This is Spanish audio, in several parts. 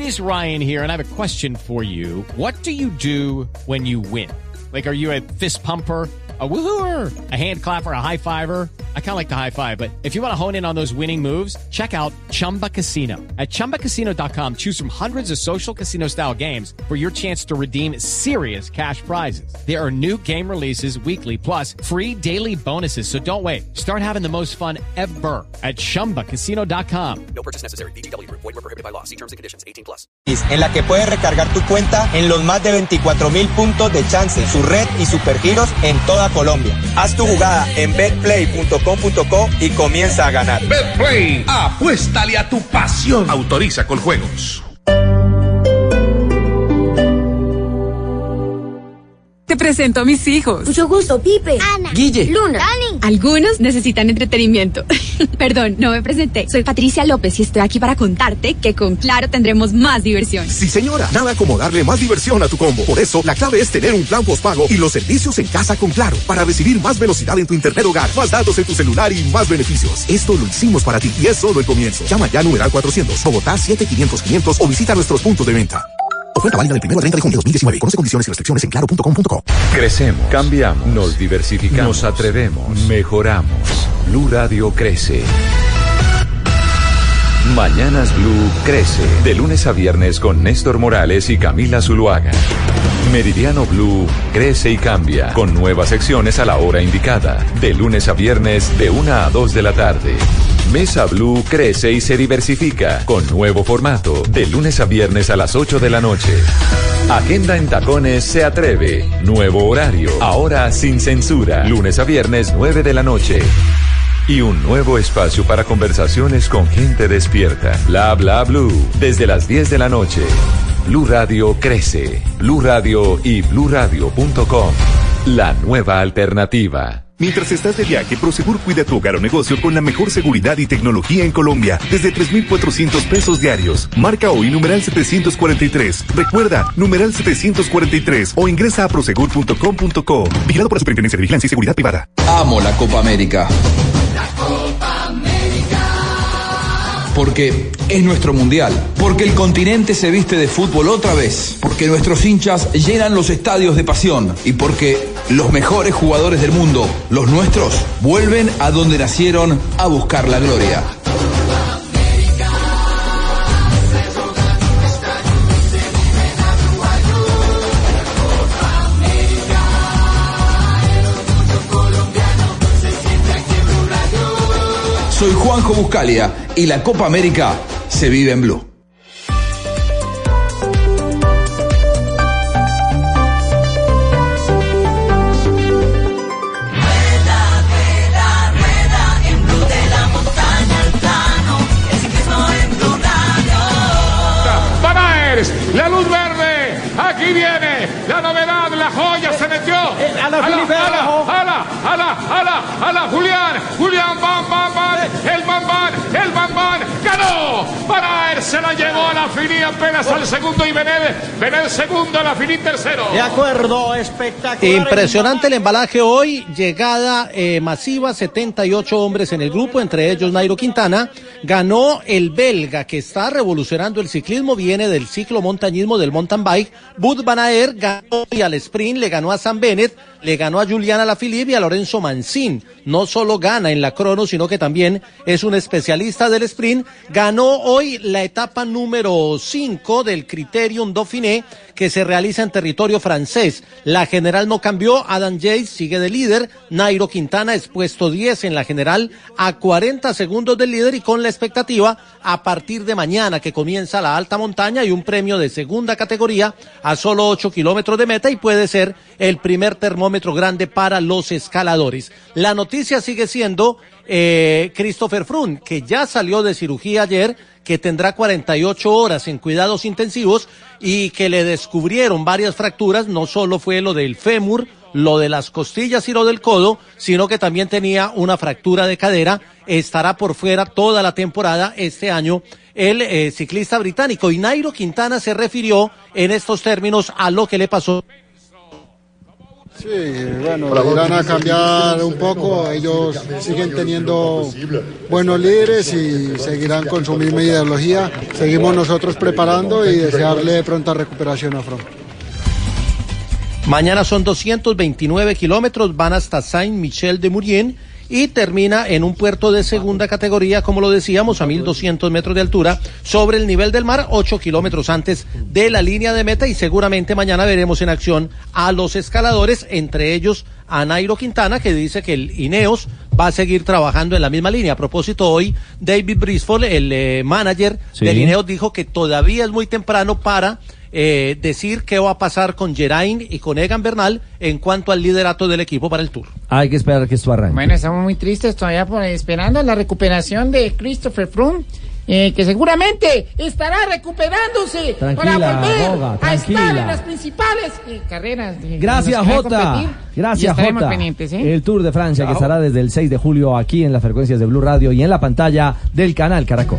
is Ryan here, and I have a question for you. What do you do when you win? Like, are you a fist pumper, a woohooer, a hand clapper, a high fiver? I kind of like the high five, but if you want to hone in on those winning moves, check out Chumba Casino. At ChumbaCasino.com, choose from hundreds of social casino style games for your chance to redeem serious cash prizes. There are new game releases weekly, plus free daily bonuses. So don't wait. Start having the most fun ever at ChumbaCasino.com. No purchase necessary. VGW Group. Void where prohibited by law. See terms and conditions. 18+. En la que puedes recargar tu cuenta en los más de 24,000 puntos de chance, su red y supergiros en toda Colombia. Haz tu jugada en betplay.com.co y comienza a ganar. Betplay, apuéstale a tu pasión. Autoriza con juegos. Te presento a mis hijos. Mucho gusto, Pipe, Ana, Guille, Luna, Dani. Algunos necesitan entretenimiento. Perdón, no me presenté. Soy Patricia López y estoy aquí para contarte que con Claro tendremos más diversión. Sí, señora. Nada como darle más diversión a tu combo. Por eso, la clave es tener un plan postpago y los servicios en casa con Claro para recibir más velocidad en tu internet hogar, más datos en tu celular y más beneficios. Esto lo hicimos para ti y es solo el comienzo. Llama ya numeral 400, Bogotá 7500 o visita nuestros puntos de venta. Oferta válida del 1 al 30 de junio de 2019. Conoce condiciones y restricciones en claro.com.co. Crecemos, cambiamos, nos diversificamos, nos atrevemos, mejoramos. Blue Radio crece. Mañanas Blue crece. De lunes a viernes con Néstor Morales y Camila Zuluaga. Meridiano Blue crece y cambia, con nuevas secciones a la hora indicada. De lunes a viernes de 1 a 2 de la tarde. Mesa Blue crece y se diversifica, con nuevo formato, de lunes a viernes a las 8 de la noche. Agenda en Tacones se atreve. Nuevo horario, ahora sin censura. Lunes a viernes 9 de la noche. Y un nuevo espacio para conversaciones con gente despierta. Bla Bla Blue, desde las 10 de la noche. Blue Radio crece. Blue Radio y bluradio.com. La nueva alternativa. Mientras estás de viaje, Prosegur cuida tu hogar o negocio con la mejor seguridad y tecnología en Colombia, desde 3,400 pesos diarios. Marca hoy numeral 743. Recuerda, numeral 743 o ingresa a prosegur.com.co. Vigilado por la Superintendencia de Vigilancia y Seguridad Privada. Amo la Copa América. La Copa América. Porque es nuestro mundial. Porque el continente se viste de fútbol otra vez. Porque nuestros hinchas llenan los estadios de pasión. Y porque los mejores jugadores del mundo, los nuestros, vuelven a donde nacieron a buscar la gloria. Soy Juanjo Buscalia y la Copa América se vive en Blue. La luz verde, aquí viene la novedad, la joya se metió. Julián, el Bambán, ganó. Banaer se la llevó a la Fini apenas al segundo y Benet segundo, la Fini tercero. De acuerdo, espectacular. Impresionante el embalaje hoy, llegada masiva, 78 hombres en el grupo, entre ellos Nairo Quintana. Ganó el belga que está revolucionando el ciclismo, viene del ciclomontañismo, del mountain bike. Wout van Aert ganó y al sprint, le ganó a Sam Bennett, le ganó a Julian Alaphilippe y a Lorenzo Mancin. No solo gana en la crono, sino que también es un especialista del sprint. Ganó hoy la etapa número 5 del Criterium Dauphiné, que se realiza en territorio francés. La general no cambió, Adam Yates sigue de líder, Nairo Quintana es puesto 10 en la general, a 40 segundos del líder y con la expectativa a partir de mañana que comienza la alta montaña y un premio de segunda categoría a solo 8 kilómetros de meta y puede ser el primer termómetro grande para los escaladores. La noticia sigue siendo Christopher Froome, que ya salió de cirugía ayer, que tendrá 48 horas en cuidados intensivos y que le descubrieron varias fracturas, no solo fue lo del fémur, lo de las costillas y lo del codo, sino que también tenía una fractura de cadera. Estará por fuera toda la temporada este año el ciclista británico. Y Nairo Quintana se refirió en estos términos a lo que le pasó. Sí, bueno, irán a cambiar un poco, ellos siguen teniendo buenos líderes y seguirán con su misma ideología. Seguimos nosotros preparando y desearle pronta recuperación a Froome. Mañana son 229 kilómetros, van hasta Saint-Michel-de-Maurienne y termina en un puerto de segunda categoría, como lo decíamos, a 1.200 metros de altura sobre el nivel del mar, 8 kilómetros antes de la línea de meta, y seguramente mañana veremos en acción a los escaladores, entre ellos a Nairo Quintana, que dice que el Ineos va a seguir trabajando en la misma línea. A propósito, hoy David Brisford, el manager del Ineos, dijo que todavía es muy temprano para decir qué va a pasar con Geraint y con Egan Bernal en cuanto al liderato del equipo para el Tour. Hay que esperar que esto arranque. Bueno, estamos muy tristes todavía esperando la recuperación de Christopher Froome, que seguramente estará recuperándose para volver a estar en las principales carreras. Gracias, Jota. Gracias, Jota. Pendientes, el Tour de Francia, que estará desde el 6 de julio aquí en las frecuencias de Blue Radio y en la pantalla del canal Caracol.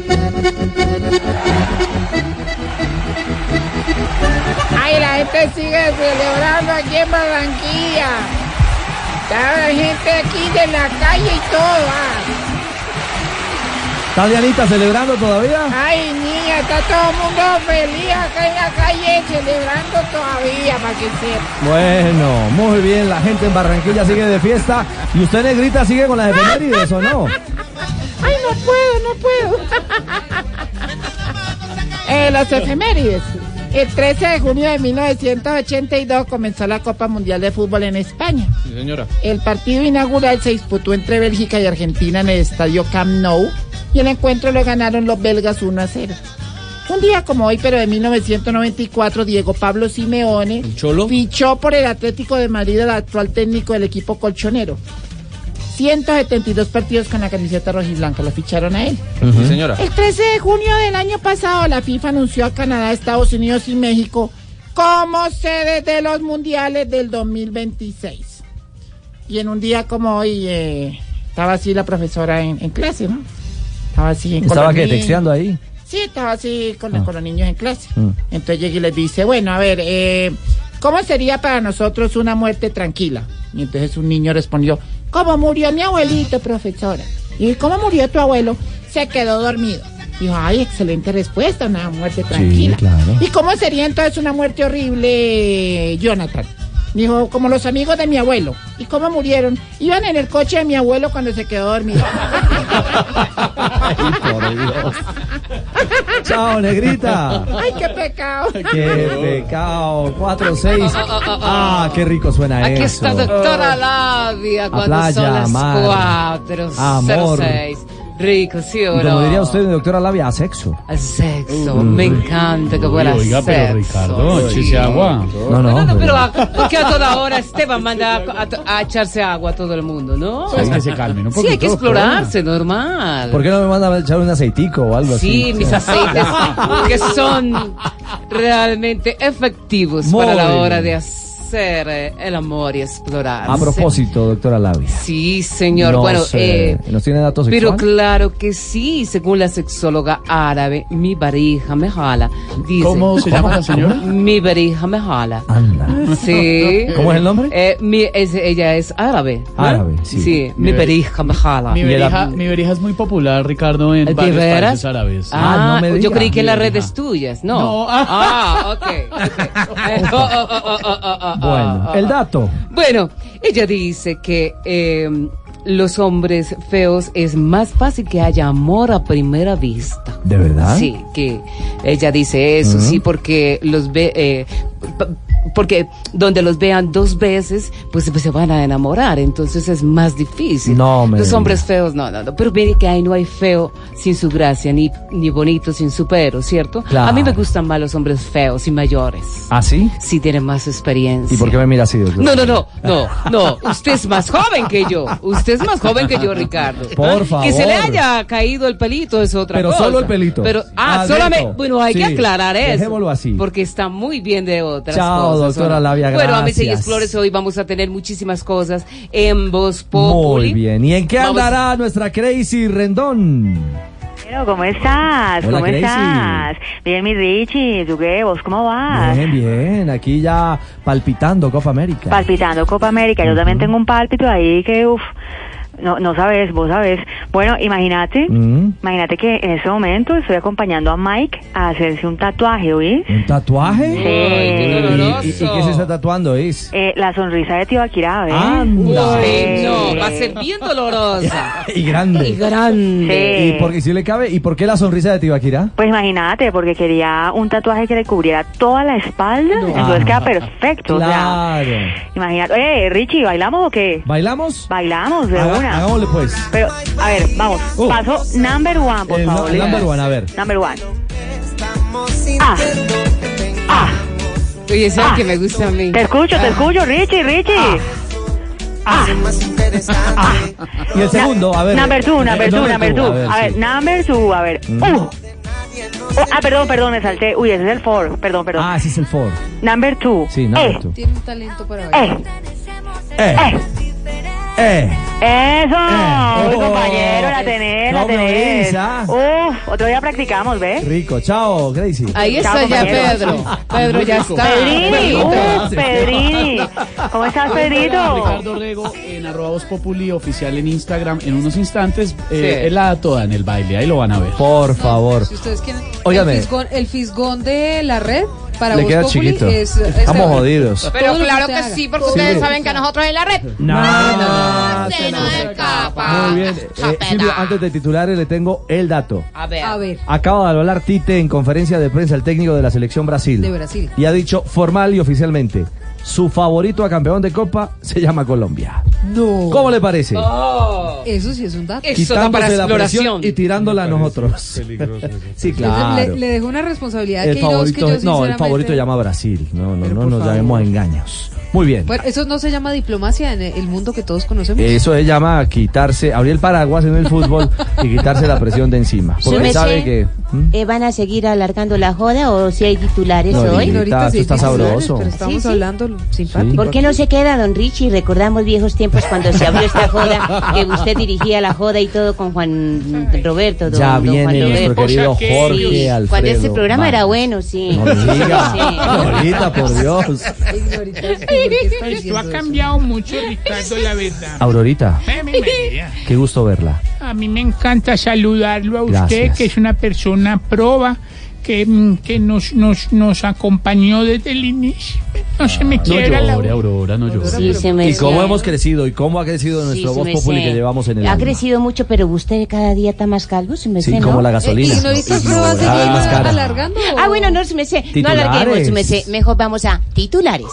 Ay, la gente sigue celebrando aquí en Barranquilla. Está la gente aquí de la calle y todo. ¿Está Dianita celebrando todavía? Ay, niña, está todo el mundo feliz acá en la calle celebrando todavía, para que sepa. Bueno, muy bien, la gente en Barranquilla sigue de fiesta. ¿Y usted, Negrita, sigue con las efemérides o no? Ay, no puedo. Las efemérides. El 13 de junio de 1982 comenzó la Copa Mundial de Fútbol en España. Sí, señora. El partido inaugural se disputó entre Bélgica y Argentina en el estadio Camp Nou y el encuentro lo ganaron los belgas 1-0. Un día como hoy, pero de 1994, Diego Pablo Simeone fichó por el Atlético de Madrid al actual técnico del equipo colchonero. 172 partidos con la camiseta rojiblanca, lo ficharon a él. Sí, señora. El 13 de junio del año pasado, la FIFA anunció a Canadá, Estados Unidos y México como sede de los mundiales del 2026. Y en un día como hoy, estaba así la profesora en clase, ¿no? Estaba así en ¿Estaba qué, texteando ahí? Sí, estaba así con los niños en clase. Entonces llega y les dice, bueno, a ver, ¿cómo sería para nosotros una muerte tranquila? Y entonces un niño respondió, ¿cómo murió mi abuelito, profesora? ¿Y cómo murió tu abuelo? Se quedó dormido. Dijo, ay, excelente respuesta, una muerte tranquila. Sí, claro. ¿Y cómo sería entonces una muerte horrible, Jonathan? Dijo, como los amigos de mi abuelo. ¿Y cómo murieron? Iban en el coche de mi abuelo cuando se quedó dormido. Ay, por Dios. Chao, Negrita. Ay, qué pecado. Qué pecado. 4-6. Ah, qué rico suena eso. Aquí está doctora Labia cuando playa, son las mar, 4:06. Rico, sí o no. Como diría usted, doctora Labia, a sexo. Al sexo, me encanta que fuera oiga, sexo. pero Ricardo, échese agua. No, pero porque a toda hora Esteban manda a echarse agua a todo el mundo, ¿no? Sí, que se calmen un poquito. Sí, hay que explorarse, normal. ¿Por qué no me manda a echar un aceitico o algo así? Sí, mis aceites que son realmente efectivos para la hora de hacer el amor y explorar. A propósito, doctora Labia. Sí, señor. Bueno, ¿nos tiene datos sexuales? Pero claro que sí, según la sexóloga árabe, mi barija me jala. Dice, ¿Cómo se llama la señora? Mi barija me jala. Anda. Sí. ¿Cómo es el nombre? Ella es árabe. Árabe, sí. Sí, mi barija me jala. Mi berija es muy popular, Ricardo, en varios países árabes. Ah, no me digas. yo creí que en las redes tuyas, ¿no? Ok. Bueno, el dato. Bueno, ella dice que los hombres feos es más fácil que haya amor a primera vista. ¿De verdad? Sí, que ella dice eso, sí, porque los ve... porque donde los vean dos veces, pues se van a enamorar, entonces es más difícil. Los hombres feos, no, pero mire que ahí no hay feo sin su gracia, ni bonito sin su pero, ¿cierto? Claro. A mí me gustan más los hombres feos y mayores. ¿Ah, sí? Sí, tienen más experiencia. ¿Y por qué me mira así, doctor? No, usted es más joven que yo, Ricardo. Por favor. Que se le haya caído el pelito es otra cosa. Pero solo el pelito. Pero, solamente, bueno, hay que aclarar eso. Dejémoslo así. Porque está muy bien de otras cosas. Doctora Labia, gracias. Bueno, Ames y Explores, hoy vamos a tener muchísimas cosas en Voz Populi. Muy bien. ¿Y en qué andará nuestra Crazy Rendón? ¿Cómo estás? Hola, ¿Cómo Gracie. estás? Bien, mi Richie, ¿tú qué? ¿Vos cómo vas? Bien, bien, aquí ya palpitando Copa América. Palpitando Copa América. Yo también tengo un pálpito ahí que, no sabes, vos sabes. Bueno, imagínate que en este momento estoy acompañando a Mike a hacerse un tatuaje, ¿oís? ¿Un tatuaje? Sí. Ay, qué ¿Y qué se está tatuando, Is? La sonrisa de Tibaquirá, ¿ves? ¡Anda! No, va a ser bien dolorosa. Y grande. Y grande. Sí. ¿Y por qué si le cabe? ¿Y por qué la sonrisa de Tibaquirá? Pues imagínate, porque quería un tatuaje que le cubriera toda la espalda, entonces queda perfecto. Claro. O sea, imagínate. Richie, ¿bailamos o qué? ¿Bailamos? Bailamos, de una. Hagámosle pues. Pero, a ver, vamos. Paso number one, por favor. El number one, a ver. Number one. Oye, ¿sabes que me gusta a mí? Te escucho, Richie. Y el segundo, a ver. Number two. A ver, sí. number two, a ver. Perdón, me salté. Uy, ese es el 4. Perdón. Ah, ese es el 4. Number two. Sí, number two. Tiene un talento para bailar. Eso, uy, compañero, la tenés. Isa. Otro día practicamos, ¿ves? Rico, chao, Gracie. Ahí está ya Pedro. Pedro ya está. Pedrini. ¿Cómo estás, Pedrito? Ricardo Rego en @Voz Populi oficial en Instagram. En unos instantes, él la da toda en el baile. Ahí lo van a ver. Por favor. Si ustedes quieren, Óigame. el fisgón de la red para Le Voz queda Populi chiquito. Estamos Estamos jodidos. Pero claro que sí, porque ustedes saben que a nosotros en la red. No. Se nos escapa. Muy bien. Silvia, antes de titulares le tengo el dato. A ver. Acaba de hablar Tite en conferencia de prensa, el técnico de la selección Brasil. De Brasil. Y ha dicho formal y oficialmente, su favorito a campeón de Copa se llama Colombia. No. ¿Cómo le parece? Eso sí es un dato. Eso da para Quitándose la presión exploración. y tirándola a nosotros. Sí, claro. Le dejo una responsabilidad El que Queiroz, que yo el sinceramente... favorito llama Brasil. No Pero nos por favor. llamemos a engaños. Muy bien. Bueno, eso no se llama diplomacia en el mundo que todos conocemos. Eso se llama quitarse, abrir el paraguas en el fútbol y quitarse la presión de encima. Porque Súmese. sabe que... ¿Van a seguir alargando la joda o si hay titulares No, hoy? Ignorita, esto está sabroso. Pero estamos Sí. hablando simpático. ¿Por qué no se queda, don Richie? Recordamos viejos tiempos cuando se abrió esta joda, que usted dirigía la joda y todo con Juan Roberto. Ya don viene Juan nuestro Roberto. querido Jorge Sí, Alfredo. cuando ese programa Vargas. era bueno, sí. No me diga. Sí. Ahorita, por Dios. Esto ha cambiado mucho, Ricardo, la verdad. Aurorita, María. qué gusto verla. A mí me encanta saludarlo a usted, Gracias. que es una persona proba, que nos acompañó desde el inicio. No se me quiera la... Aurora, no llore. Sí, se me ¿Y cómo decía. hemos crecido? ¿Y cómo ha crecido Sí, nuestro se voz me populi sé. que llevamos en el Ha alma? crecido mucho, pero usted cada día está más calvo, se me Sí, sé, ¿no? como la gasolina. ¿Ignorita se va a seguir Cada vez más cara. alargando? Ah, bueno, no se me sé. No Titulares. alarguemos, se me sé. Mejor vamos a titulares.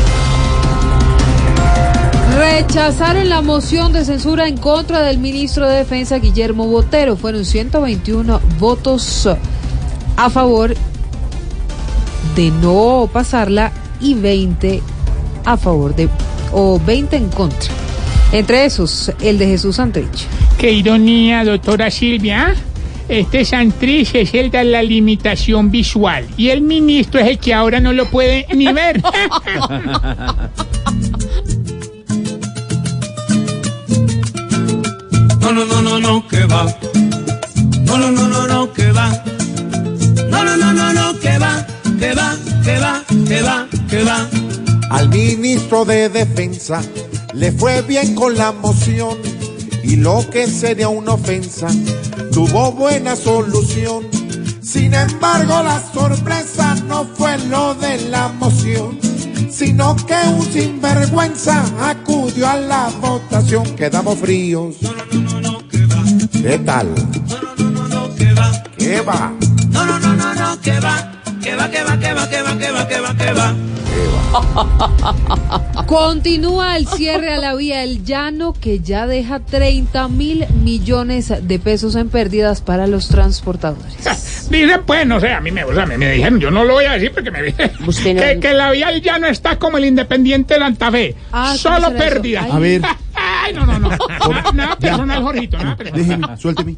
Rechazaron la moción de censura en contra del ministro de Defensa Guillermo Botero. Fueron 121 votos a favor de no pasarla y 20 a favor o 20 en contra. Entre esos, el de Jesús Santrich. Qué ironía, doctora Silvia. Este Santrich es el de la limitación visual y el ministro es el que ahora no lo puede ni ver. No, que va. No, que va. No, que va. Al ministro de Defensa le fue bien con la moción y lo que sería una ofensa tuvo buena solución. Sin embargo, la sorpresa no fue lo de la moción, sino que un sinvergüenza acudió a la votación. Quedamos fríos. ¿Qué tal? ¿Qué va? Que va. Continúa el cierre a la vía El Llano, que ya deja 30.000 millones de pesos en pérdidas para los transportadores. Dicen, pues, no sé, a mí me dijeron, yo no lo voy a decir porque me dicen que la vía ya no está como el Independiente de Santa Fe. Ah, Solo ¿cómo será eso? pérdida. A ver. Ay, no. Nada personal, Jorgito, nada personal. Déjeme, suélteme.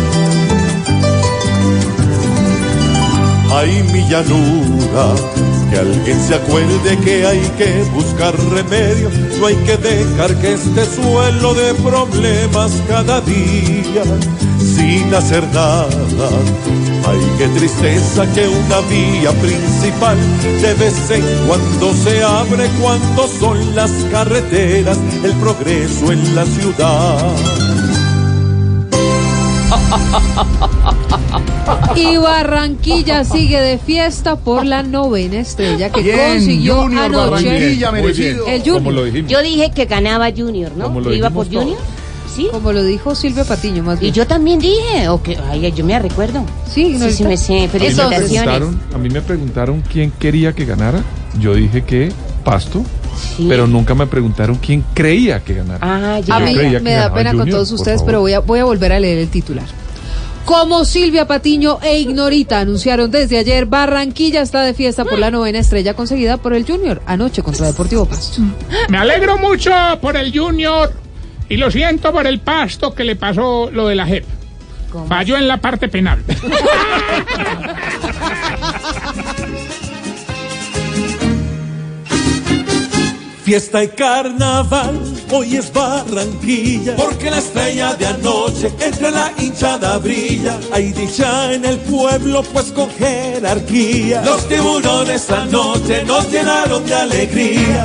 Ay, mi llanura, Que alguien se acuerde que hay que buscar remedio, no hay que dejar que este suelo de problemas cada día sin hacer nada. Ay, qué tristeza que una vía principal de vez en cuando se abre cuando son las carreteras el progreso en la ciudad. Y Barranquilla sigue de fiesta por la 9ª estrella que consiguió Junior, anoche Barranquilla, merecido. el Junior. Yo dije que ganaba Junior, ¿no? ¿Que iba por Junior? Sí. Como lo dijo Silvia Patiño, más bien. Y yo también dije, ay, yo me recuerdo. Sí, no, sí, me sé. Felicitaciones. A mí me preguntaron quién quería que ganara. Yo dije que Pasto. Sí. Pero nunca me preguntaron quién creía que ganara. A mí me da pena con todos ustedes, pero voy a volver a leer el titular. Como Silvia Patiño e Ignorita anunciaron desde ayer, Barranquilla está de fiesta por la 9ª estrella conseguida por el Junior anoche contra Deportivo Pasto. Me alegro mucho por el Junior y lo siento por el Pasto que le pasó lo de la JEP. Falló en la parte penal. Fiesta y carnaval, hoy es Barranquilla, porque la estrella de anoche entre la hinchada brilla. Hay dicha en el pueblo, pues con jerarquía, los tiburones anoche nos llenaron de alegría.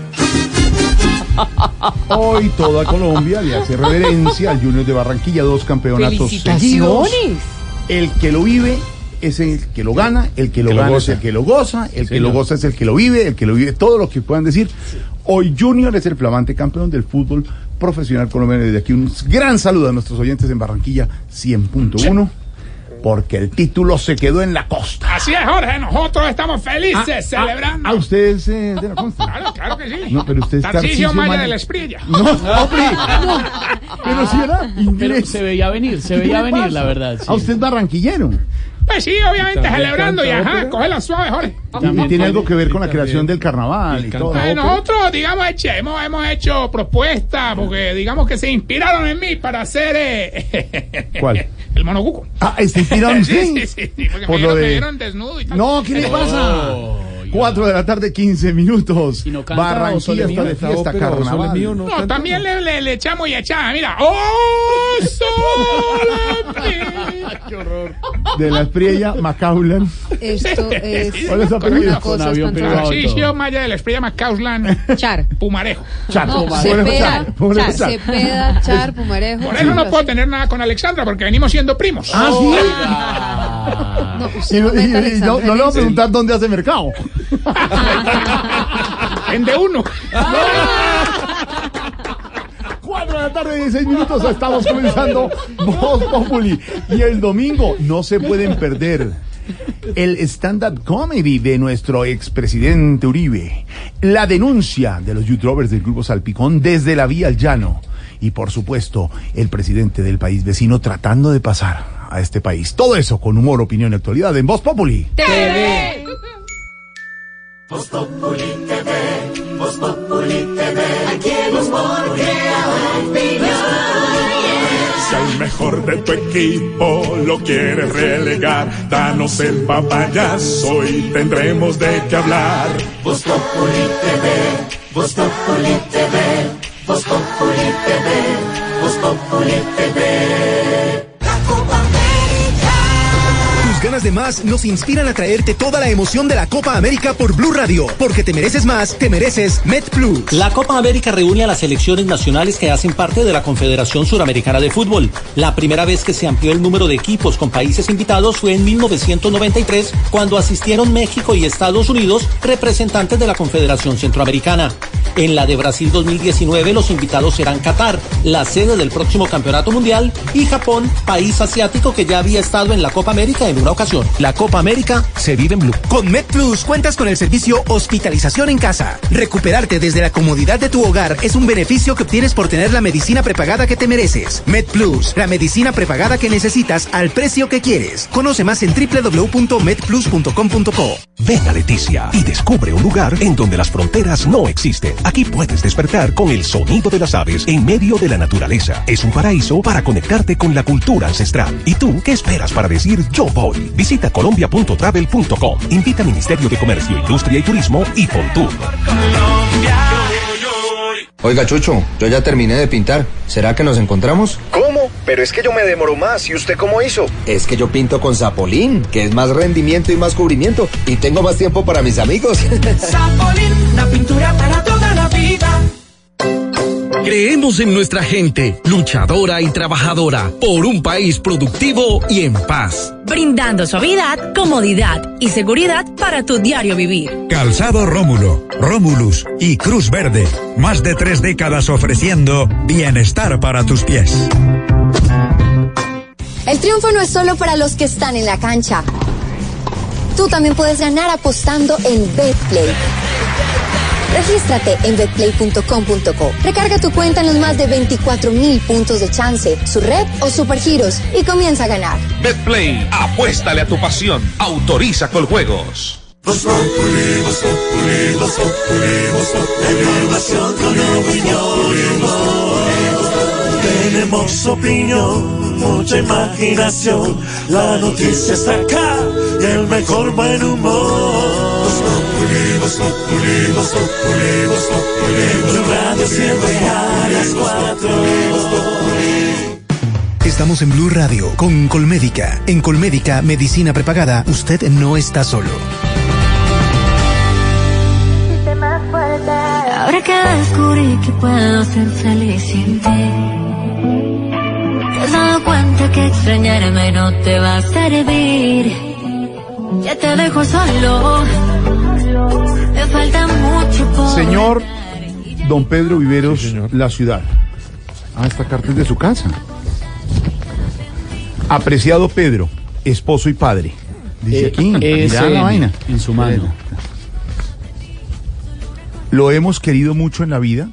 Hoy toda Colombia le hace reverencia al Junior de Barranquilla, 2 campeonatos seguidos. El que lo vive es el que lo gana, el que lo gana es el que lo goza, el que lo goza es el que lo vive, todo lo que puedan decir. Hoy Junior es el flamante campeón del fútbol profesional colombiano. Desde aquí un gran saludo a nuestros oyentes en Barranquilla 100.1, porque el título se quedó en la costa. Así es, Jorge, nosotros estamos felices celebrando. ¿Ustedes de la costa? Claro que sí. No, pero usted es Tarcisio Maya de la Espriella. No, hombre, pero si era inglés. Pero se veía venir, la verdad. Sí. ¿A usted es barranquillero? Pues sí, obviamente celebrando y coge la suave, Jorge. También tiene algo que ver con la creación del carnaval y todo. Nosotros, digamos, hemos hecho propuestas, porque digamos que se inspiraron en mí para hacer ¿cuál? El monocuco. ¿Se inspiraron en usted? Sí, porque me vieron desnudo y tal. No, ¿qué le pasa? 4 de la tarde, 15 minutos. No Barranquilla está de fiesta, carnaval. No, también le echamos y echamos. Mira. ¡Oh, Sole! ¡Qué horror! De la Espriella, Macaulay. Esto es... ¿Cuál es su apellido? Tarcisio Maya de la Espriella, Macaulay. Char. Pumarejo. Char. Cepeda, Char, Pumarejo. Por eso no puedo tener nada con Alexandra, porque venimos siendo primos. ¿Sí? No le voy a preguntar dónde hace mercado. En de uno. 4 de la tarde, 16 minutos, estamos comenzando Voz Populi. Y el domingo no se pueden perder el stand-up comedy de nuestro expresidente Uribe, la denuncia de los youtubers del grupo Salpicón desde la vía al llano, y por supuesto el presidente del país vecino tratando de pasar a este país. Todo eso con humor, opinión y actualidad en Voz Populi TV. Voz Populi TV, Voz Populi TV, aquí el humor crea opinión. Si al mejor de tu equipo lo quieres relegar, danos el papayazo y tendremos de qué hablar. Voz Populi TV, Voz Populi TV, Voz Populi TV, Voz Populi TV. Ganas de más nos inspiran a traerte toda la emoción de la Copa América por Blue Radio, porque te mereces más, te mereces MetPlus. La Copa América reúne a las selecciones nacionales que hacen parte de la Confederación Suramericana de Fútbol. La primera vez que se amplió el número de equipos con países invitados fue en 1993, cuando asistieron México y Estados Unidos, representantes de la Confederación Centroamericana. En la de Brasil 2019, los invitados serán Qatar, la sede del próximo Campeonato Mundial, y Japón, país asiático que ya había estado en la Copa América en una ocasión. La Copa América se vive en Blue. Con MetPlus cuentas con el servicio Hospitalización en Casa. Recuperarte desde la comodidad de tu hogar es un beneficio que obtienes por tener la medicina prepagada que te mereces. MetPlus, la medicina prepagada que necesitas al precio que quieres. Conoce más en www.medplus.com.co. Ven a Leticia y descubre un lugar en donde las fronteras no existen. Aquí puedes despertar con el sonido de las aves en medio de la naturaleza. Es un paraíso para conectarte con la cultura ancestral. ¿Y tú qué esperas para decir yo voy? Visita colombia.travel.com. Invita al Ministerio de Comercio, Industria y Turismo y Fontur. Oiga, Chucho, yo ya terminé de pintar. ¿Será que nos encontramos? ¿Cómo? Pero es que yo me demoro más. ¿Y usted cómo hizo? Es que yo pinto con Zapolín, que es más rendimiento y más cubrimiento. Y tengo más tiempo para mis amigos. Zapolín, la pintura para toda la vida. Creemos en nuestra gente, luchadora y trabajadora, por un país productivo y en paz. Brindando suavidad, comodidad y seguridad para tu diario vivir. Calzado Rómulo, Rómulus y Cruz Verde. Más de 3 décadas ofreciendo bienestar para tus pies. El triunfo no es solo para los que están en la cancha. Tú también puedes ganar apostando en BetPlay. Regístrate en betplay.com.co. Recarga tu cuenta en los más de 24,000 puntos de chance, su red o supergiros y comienza a ganar. BetPlay, apuéstale a tu pasión. Autoriza con juegos. Tenemos opinión, mucha imaginación. La noticia está acá y el mejor buen humor. Radio siempre a las 4. Estamos en Blue Radio con Colmédica. En Colmédica, medicina prepagada, usted no está solo. Ahora que descubrí que puedo ser feliz sin ti, te has dado cuenta que extrañarme no te va a servir. Ya te dejo solo. Me falta mucho por... Señor Don Pedro Viveros, sí, La Ciudad. Esta carta es de su casa. Apreciado Pedro, esposo y padre. Dice aquí, mira la vaina. En su mano. Lo hemos querido mucho en la vida,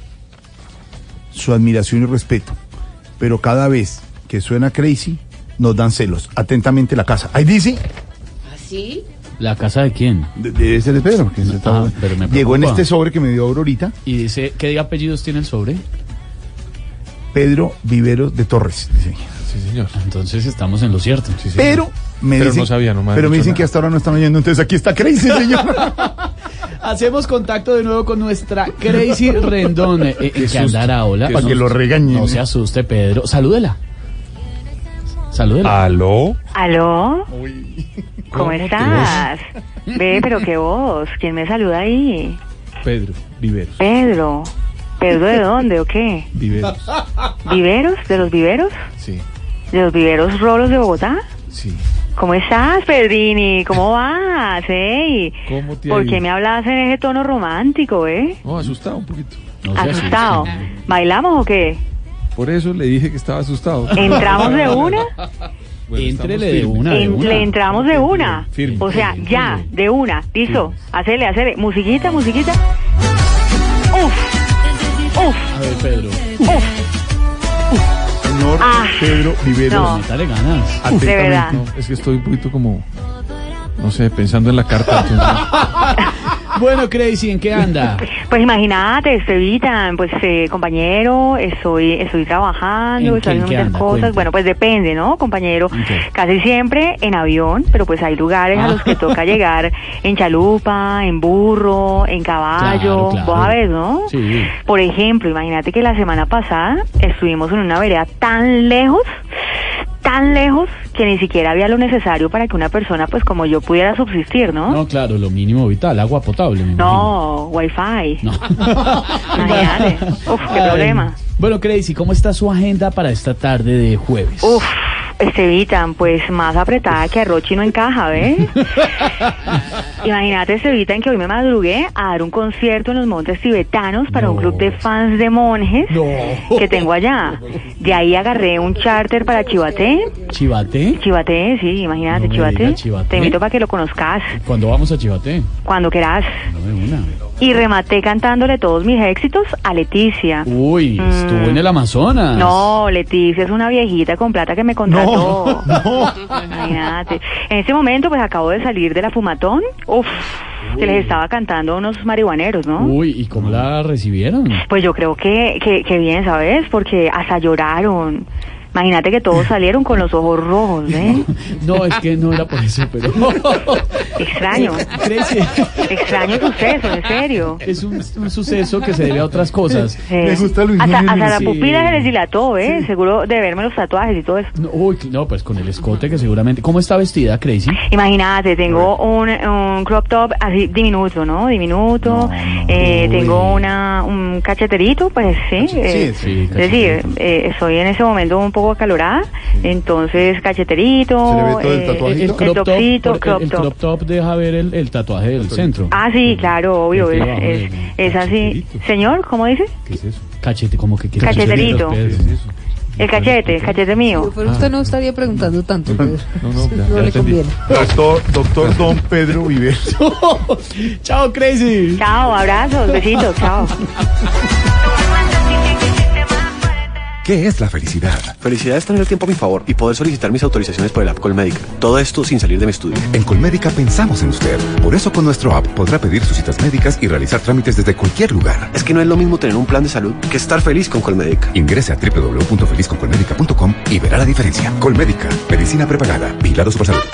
su admiración y respeto, pero cada vez que suena Crazy, nos dan celos. Atentamente la casa. Ahí dice... ¿Así? ¿La casa de quién? Debe ser de Pedro. Que pero me llegó en este sobre que me dio Aurorita. Y dice, ¿qué apellidos tiene el sobre? Pedro Viveros de Torres. Dice. Sí, señor. Entonces estamos en lo cierto. Sí, pero me dicen, no sabía, no me pero me dicen que hasta ahora no están oyendo, entonces aquí está Crazy, señor. Hacemos contacto de nuevo con nuestra Crazy Rendón. ¿Qué andará, hola? Para que lo regañen. No se asuste, Pedro. Salúdela. Salúdela. ¿Aló? ¿Aló? ¿Cómo estás? Ve, pero qué voz. ¿Quién me saluda ahí? Pedro Viveros. Pedro. ¿Pedro de dónde o qué? Viveros. ¿Viveros? ¿De los viveros? Sí. ¿De los viveros rolos de Bogotá? Sí. ¿Cómo estás, Pedrini? ¿Cómo vas, ¿Cómo te ¿Por qué me hablas en ese tono romántico, No, asustado un poquito. No ¿asustado? ¿Bailamos o qué? Por eso le dije que estaba asustado. ¿Entramos de una? Bueno, Éntrele de una. Le entramos de una. Firme. O sea, ya, de una. Listo. Hacele. Musiquita. Uf. A ver, Pedro. Señor Pedro Viveros. No. Dale ganas. De verdad. No, es que estoy un poquito como, no sé, pensando en la carta. Bueno, Crazy, ¿en qué anda? Pues imagínate, Estevitan, pues compañero, estoy trabajando, estoy haciendo muchas cosas. Cuenta. Bueno, pues depende, ¿no, compañero? Okay. Casi siempre en avión, pero pues hay lugares a los que toca llegar en chalupa, en burro, en caballo, Claro. vos sabés, ¿no? Sí. Por ejemplo, imagínate que la semana pasada estuvimos en una vereda tan lejos, que ni siquiera había lo necesario para que una persona, pues como yo, pudiera subsistir, ¿no? No, claro, lo mínimo vital, agua potable. No, wifi. No. Imagínate. Uf, qué problema. Bueno, Crazy, ¿cómo está su agenda para esta tarde de jueves? Uf, Estevitan, pues más apretada que arroz chino en caja, ¿ves? Imagínate, Estevitan, que hoy me madrugué a dar un concierto en los montes tibetanos para un club de fans de monjes que tengo allá. De ahí agarré un charter para Chivaté. ¿Chivaté? Chivaté, sí, imagínate, No me Chivaté. diga Chivaté. Te invito para que lo conozcas. ¿Cuándo vamos a Chivaté? Cuando quieras. No, de una. Y rematé cantándole todos mis éxitos a Leticia. Uy, estuvo en el Amazonas. No, Leticia es una viejita con plata que me contrató. No. Imagínate. En este momento, pues acabo de salir de la fumatón. Uf. se les estaba cantando a unos marihuaneros, ¿no? Uy, ¿y cómo la recibieron? Pues yo creo que bien, ¿sabes? Porque hasta lloraron. Imagínate que todos salieron con los ojos rojos, ¿eh? No, es que no era por eso, pero... Extraño. Extraño suceso, en serio. Es un suceso que se debe a otras cosas. Me gusta Luis hasta Núñez. la pupila se les dilató, ¿eh? Sí. Seguro de verme los tatuajes y todo eso. No, uy, no, pues con el escote que seguramente... ¿Cómo está vestida, Crazy? Imagínate, tengo un crop top así diminuto, ¿no? Diminuto. Tengo un cacheterito, pues sí. Sí, es decir, estoy en ese momento un poco acalorada, entonces cacheterito, se le ve todo el tatuajito, el crop top deja ver el tatuaje del centro. Ah, sí, claro, obvio, es así. Señor, ¿cómo dice? ¿Qué es eso? Cachete, ¿cómo que quieres? Cacheterito. El cachete mío. Pero usted no estaría preguntando tanto. No le conviene. Doctor Don Pedro Viver. Chao, Crazy. Chao, abrazos, besitos, chao. ¿Qué es la felicidad? Felicidad es tener el tiempo a mi favor y poder solicitar mis autorizaciones por el app Colmédica. Todo esto sin salir de mi estudio. En Colmédica pensamos en usted. Por eso con nuestro app podrá pedir sus citas médicas y realizar trámites desde cualquier lugar. Es que no es lo mismo tener un plan de salud que estar feliz con Colmédica. Ingrese a www.felizconcolmedica.com y verá la diferencia. Colmédica, medicina prepagada, vigilado Supersalud.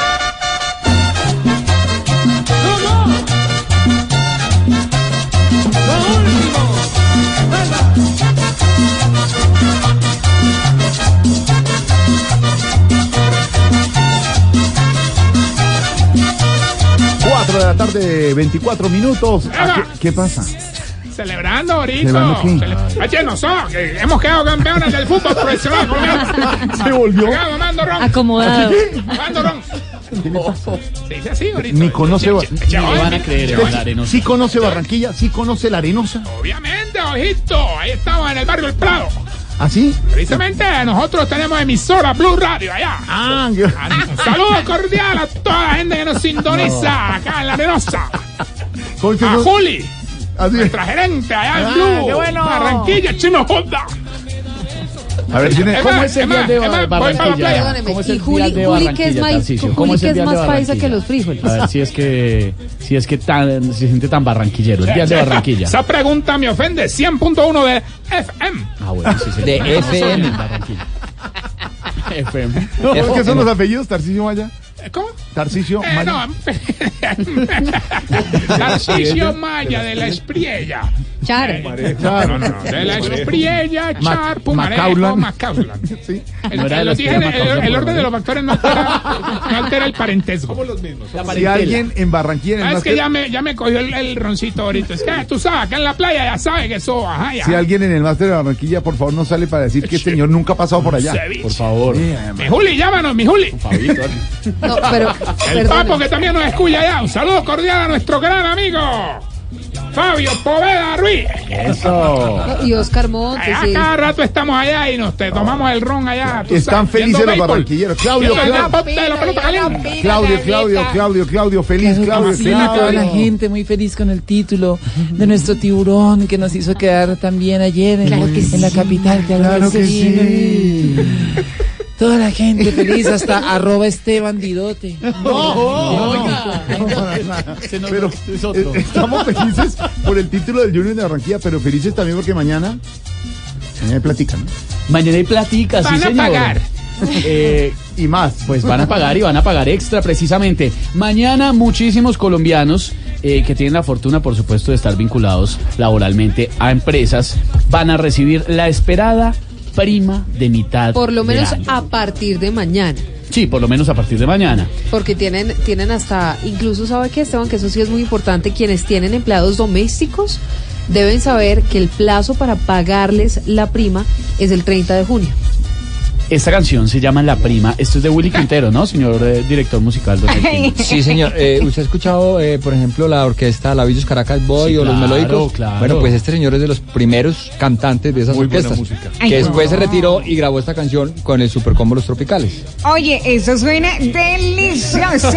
De la tarde, 24 minutos. ¿Qué pasa? Celebrando ahorita. Oye, nosotros que hemos quedado campeones del fútbol profesional. Se volvió. Acomodado. Tomando ron. ¿Qué le pasa? Se dice así ahorita. Ni conoce. Ni van a creer en la Arenosa. ¿Sí conoce Barranquilla? ¿Sí conoce la Arenosa? Obviamente, ojito. Ahí estamos en el barrio El Prado. ¿Ah, sí? Precisamente nosotros tenemos emisora Blue Radio allá. Un saludo cordial a toda la gente que nos sintoniza acá en la Arenosa. A Juli, nuestra gerente allá en Blue. ¡Qué bueno! Barranquilla, Chino Honda. A ver, ¿cómo es el día de Barranquilla? Y Juli, que es más paisa que los frijoles. A ver, si es que se siente tan barranquillero. El día de Barranquilla. Esa pregunta me ofende. 100.1 de FM. Ah, bueno, sí, de FM. FM. ¿Qué son los apellidos? Tarcisio Maya. ¿Cómo? Tarcisio Maya. No. Tarcisio Maya de la Espriella. Char. No. De la Espriella, Char, Pumarejo, Macaulan. Sí. El orden de los factores no altera el parentesco. Somos los mismos. Si alguien en Barranquilla... Es que ya me cogió el roncito ahorita. Es que tú sabes, acá en la playa ya sabe que eso... Si alguien en el máster de Barranquilla, por favor, no sale para decir que el señor nunca ha pasado por allá. Por favor. Mi Juli, llámanos, mi Juli. No, pero... El Papo, que también nos escucha allá. Un saludo cordial a nuestro gran amigo Fabio Poveda Ruiz. Eso. Y Oscar Montes. Cada rato estamos allá y nos tomamos el ron allá. Están felices los barranquilleros. Claudio, feliz. Sí, toda la gente muy feliz con el título de nuestro tiburón que nos hizo quedar tan bien ayer en la capital. Claro que sí. Toda la gente feliz, hasta @Esteban Didote. Pero estamos felices por el título del Junior de Barranquilla, pero felices también porque mañana hay platica, ¿no? Mañana hay platica, sí, señor. Van a pagar. Y más. Pues van a pagar y van a pagar extra, precisamente. Mañana muchísimos colombianos que tienen la fortuna, por supuesto, de estar vinculados laboralmente a empresas, van a recibir la esperada prima de mitad. Por lo menos de año. a partir de mañana. Sí, por lo menos a partir de mañana. Porque tienen hasta, incluso sabe que Esteban, que eso sí es muy importante, quienes tienen empleados domésticos deben saber que el plazo para pagarles la prima es el 30 de junio. Esta canción se llama La Prima. Esto es de Willy Quintero, ¿no, señor director musical? Sí, señor. ¿Usted ha escuchado, por ejemplo, la orquesta La Villos Caracas Boy o los Melódicos? Claro. Bueno, pues este señor es de los primeros cantantes de esas orquestas. Que después se retiró y grabó esta canción con el Supercombo Los Tropicales. Oye, eso suena delicioso.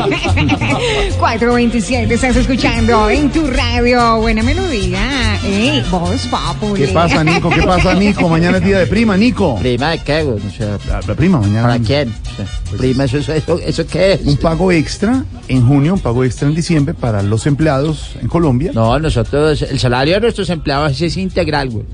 4:27, estás escuchando en tu radio. Buena melodía. Voz Populi. ¿Qué pasa, Nico? Mañana es día de prima, Nico. ¿Prima de qué? O sea, la prima mañana. ¿Para quién? Prima, ¿eso qué es? Un pago extra en junio, un pago extra en diciembre para los empleados en Colombia. No, nosotros, el salario de nuestros empleados es integral, güey.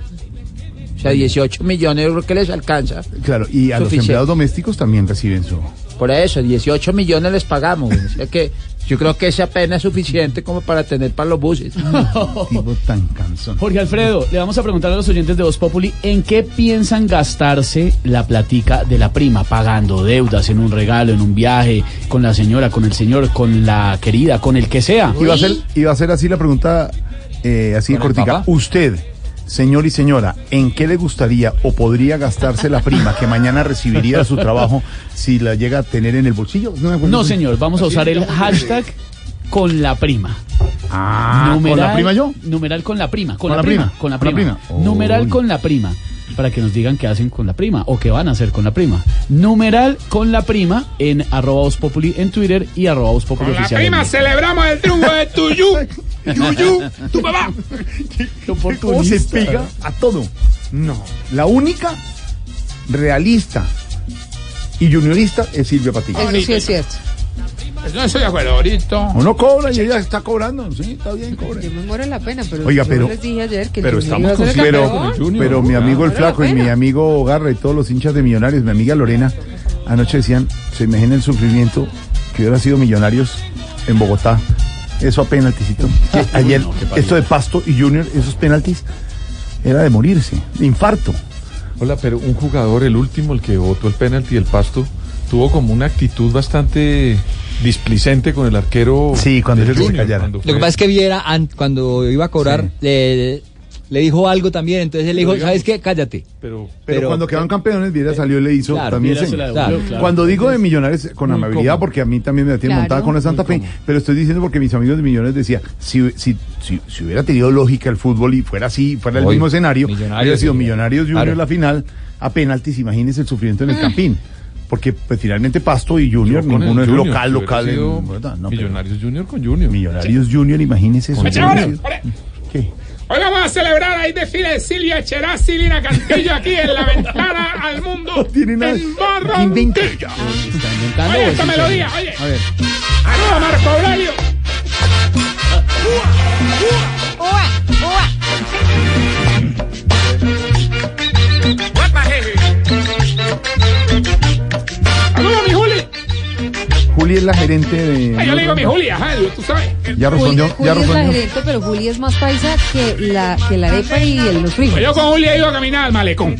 O sea, 18 millones de euros que les alcanza. Claro, y a los empleados domésticos también reciben su... Por eso, 18 millones les pagamos, güey. O sea que yo creo que esa pena es suficiente como para tener para los buses. Tipo tan cansón. Jorge Alfredo, le vamos a preguntar a los oyentes de Voz Populi ¿en qué piensan gastarse la platica de la prima? Pagando deudas, en un regalo, en un viaje, con la señora, con el señor, con la querida, con el que sea. Iba a ser así la pregunta, así de cortica. Usted, señor y señora, ¿en qué le gustaría o podría gastarse la prima que mañana recibiría su trabajo si la llega a tener en el bolsillo? No, señor, vamos a usar el hashtag con la prima. Numeral, ¿con la prima yo? Numeral con la prima. Con la prima. Numeral con la prima. Para que nos digan qué hacen con la prima o qué van a hacer con la prima. Numeral con la prima en @vospopuli en Twitter y @vospopuli con oficial. La prima celebramos el triunfo de Tuyú. Yuyu, tu papá. ¿Cómo se pega a todo? No. La única realista y juniorista es Silvia Patiño. Eso sí es cierto. No estoy de acuerdo, ahorita. Uno cobra y ella está cobrando. Sí, está bien, cobra. Yo me muero en la pena, pero oiga, yo les dije ayer que pero estamos con pero mi amigo el Flaco y mi amigo Garra y todos los hinchas de Millonarios, mi amiga Lorena, anoche decían, se imagina el sufrimiento que hubiera sido Millonarios en Bogotá. Eso a penalticito. Ayer, esto de Pasto y Junior, esos penaltis, era de morirse, de infarto. Hola, pero un jugador, el último, el que votó el penalti del Pasto, tuvo como una actitud bastante displicente con el arquero. Sí, cuando él se callara. Lo que pasa es que Viera, cuando iba a cobrar, le dijo algo también, entonces él le dijo, ¿sabes qué? Cállate. Pero cuando quedaron campeones, Viera salió y le hizo también. Claro. Cuando digo de Millonarios, con amabilidad, porque a mí también me la tiene montada con la Santa Fe, pero estoy diciendo porque mis amigos de Millonarios decían, si hubiera tenido lógica el fútbol y fuera así, fuera el mismo escenario, hubiera sido Millonarios Junior la final, a penaltis, imagínense el sufrimiento en el Campín. Porque pues finalmente Pasto y Junior, ninguno es local. No, Millonarios Junior con Junior. Millonarios Junior, imagínense eso. ¿Qué? Hoy vamos a celebrar ahí desfile de Silvia Cherasi y Lina Cantillo aquí en la ventana al mundo en Barranquilla. Oye, esta melodía, oye. A ver. ¡Arriba, Marco Aurelio! ¡Saludos, mi Juli! Juli es la gerente de... yo le digo a mi Juli, tú sabes. Ya respondió. Juli es la gerente, pero Juli es más paisa que la arepa y los frijoles. Yo con Juli he ido a caminar al malecón.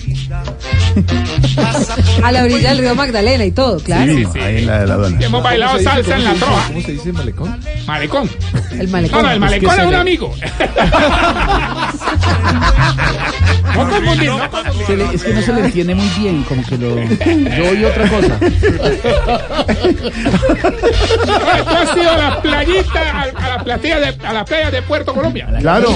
A la orilla del río Magdalena y todo, claro. Sí, ahí en la de la dona. Hemos bailado salsa en la troja. ¿Cómo se dice malecón? Malecón. El malecón. No, el malecón es un amigo. No confundir, es que no se le entiende muy bien, como que yo oí otra cosa. Tú has ido a la playita, a la playa de Puerto Colombia. Claro.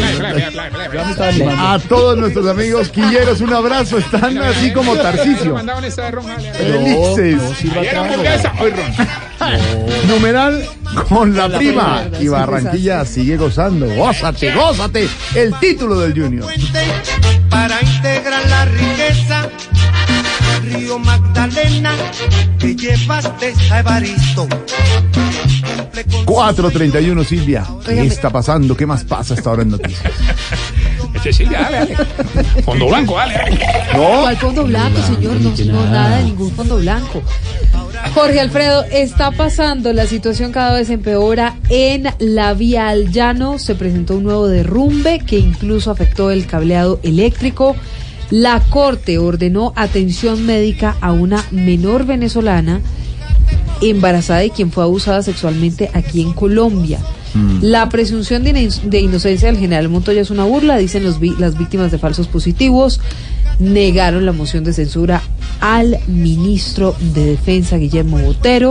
A todos nuestros amigos quilleros, un abrazo. Están así como Tarcisio. Felices. Hoy ron. Numeral con la prima. Y Barranquilla sigue gozando. Gózate, gózate. El título del Junior. Para integrar la riqueza, Río Magdalena, que llevaste a Evaristo. 4:31, Silvia. ¿Qué está pasando? ¿Qué más pasa hasta ahora en noticias? Silvia, dale. Fondo blanco, dale. No, ¿cuál fondo blanco, señor? No, nada de ningún fondo blanco. Jorge Alfredo, está pasando, la situación cada vez empeora en la vía al llano. Se presentó un nuevo derrumbe que incluso afectó el cableado eléctrico. La Corte ordenó atención médica a una menor venezolana embarazada y quien fue abusada sexualmente aquí en Colombia. La presunción de inocencia del general Montoya es una burla, dicen las víctimas de falsos positivos. Negaron la moción de censura al ministro de Defensa, Guillermo Botero.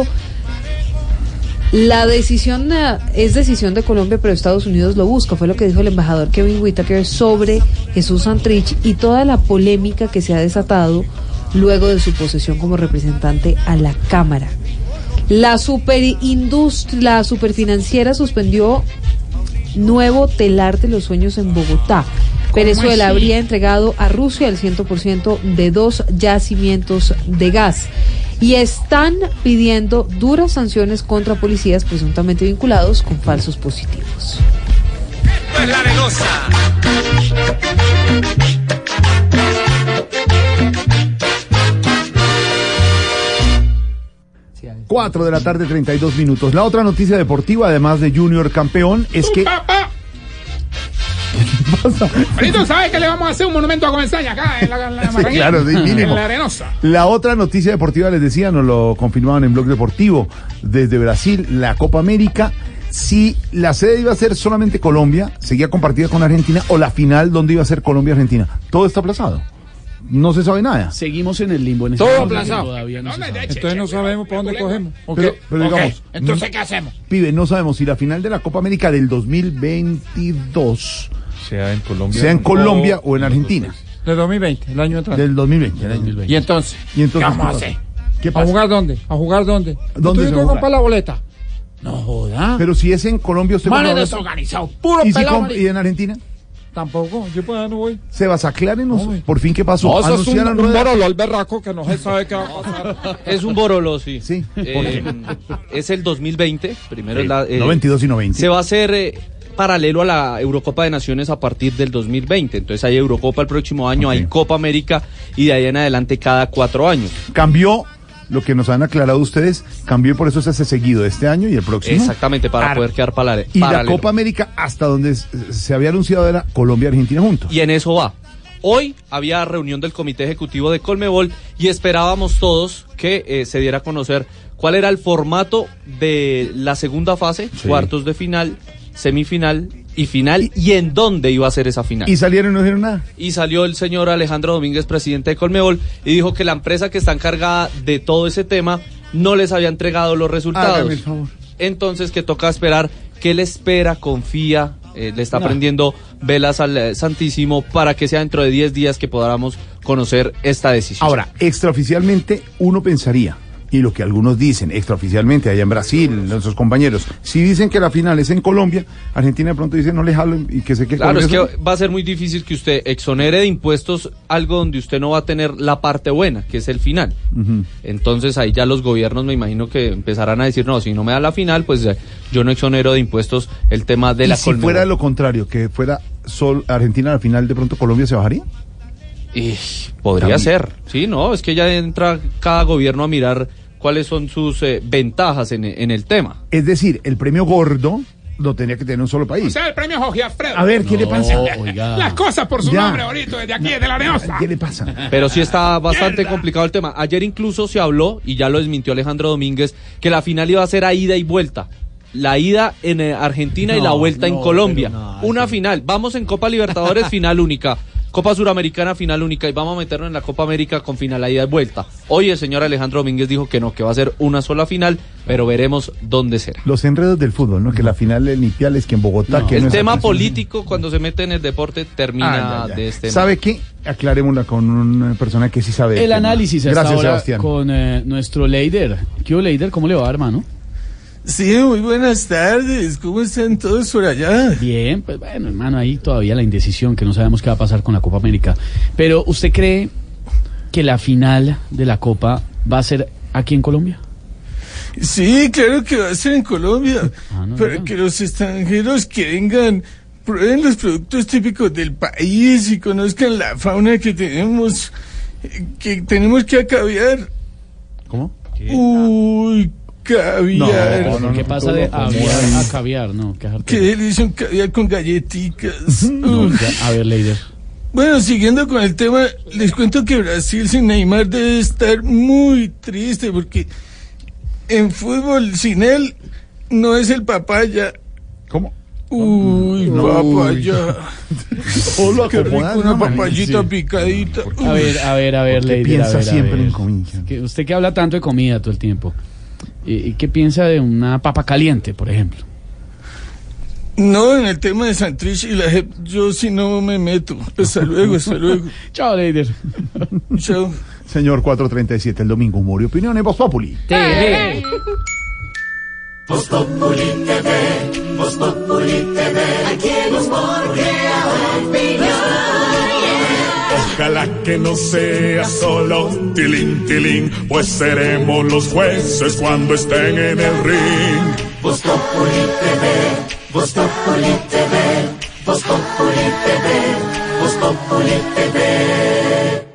La decisión es decisión de Colombia, pero Estados Unidos lo busca. Fue lo que dijo el embajador Kevin Whitaker sobre Jesús Santrich y toda la polémica que se ha desatado luego de su posesión como representante a la Cámara. La superfinanciera suspendió nuevo telar de los sueños en Bogotá. Venezuela habría entregado a Rusia el 100% de 2 yacimientos de gas. Y están pidiendo duras sanciones contra policías presuntamente vinculados con falsos positivos. Esto es La Arenosa. 4 de la tarde, 32 minutos. La otra noticia deportiva, además de Junior campeón, es que... ¡Papá! Benito, ¿sabes que le vamos a hacer un monumento a Comesaña acá en la sí, claro, mínimo. En La Arenosa? La otra noticia deportiva, les decía, nos lo confirmaban en Blog Deportivo, desde Brasil, la Copa América. Si la sede iba a ser solamente Colombia, seguía compartida con Argentina, o la final donde iba a ser Colombia-Argentina. Todo está aplazado. No se sabe nada. Seguimos en el limbo. En todo aplazado. Todavía no Entonces no sabemos para dónde cogemos. Pero digamos, entonces, ¿qué hacemos? Pibe, no sabemos si la final de la Copa América del 2022 sea en Colombia o en Argentina. Del 2020, el año atrás. Del 2020. ¿Y entonces? ¿Qué vamos a hacer? ¿Qué pasa? ¿A jugar dónde? ¿Dónde se que comprar la boleta? No joda. Pero si es en Colombia, usted Mane desorganizado, puro pelado. ¿Y en Argentina? Tampoco, yo pues no voy. Sebas, aclárenos, por fin, ¿qué pasó? No, eso es un borolo, el berraco, que no se sabe qué va a pasar. Es un borolo, sí. Sí. Es el 2020, primero sí. es la... no 22 sino 20. Se va a hacer paralelo a la Eurocopa de Naciones a partir del 2020. Entonces hay Eurocopa el próximo año, hay Copa América y de ahí en adelante cada 4 años. Cambió... Lo que nos han aclarado ustedes, cambió y por eso se hace seguido este año y el próximo. Exactamente, para poder quedar paralelo. Y la Copa América, hasta donde se había anunciado, era Colombia y Argentina juntos. Y en eso va. Hoy había reunión del Comité Ejecutivo de Conmebol y esperábamos todos que se diera a conocer cuál era el formato de la segunda fase, cuartos de final, semifinal y final, y en dónde iba a ser esa final. ¿Y salieron y no dijeron nada? Y salió el señor Alejandro Domínguez, presidente de Conmebol, y dijo que la empresa que está encargada de todo ese tema no les había entregado los resultados. Hágame el favor. Entonces que toca esperar, que él espera, confía, le está prendiendo velas al Santísimo para que sea dentro de 10 días que podamos conocer esta decisión. Ahora, extraoficialmente uno pensaría, y lo que algunos dicen extraoficialmente allá en Brasil, nuestros compañeros, si dicen que la final es en Colombia, Argentina de pronto dice no le jalo y que se quede. Claro, es que va a ser muy difícil que usted exonere de impuestos algo donde usted no va a tener la parte buena, que es el final. Entonces ahí ya los gobiernos me imagino que empezarán a decir, no, si no me da la final, pues yo no exonero de impuestos el tema de la Conmebol. Si fuera lo contrario, que fuera Argentina a la final, de pronto Colombia se bajaría. Podría ser, sí, no, es que ya entra cada gobierno a mirar cuáles son sus ventajas en el tema. Es decir, el premio gordo lo tenía que tener un solo país. O sea, el premio Jorge Alfredo. A ver, ¿qué le pasa? Oiga. Las cosas por su nombre, bonito, desde aquí, de La Arenosa. ¿Qué le pasa? Pero sí está bastante complicado el tema. Ayer incluso se habló, y ya lo desmintió Alejandro Domínguez, que la final iba a ser a ida y vuelta. La ida en Argentina y la vuelta en Colombia. Una final. Vamos en Copa Libertadores, final única. Copa Suramericana, final única, y vamos a meternos en la Copa América con final a ida y vuelta. Hoy el señor Alejandro Domínguez dijo que no, que va a ser una sola final, pero veremos dónde será. Los enredos del fútbol, ¿no? Que la final del Nipial es que en Bogotá... No, que el no tema político, cuando se mete en el deporte, termina de este... ¿Sabe qué? Aclarémosla con una persona que sí sabe... El análisis hasta Gracias, ahora Sebastián. Con nuestro Leider. ¿Qué hubo, Leider? ¿Cómo le va, hermano? Sí, muy buenas tardes. ¿Cómo están todos por allá? Bien, pues bueno, hermano, ahí todavía la indecisión, que no sabemos qué va a pasar con la Copa América. Pero, ¿usted cree que la final de la Copa va a ser aquí en Colombia? Sí, claro que va a ser en Colombia. Para que los extranjeros que vengan prueben los productos típicos del país y conozcan la fauna que tenemos que acaviar. ¿Cómo? Uy, caviar. ¿Qué pasa de aviar a caviar? No, qué delicia un caviar con galletitas. A ver, Leider. Bueno, siguiendo con el tema, les cuento que Brasil sin Neymar debe estar muy triste porque en fútbol sin él no es el papaya. ¿Cómo? Uy, papaya. Hola, qué rico, una papayita picadita. A ver, Leider. Piensa siempre en comida. Usted que habla tanto de comida todo el tiempo. ¿Y qué piensa de una papa caliente, por ejemplo? No, en el tema de Santrich y la JEP, yo sí no me meto. Hasta luego. Chao, Leider. Chao. Señor 437, el domingo, humor y opinión en Voz Populi. Voz Populi TV, Voz Populi TV, aquí el humor crea opinión. Ojalá que no sea solo tilín, tilín, pues seremos los jueces cuando estén en el ring. Voz Populi TV, Voz Populi TV, Voz Populi TV, Voz Populi TV.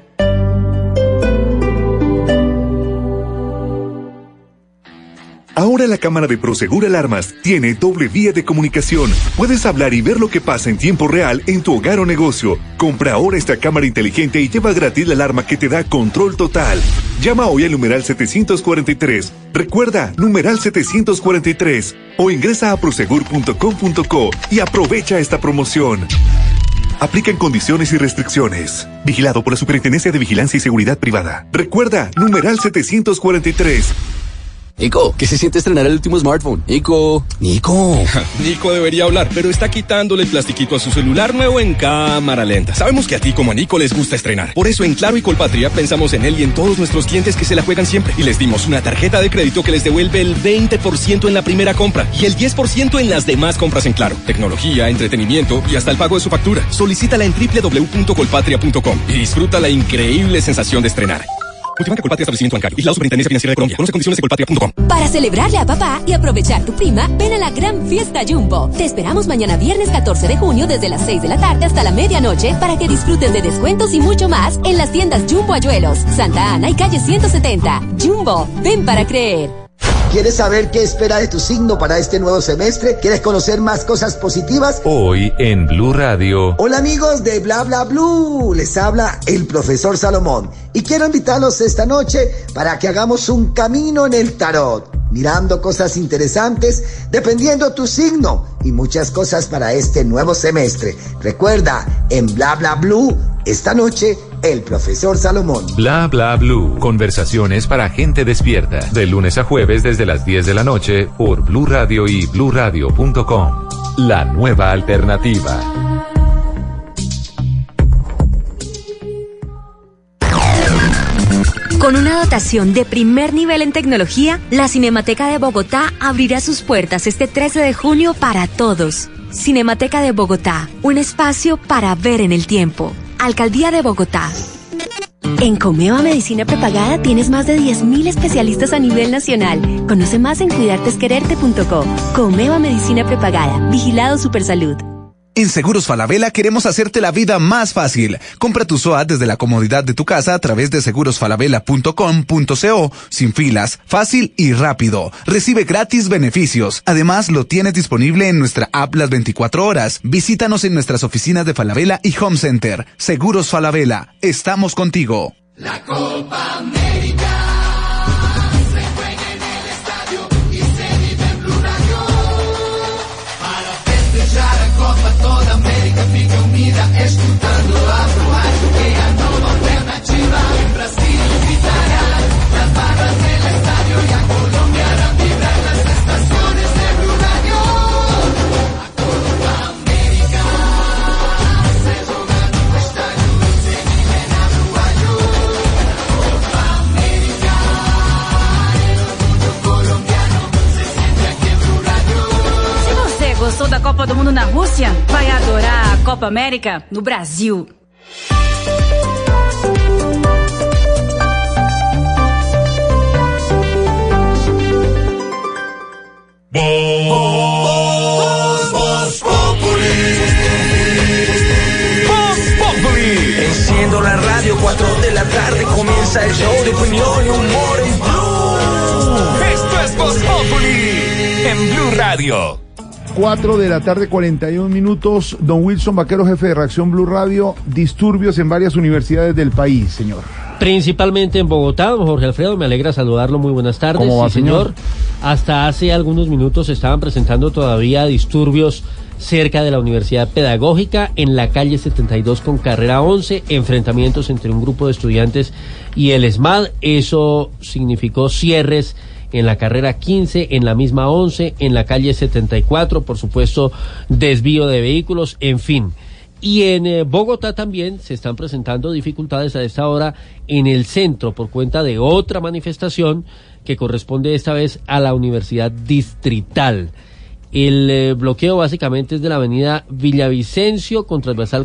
Ahora la cámara de Prosegur Alarmas tiene doble vía de comunicación. Puedes hablar y ver lo que pasa en tiempo real en tu hogar o negocio. Compra ahora esta cámara inteligente y lleva gratis la alarma que te da control total. Llama hoy al numeral 743. Recuerda, numeral 743. O ingresa a prosegur.com.co y aprovecha esta promoción. Aplican condiciones y restricciones. Vigilado por la Superintendencia de Vigilancia y Seguridad Privada. Recuerda, numeral 743. Nico, ¿qué se siente estrenar el último smartphone? Nico. Nico debería hablar, pero está quitándole el plastiquito a su celular nuevo en cámara lenta. Sabemos que a ti como a Nico les gusta estrenar. Por eso en Claro y Colpatria pensamos en él y en todos nuestros clientes que se la juegan siempre. Y les dimos una tarjeta de crédito que les devuelve el 20% en la primera compra y el 10% en las demás compras en Claro. Tecnología, entretenimiento y hasta el pago de su factura. Solicítala en www.colpatria.com y disfruta la increíble sensación de estrenar. Multibanca Colpatria, establecimiento bancario. Vigilado Superintendencia Financiera de Colombia. Conoce condiciones de colpatria.com. Para celebrarle a papá y aprovechar tu prima, ven a la gran fiesta Jumbo. Te esperamos mañana viernes 14 de junio desde las 6 de la tarde hasta la medianoche para que disfrutes de descuentos y mucho más en las tiendas Jumbo Ayuelos, Santa Ana y calle 170. Jumbo, ven para creer. ¿Quieres saber qué espera de tu signo para este nuevo semestre? ¿Quieres conocer más cosas positivas? Hoy en Blue Radio. Hola amigos de Bla Bla Blue, les habla el profesor Salomón y quiero invitarlos esta noche para que hagamos un camino en el tarot, mirando cosas interesantes dependiendo tu signo y muchas cosas para este nuevo semestre. Recuerda, en Bla Bla Blue, esta noche, el profesor Salomón. Bla Bla Blue. Conversaciones para gente despierta. De lunes a jueves desde las 10 de la noche por Blue Radio y bluradio.com. La nueva alternativa. Con una dotación de primer nivel en tecnología, la Cinemateca de Bogotá abrirá sus puertas este 13 de junio para todos. Cinemateca de Bogotá, un espacio para ver en el tiempo. Alcaldía de Bogotá. En Comeva Medicina Prepagada tienes más de 10.000 especialistas a nivel nacional. Conoce más en cuidartesquererte.co. Comeva Medicina Prepagada. Vigilado Supersalud. En Seguros Falabella queremos hacerte la vida más fácil. Compra tu SOAT desde la comodidad de tu casa a través de segurosfalabella.com.co, sin filas, fácil y rápido. Recibe gratis beneficios. Además, lo tienes disponible en nuestra app las 24 horas. Visítanos en nuestras oficinas de Falabella y Home Center. Seguros Falabella. Estamos contigo. La Copa América. Toda América fica unida, escutando a rádio que é a nova alternativa. En Brasil gritarán las barras del estadio y a Colombia harán vibrar las estaciones de Blue Radio. A Copa América se juega en un estadio y se vive en Uruguayo. La Copa América, el orgullo colombiano se siente aquí en Blue Radio. Se você gostou da Copa do Mundo na Rússia, vai adorar a Copa América no Brasil. Voz Populi. Voz Populi. Enciendo la radio, 4 de la tarde comienza el show de opinión y humor en Blue. Esto es Voz Populi en Blue Radio. 4 de la tarde, 41 minutos. Don Wilson Vaquero, jefe de redacción Blue Radio. Disturbios en varias universidades del país, señor. Principalmente en Bogotá, don Jorge Alfredo, me alegra saludarlo, muy buenas tardes. ¿Cómo va, señor? Hasta hace algunos minutos se estaban presentando todavía disturbios cerca de la Universidad Pedagógica, en la calle 72 con carrera 11, enfrentamientos entre un grupo de estudiantes y el ESMAD. Eso significó cierres en la carrera 15, en la misma 11, en la calle 74, por supuesto, desvío de vehículos, en fin. Y en Bogotá también se están presentando dificultades a esta hora en el centro por cuenta de otra manifestación que corresponde esta vez a la Universidad Distrital. El bloqueo básicamente es de la avenida Villavicencio con transversal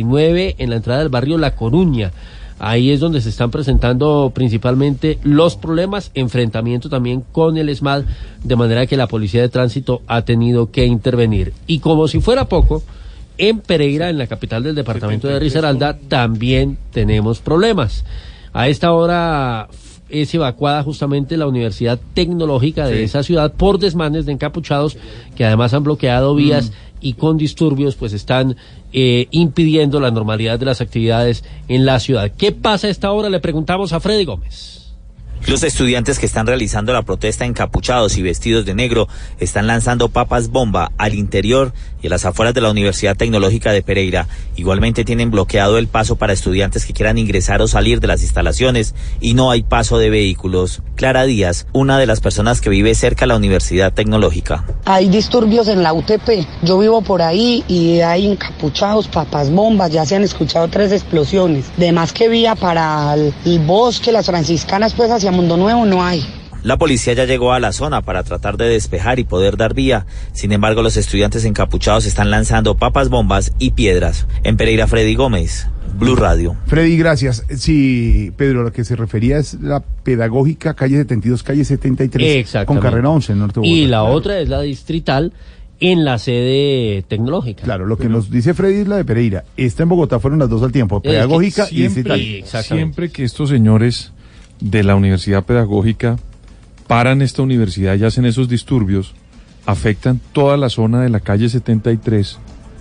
49 en la entrada del barrio La Coruña. Ahí es donde se están presentando principalmente los problemas, enfrentamiento también con el ESMAD, de manera que la Policía de Tránsito ha tenido que intervenir. Y como si fuera poco, en Pereira, en la capital del departamento de Risaralda, también tenemos problemas. A esta hora es evacuada justamente la Universidad Tecnológica de esa ciudad por desmanes de encapuchados que además han bloqueado vías y con disturbios pues están impidiendo la normalidad de las actividades en la ciudad. ¿Qué pasa a esta hora? Le preguntamos a Freddy Gómez. Los estudiantes que están realizando la protesta encapuchados y vestidos de negro están lanzando papas bomba al interior y a las afueras de la Universidad Tecnológica de Pereira. Igualmente tienen bloqueado el paso para estudiantes que quieran ingresar o salir de las instalaciones y no hay paso de vehículos. Clara Díaz, una de las personas que vive cerca de la Universidad Tecnológica. Hay disturbios en la UTP. Yo vivo por ahí y hay encapuchados, papas bombas. Ya se han escuchado 3 explosiones. De más que vía para el bosque, las franciscanas, pues hacia Mundo Nuevo no hay. La policía ya llegó a la zona para tratar de despejar y poder dar vía. Sin embargo, los estudiantes encapuchados están lanzando papas bombas y piedras. En Pereira, Freddy Gómez, Blue Radio. Freddy, gracias. Sí, Pedro, lo que se refería es la pedagógica, calle 72, calle 73, con carrera 11 en Norte Bogotá. Y la otra es la distrital en la sede tecnológica. Claro, lo que nos dice Freddy es la de Pereira. Esta en Bogotá fueron las dos al tiempo, pedagógica y distrital. Siempre que estos señores de la Universidad Pedagógica paran esta universidad y hacen esos disturbios, afectan toda la zona de la calle 73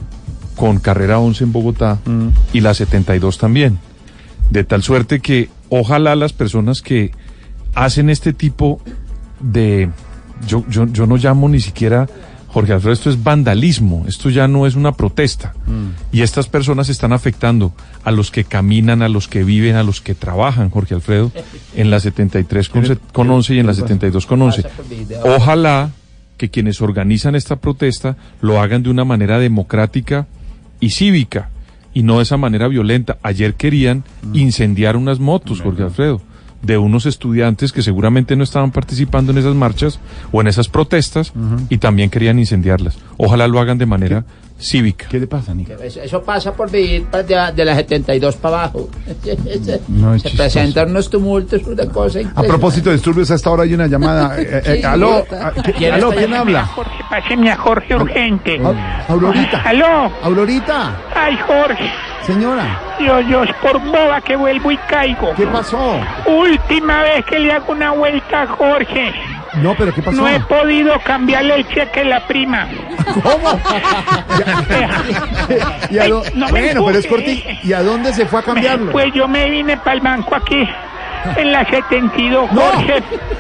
con carrera 11 en Bogotá y la 72 también. De tal suerte que ojalá las personas que hacen este tipo de... Yo no llamo ni siquiera, Jorge Alfredo, esto es vandalismo, esto ya no es una protesta. Y estas personas están afectando a los que caminan, a los que viven, a los que trabajan, Jorge Alfredo, en la 73 con 11 y en la 72 con 11. Ojalá que quienes organizan esta protesta lo hagan de una manera democrática y cívica, y no de esa manera violenta. Ayer querían incendiar unas motos, Jorge Alfredo, de unos estudiantes que seguramente no estaban participando en esas marchas o en esas protestas y también querían incendiarlas. Ojalá lo hagan de manera cívica. ¿Qué le pasa, Nico? Eso pasa por vivir de la 72 para abajo. No, se presentan unos tumultos, una cosa A propósito de disturbios, a esta hora hay una llamada. ¿Aló? ¿Quién habla? Jorge, páseme a Jorge urgente. Aurorita. ¿Aló? Aurorita. Ay, Jorge. Señora. Yo es por boba que vuelvo y caigo. ¿Qué pasó? Última vez que le hago una vuelta a Jorge. No, pero ¿qué pasó? No he podido cambiarle el cheque a la prima. ¿Cómo? Bueno, pero es cortito. ¿Y a dónde se fue a cambiarlo? Pues yo me vine para el banco aquí, en la 72, Jorge.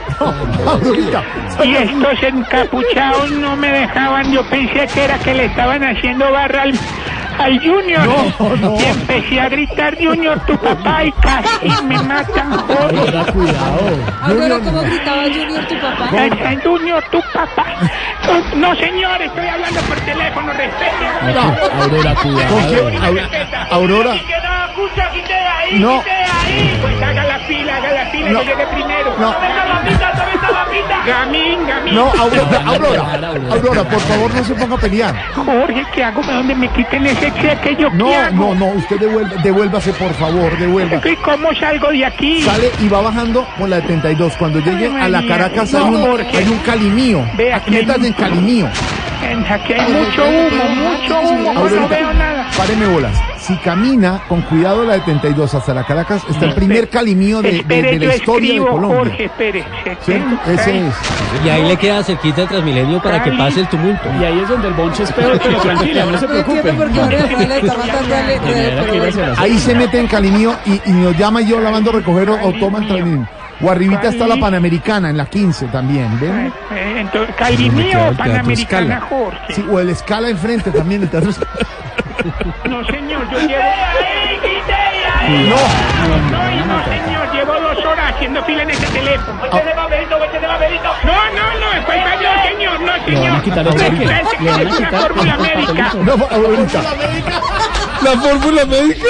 Y estos encapuchados no me dejaban. Yo pensé que era que le estaban haciendo barra al Junior. No. Y empecé a gritar: Junior, tu papá, y casi me matan, Jorge. Aurora, ¿cómo gritaba Junior, tu papá? Junior, tu papá. No, señor, estoy hablando por teléfono, respete. Aurora, cuidado. Aurora. No. Pues haga la fila, que llegue primero. No. Gamín. No, Aurora, por favor, no se ponga a pelear. Jorge, ¿qué hago? ¿Dónde me quiten ese cheque? No, usted devuélvase, por favor, devuélvase. ¿Y cómo salgo de aquí? Sale y va bajando por la 72. Cuando llegue a la Caracas hay un calimío. Métase en calimío. Aquí hay mucho humo, no veo nada. Páreme bolas. Si camina con cuidado la 72 hasta la Caracas, está el primer calimío de la historia de Colombia. Jorge, espere. Ese es. Y ahí le queda cerquita el Transmilenio para que pase el tumulto. Y ahí es donde el bonche es peor, pero tranquila, no se preocupe. Ahí se mete en calimío y nos llama y yo la mando a recoger o toma el Transmilenio. O arribita está la Panamericana, en la 15 también, ¿ven? Entonces, ¿Calimío o Panamericana, Jorge? Sí, o el Escala enfrente también. El teatro... No, señor, yo llevo... No, señor, llevo 2 horas haciendo fila en ese teléfono. Vete de papelito. No, después no, señor, no, señor. Le van a quitar el cheque. Le van a Es una quitar fórmula médica. No, Aurorita. ¿La fórmula médica?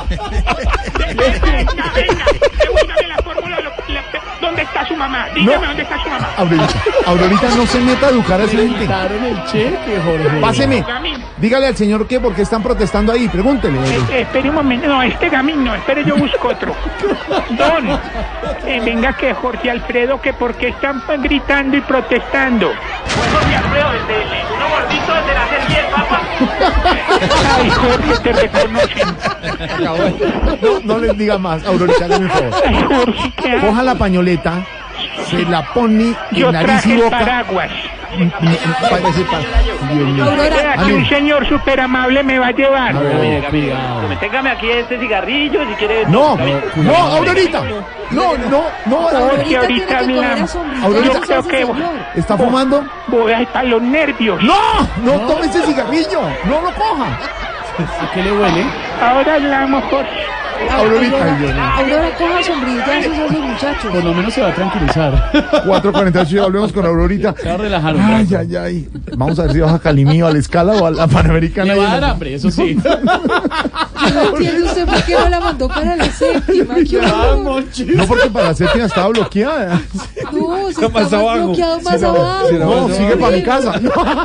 Venga, devuélvame la fórmula. ¿Dónde está su mamá? Dígame dónde está su mamá. Aurorita, no se meta a educar a esa gente. Quitaron el cheque, Jorge. Páseme. Dígale al señor que por qué están protestando ahí. Pregúntele. Espere un momento. No, este gamín no. Espere, yo busco otro. Don, venga que Jorge Alfredo, que por qué están gritando y protestando. Jorge Alfredo, desde uno gordito desde la serie del Papa. Ay, Jorge, te reconocen. No les diga más, Aurorita, hágame un favor. Ay, Jorge, ¿qué hago? Coja la pañoleta, se la pone Yo en nariz traje y el boca. paraguas. Dios mío. Vea que un señor súper amable me va a llevar. Téngame aquí este cigarrillo si quiere. No, Aurorita. No, Porque ahorita hablamos. Yo creo que ¿está fumando? voy a estar los nervios. No tome ese cigarrillo. No lo coja. ¿A qué le huele? Ahora hablamos, Jorge. Aurorita. Aurora, coja sombrillazos a esos muchachos. Por lo menos se va a tranquilizar. 4:48, hablemos con Aurorita. Se va a relajar un rato. Ay. Vamos a ver si baja Calimío a la escala o a la Panamericana. Le va a dar hambre, eso sí. Yo no entiendo usted por qué no la mandó para la séptima. ¿Qué horror? No, porque para la séptima estaba bloqueada. No, se Más está abajo. bloqueado más abajo. No, sigue para mi casa.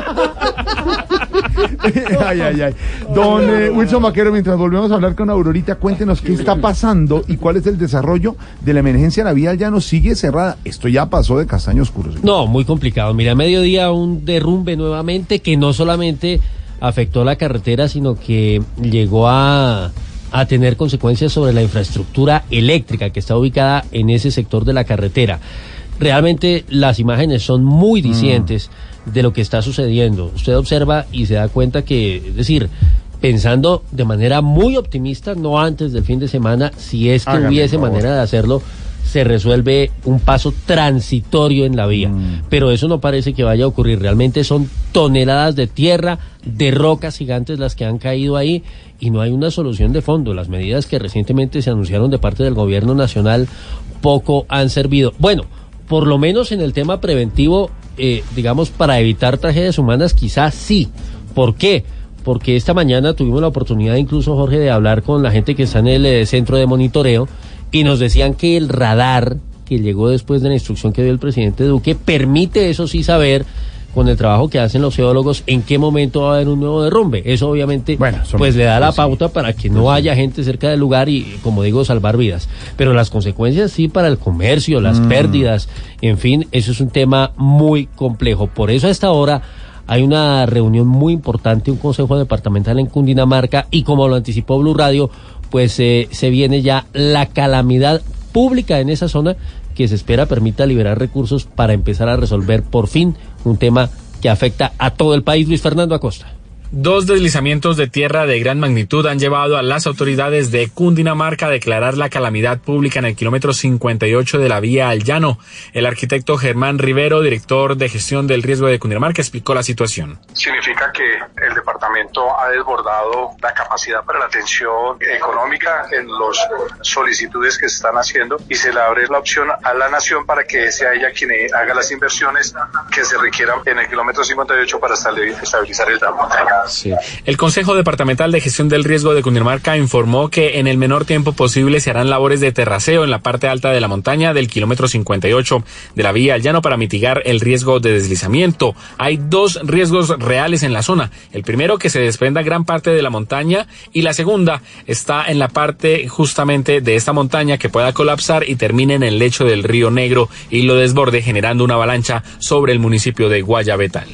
Ay. Don Wilson Vaquero, mientras volvemos a hablar con Aurorita, cuéntenos qué está pasando y cuál es el desarrollo de la emergencia. La vía al llano sigue cerrada. Esto ya pasó de castaño oscuro. ¿Sí? No, muy complicado. Mira, a mediodía un derrumbe nuevamente que no solamente afectó la carretera, sino que llegó a tener consecuencias sobre la infraestructura eléctrica que está ubicada en ese sector de la carretera. Realmente las imágenes son muy dicientes de lo que está sucediendo. Usted observa y se da cuenta que, es decir, pensando de manera muy optimista, no antes del fin de semana, si es que hubiese manera de hacerlo, se resuelve un paso transitorio en la vía. Pero eso no parece que vaya a ocurrir. Realmente son toneladas de tierra, de rocas gigantes las que han caído ahí y no hay una solución de fondo. Las medidas que recientemente se anunciaron de parte del gobierno nacional poco han servido. Bueno, por lo menos en el tema preventivo, digamos, para evitar tragedias humanas, quizás sí. ¿Por qué? Porque esta mañana tuvimos la oportunidad incluso, Jorge, de hablar con la gente que está en el centro de monitoreo y nos decían que el radar que llegó después de la instrucción que dio el presidente Duque permite, eso sí, saber con el trabajo que hacen los geólogos en qué momento va a haber un nuevo derrumbe. Eso obviamente pues le da la pauta para que no haya gente cerca del lugar y, como digo, salvar vidas. Pero las consecuencias sí para el comercio, las pérdidas, en fin, eso es un tema muy complejo. Por eso a esta hora hay una reunión muy importante, un consejo departamental en Cundinamarca y, como lo anticipó Blue Radio, pues se viene ya la calamidad pública en esa zona que se espera permita liberar recursos para empezar a resolver por fin un tema que afecta a todo el país. Luis Fernando Acosta. 2 deslizamientos de tierra de gran magnitud han llevado a las autoridades de Cundinamarca a declarar la calamidad pública en el kilómetro 58 de la vía al llano. El arquitecto Germán Rivero, director de gestión del riesgo de Cundinamarca, explicó la situación. Significa que el departamento ha desbordado la capacidad para la atención económica en las solicitudes que se están haciendo y se le abre la opción a la nación para que sea ella quien haga las inversiones que se requieran en el kilómetro 58 para estabilizar el tramo. Sí. El Consejo Departamental de Gestión del Riesgo de Cundinamarca informó que en el menor tiempo posible se harán labores de terraceo en la parte alta de la montaña del kilómetro 58 de la vía al llano para mitigar el riesgo de deslizamiento. Hay 2 riesgos reales en la zona. El primero, que se desprenda gran parte de la montaña, y la segunda está en la parte justamente de esta montaña que pueda colapsar y termine en el lecho del río Negro y lo desborde, generando una avalancha sobre el municipio de Guayabetal.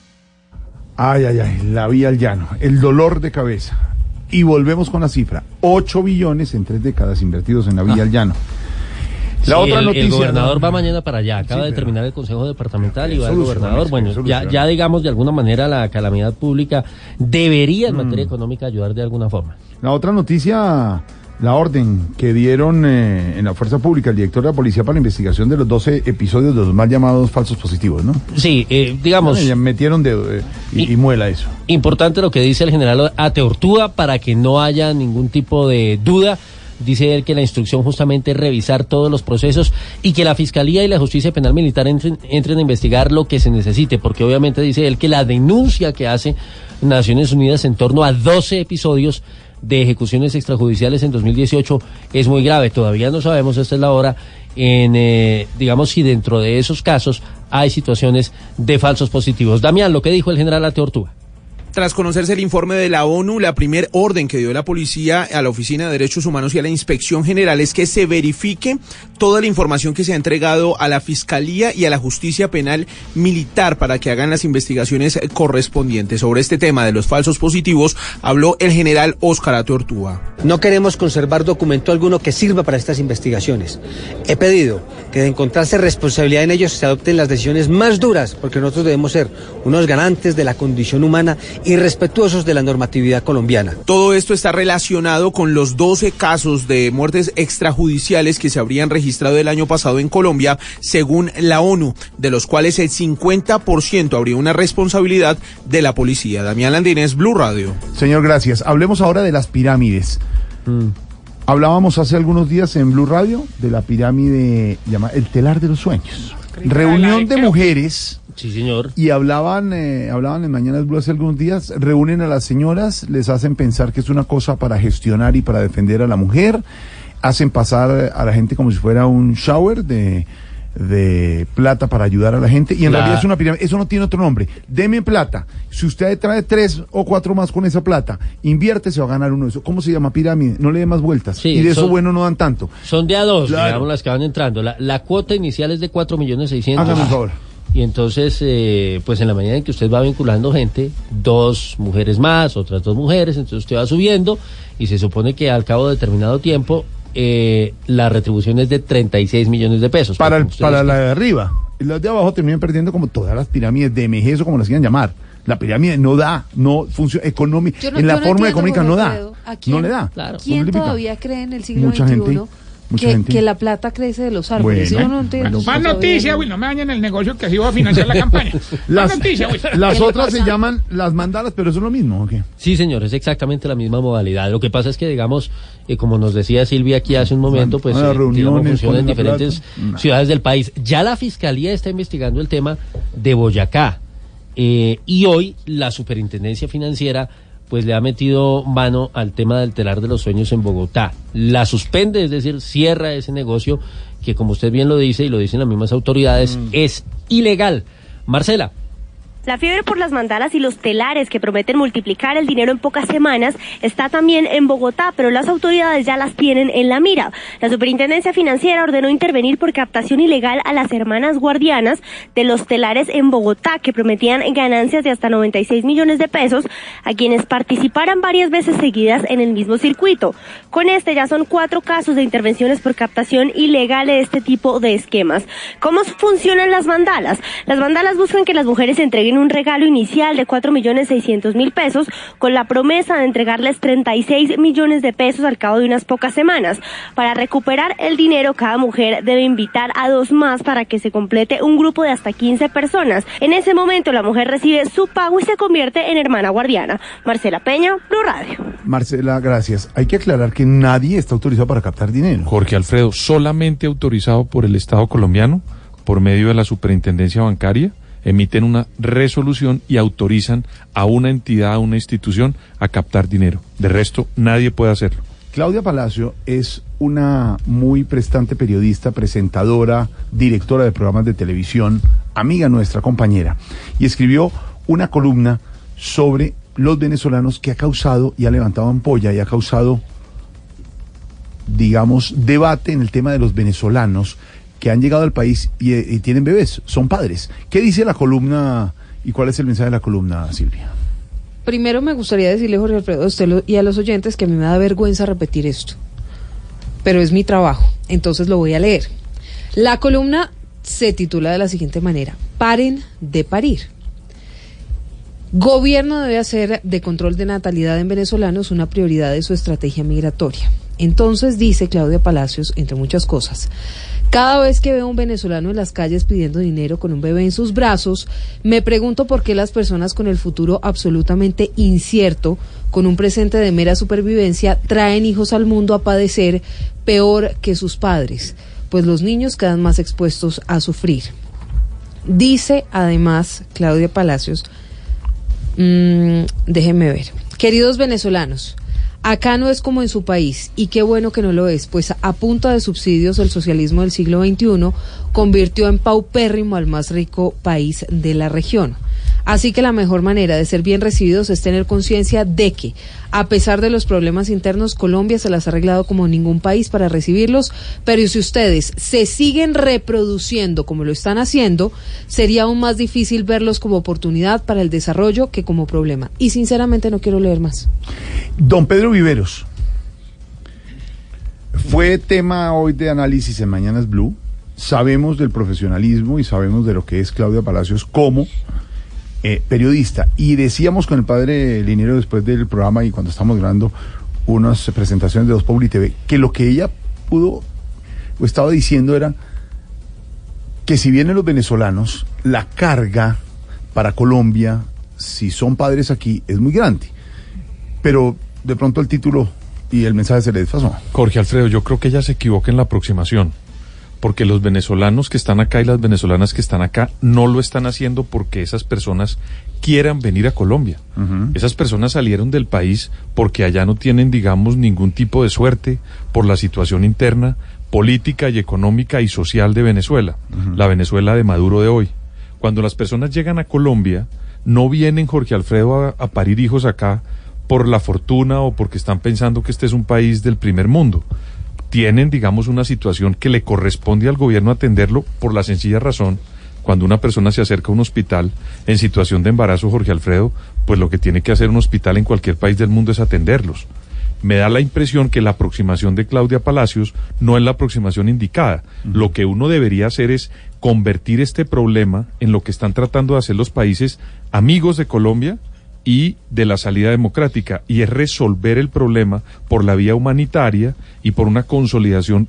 Ay, la vía al llano, el dolor de cabeza. Y volvemos con la cifra, 8 billones en 3 décadas invertidos en la vía al llano. La otra noticia, el gobernador va mañana para allá, acaba de terminar el consejo departamental y va el gobernador. Bueno, ya digamos, de alguna manera la calamidad pública debería en materia económica ayudar de alguna forma. La otra noticia, la orden que dieron en la fuerza pública el director de la policía para la investigación de los 12 episodios de los mal llamados falsos positivos, ¿no? Sí, digamos... Ya metieron dedo y muela eso. Importante lo que dice el general Ateortúa para que no haya ningún tipo de duda. Dice él que la instrucción justamente es revisar todos los procesos y que la Fiscalía y la Justicia Penal Militar entren a investigar lo que se necesite, porque obviamente dice él que la denuncia que hace Naciones Unidas en torno a 12 episodios de ejecuciones extrajudiciales en 2018 es muy grave. Todavía no sabemos, esta es la hora, digamos, si dentro de esos casos hay situaciones de falsos positivos. Damián, lo que dijo el general Ate Ortúa. Tras conocerse el informe de la ONU, la primer orden que dio la policía a la Oficina de Derechos Humanos y a la Inspección General es que se verifique toda la información que se ha entregado a la Fiscalía y a la Justicia Penal Militar para que hagan las investigaciones correspondientes. Sobre este tema de los falsos positivos habló el general Óscar Ate Ortúa. No queremos conservar documento alguno que sirva para estas investigaciones. He pedido que de encontrarse responsabilidad en ellos se adopten las decisiones más duras, porque nosotros debemos ser unos garantes de la condición humana y respetuosos de la normatividad colombiana. Todo esto está relacionado con los 12 casos de muertes extrajudiciales que se habrían registrado el año pasado en Colombia, según la ONU, de los cuales el 50% habría una responsabilidad de la policía. Damián Landines, Blue Radio. Señor, gracias. Hablemos ahora de las pirámides. Hablábamos hace algunos días en Blue Radio de la pirámide llamada El Telar de los Sueños. Reunión de mujeres. Sí, señor. Y hablaban en Mañanas Blue hace algunos días, reúnen a las señoras, les hacen pensar que es una cosa para gestionar y para defender a la mujer, hacen pasar a la gente como si fuera un shower de plata para ayudar a la gente, y en realidad es una pirámide. Eso no tiene otro nombre. Deme plata. Si usted trae 3 o 4 más con esa plata, invierte, se va a ganar uno de esos. ¿Cómo se llama? Pirámide. No le dé más vueltas. Sí, y de eso bueno no dan tanto. Son de a dos, claro, digamos, las que van entrando. La cuota inicial es de 4.600.000. Hágame un favor. Y entonces, pues en la medida en que usted va vinculando gente, 2 mujeres más, otras 2 mujeres, entonces usted va subiendo y se supone que al cabo de determinado tiempo la retribución es de 36 millones de pesos. Para la de arriba. Y las de abajo terminan perdiendo como todas las pirámides de MG, o como las quieran llamar. La pirámide no da, no funciona económica, en la fórmula económica no da, no le da. Claro. ¿Quién todavía cree en el siglo Mucha XXI? gente. Que la plata crece de los árboles. Bueno, yo no entiendo. Más noticias, no me dañen el negocio que así voy a financiar la campaña. Más noticias, las otras se llaman las mandalas, pero eso es lo mismo, ¿o qué? Sí, señor, es exactamente la misma modalidad. Lo que pasa es que, digamos, como nos decía Silvia aquí hace un momento, pues digamos, funciona en diferentes ciudades del país. Ya la Fiscalía está investigando el tema de Boyacá. Y hoy la Superintendencia Financiera pues le ha metido mano al tema del Telar de los Sueños en Bogotá. La suspende, es decir, cierra ese negocio que, como usted bien lo dice y lo dicen las mismas autoridades, es ilegal. Marcela. La fiebre por las mandalas y los telares que prometen multiplicar el dinero en pocas semanas está también en Bogotá, pero las autoridades ya las tienen en la mira. La Superintendencia Financiera ordenó intervenir por captación ilegal a las hermanas guardianas de los telares en Bogotá, que prometían ganancias de hasta 96 millones de pesos a quienes participaran varias veces seguidas en el mismo circuito. Con este ya son 4 casos de intervenciones por captación ilegal de este tipo de esquemas. ¿Cómo funcionan las mandalas? Las mandalas buscan que las mujeres entreguen un regalo inicial de 4.600.000 pesos con la promesa de entregarles 36 millones de pesos al cabo de unas pocas semanas. Para recuperar el dinero, cada mujer debe invitar a 2 más para que se complete un grupo de hasta 15 personas. En ese momento la mujer recibe su pago y se convierte en hermana guardiana. Marcela Peña, Blue Radio. Marcela, gracias. Hay que aclarar que nadie está autorizado para captar dinero. Jorge Alfredo, solamente autorizado por el Estado colombiano, por medio de la Superintendencia Bancaria, emiten una resolución y autorizan a una entidad, a una institución, a captar dinero. De resto, nadie puede hacerlo. Claudia Palacio es una muy prestante periodista, presentadora, directora de programas de televisión, amiga nuestra, compañera, y escribió una columna sobre los venezolanos que ha causado y ha levantado ampolla y ha causado, digamos, debate en el tema de los venezolanos que han llegado al país y tienen bebés, son padres. ¿Qué dice la columna y cuál es el mensaje de la columna, Silvia? Primero me gustaría decirle, Jorge Alfredo, a usted y a los oyentes que a mí me da vergüenza repetir esto, pero es mi trabajo, entonces lo voy a leer. La columna se titula de la siguiente manera: Paren de parir. Gobierno debe hacer de control de natalidad en venezolanos una prioridad de su estrategia migratoria. Entonces dice Claudia Palacios, entre muchas cosas: cada vez que veo a un venezolano en las calles pidiendo dinero con un bebé en sus brazos, me pregunto por qué las personas con el futuro absolutamente incierto, con un presente de mera supervivencia, traen hijos al mundo a padecer peor que sus padres, pues los niños quedan más expuestos a sufrir. Dice además Claudia Palacios, déjenme ver: queridos venezolanos, acá no es como en su país, y qué bueno que no lo es, pues a punta de subsidios el socialismo del siglo XXI convirtió en paupérrimo al más rico país de la región. Así que la mejor manera de ser bien recibidos es tener conciencia de que, a pesar de los problemas internos, Colombia se las ha arreglado como ningún país para recibirlos, pero si ustedes se siguen reproduciendo como lo están haciendo, sería aún más difícil verlos como oportunidad para el desarrollo que como problema. Y sinceramente no quiero leer más. Don Pedro Viveros, fue tema hoy de análisis en Mañanas Blue. Sabemos del profesionalismo y sabemos de lo que es Claudia Palacios como periodista, y decíamos con el padre Linero después del programa y cuando estábamos grabando unas presentaciones de Voz Populi TV, que lo que ella pudo o estaba diciendo era que si vienen los venezolanos, la carga para Colombia, si son padres aquí, es muy grande, pero de pronto el título y el mensaje se le desfasó. Jorge Alfredo, yo creo que ella se equivoca en la aproximación, porque los venezolanos que están acá y las venezolanas que están acá no lo están haciendo porque esas personas quieran venir a Colombia. Esas personas salieron del país porque allá no tienen, digamos, ningún tipo de suerte por la situación interna, política y económica y social de Venezuela, la Venezuela de Maduro de hoy. Cuando las personas llegan a Colombia, no vienen, Jorge Alfredo, a parir hijos acá por la fortuna o porque están pensando que este es un país del primer mundo. Tienen, digamos, una situación que le corresponde al gobierno atenderlo por la sencilla razón, cuando una persona se acerca a un hospital en situación de embarazo, Jorge Alfredo, pues lo que tiene que hacer un hospital en cualquier país del mundo es atenderlos. Me da la impresión que la aproximación de Claudia Palacios no es la aproximación indicada. Lo que uno debería hacer es convertir este problema en lo que están tratando de hacer los países amigos de Colombia y de la salida democrática, y es resolver el problema por la vía humanitaria y por una consolidación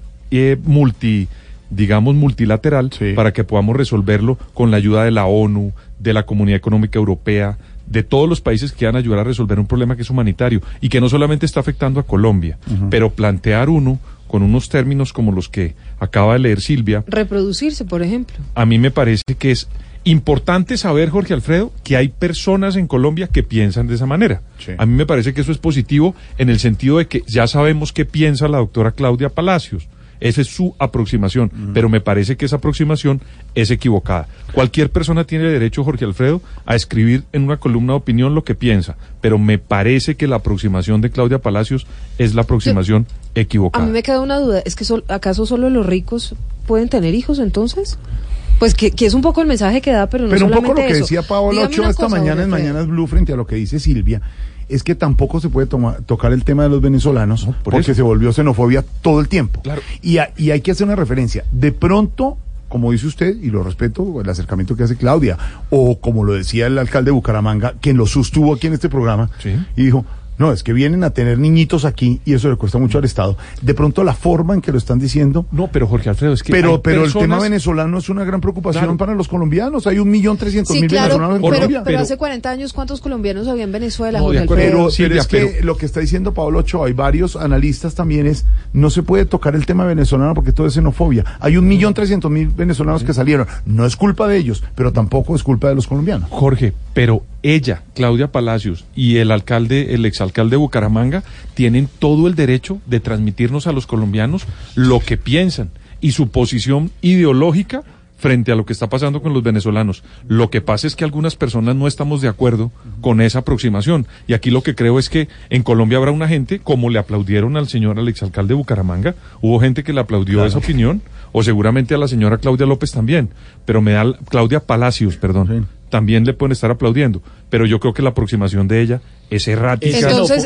multilateral, sí, para que podamos resolverlo con la ayuda de la ONU, de la Comunidad Económica Europea, de todos los países que quieran ayudar a resolver un problema que es humanitario y que no solamente está afectando a Colombia, pero plantear uno con unos términos como los que acaba de leer Silvia. Reproducirse, por ejemplo. A mí me parece que es importante saber, Jorge Alfredo, que hay personas en Colombia que piensan de esa manera. Sí. A mí me parece que eso es positivo en el sentido de que ya sabemos qué piensa la doctora Claudia Palacios. Esa es su aproximación, pero me parece que esa aproximación es equivocada. Cualquier persona tiene derecho, Jorge Alfredo, a escribir en una columna de opinión lo que piensa, pero me parece que la aproximación de Claudia Palacios es la aproximación equivocada. A mí me queda una duda, ¿es que ¿acaso solo los ricos pueden tener hijos entonces? Pues que es un poco el mensaje que da, pero no solamente eso. Pero un poco lo que decía Paolo Ochoa esta mañana en Mañanas Blue frente a lo que dice Silvia, es que tampoco se puede tocar el tema de los venezolanos, porque se volvió xenofobia todo el tiempo. Claro. Y hay que hacer una referencia. De pronto, como dice usted, y lo respeto, el acercamiento que hace Claudia, o como lo decía el alcalde de Bucaramanga, quien lo sostuvo aquí en este programa, sí, y dijo: no, es que vienen a tener niñitos aquí y eso le cuesta mucho al Estado. De pronto la forma en que lo están diciendo... No, pero Jorge Alfredo, es que Pero el tema venezolano es una gran preocupación, claro, para los colombianos. Hay 1.300.000 venezolanos en Colombia. Pero hace 40 años, ¿cuántos colombianos había en Venezuela, no, Jorge Alfredo? Pero es que lo que está diciendo Paolo Ochoa, hay varios analistas también, es no se puede tocar el tema venezolano porque todo es xenofobia. Hay 1.300.000 venezolanos que salieron. No es culpa de ellos, pero tampoco es culpa de los colombianos. Jorge, pero ella, Claudia Palacios, y el exalcalde de Bucaramanga tienen todo el derecho de transmitirnos a los colombianos lo que piensan y su posición ideológica frente a lo que está pasando con los venezolanos. Lo que pasa es que algunas personas no estamos de acuerdo con esa aproximación, y aquí lo que creo es que en Colombia habrá una gente, como le aplaudieron al exalcalde de Bucaramanga, hubo gente que le aplaudió, claro, esa opinión, o seguramente a la señora Claudia López también, pero Claudia Palacios, perdón, sí, también le pueden estar aplaudiendo, pero yo creo que la aproximación de ella es errática. Entonces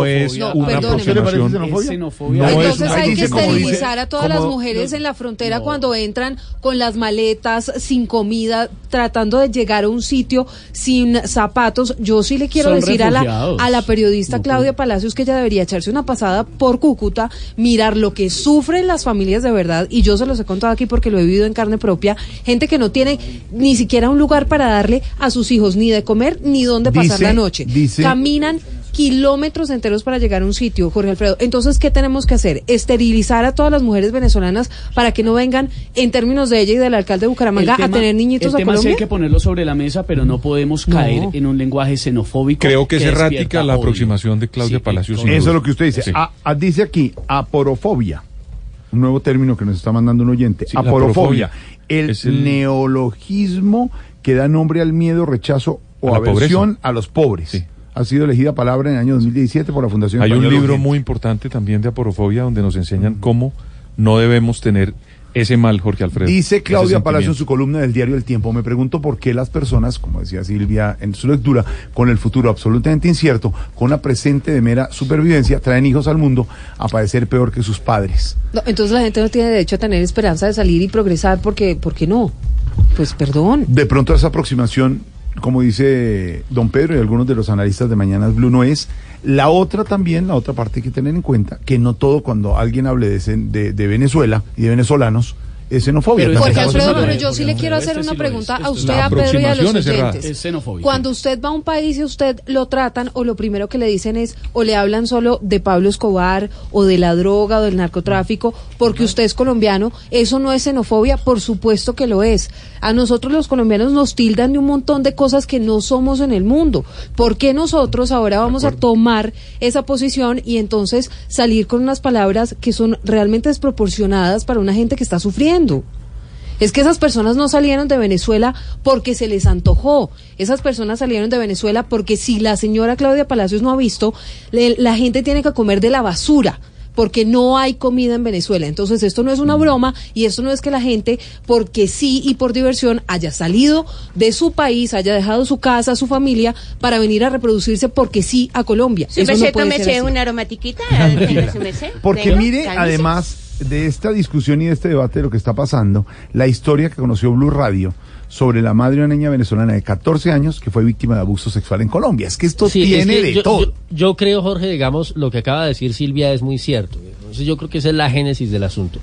hay que esterilizar a todas las mujeres en la frontera cuando entran con las maletas, sin comida, tratando de llegar a un sitio sin zapatos. Yo sí le quiero decir a la periodista Claudia Palacios que ella debería echarse una pasada por Cúcuta, mirar lo que sufren las familias de verdad, y yo se los he contado aquí porque lo he vivido en carne propia, gente que no tiene ni siquiera un lugar para darle a sus hijos ni de comer ni dónde pasar la noche. Caminan kilómetros enteros para llegar a un sitio, Jorge Alfredo. Entonces, ¿qué tenemos que hacer? Esterilizar a todas las mujeres venezolanas para que no vengan, en términos de ella y del alcalde de Bucaramanga, a tener niñitos a Colombia. Sí hay que ponerlo sobre la mesa, pero no podemos caer en un lenguaje xenofóbico. Creo que es errática la aproximación de Claudia Palacios. Eso es lo que usted dice. Sí. Dice aquí, aporofobia. Un nuevo término que nos está mandando un oyente. Sí, aporofobia. El neologismo que da nombre al miedo, rechazo o aversión a los pobres. Sí. Ha sido elegida palabra en el año 2017 por la Fundación Hay Española un libro muy importante también de aporofobia donde nos enseñan cómo no debemos tener ese mal, Jorge Alfredo. Dice Claudia Palacio en su columna del diario El Tiempo: me pregunto por qué las personas, como decía Silvia en su lectura, con el futuro absolutamente incierto, con la presente de mera supervivencia, traen hijos al mundo a padecer peor que sus padres. No, entonces la gente no tiene derecho a tener esperanza de salir y progresar, ¿por qué no? Pues perdón. De pronto esa aproximación, como dice don Pedro y algunos de los analistas de Mañanas Blue, no es. La otra parte hay que tener en cuenta, que no todo cuando alguien hable de Venezuela y de venezolanos es xenofobia. Jorge Alfredo, pero yo sí le quiero hacer una pregunta a usted, a Pedro y a los oyentes. Es xenofobia. Cuando usted va a un país y usted lo tratan, o lo primero que le dicen es, o le hablan solo de Pablo Escobar, o de la droga, o del narcotráfico, porque usted es colombiano, ¿eso no es xenofobia? Por supuesto que lo es. A nosotros los colombianos nos tildan de un montón de cosas que no somos en el mundo. ¿Por qué nosotros ahora vamos a tomar esa posición y entonces salir con unas palabras que son realmente desproporcionadas para una gente que está sufriendo? Es que esas personas no salieron de Venezuela porque se les antojó. Esas personas salieron de Venezuela porque si la señora Claudia Palacios no ha visto, la gente tiene que comer de la basura, porque no hay comida en Venezuela. Entonces esto no es una broma, y esto no es que la gente, porque sí y por diversión, haya salido de su país, haya dejado su casa, su familia, para venir a reproducirse porque sí a Colombia. Eso no puede ser así. Una aromatiquita. Porque mire, además de esta discusión y de este debate de lo que está pasando, la historia que conoció Blue Radio sobre la madre de una niña venezolana de 14 años que fue víctima de abuso sexual en Colombia. Es que esto tiene todo. Yo creo, Jorge, digamos, lo que acaba de decir Silvia es muy cierto. Entonces yo creo que esa es la génesis del asunto.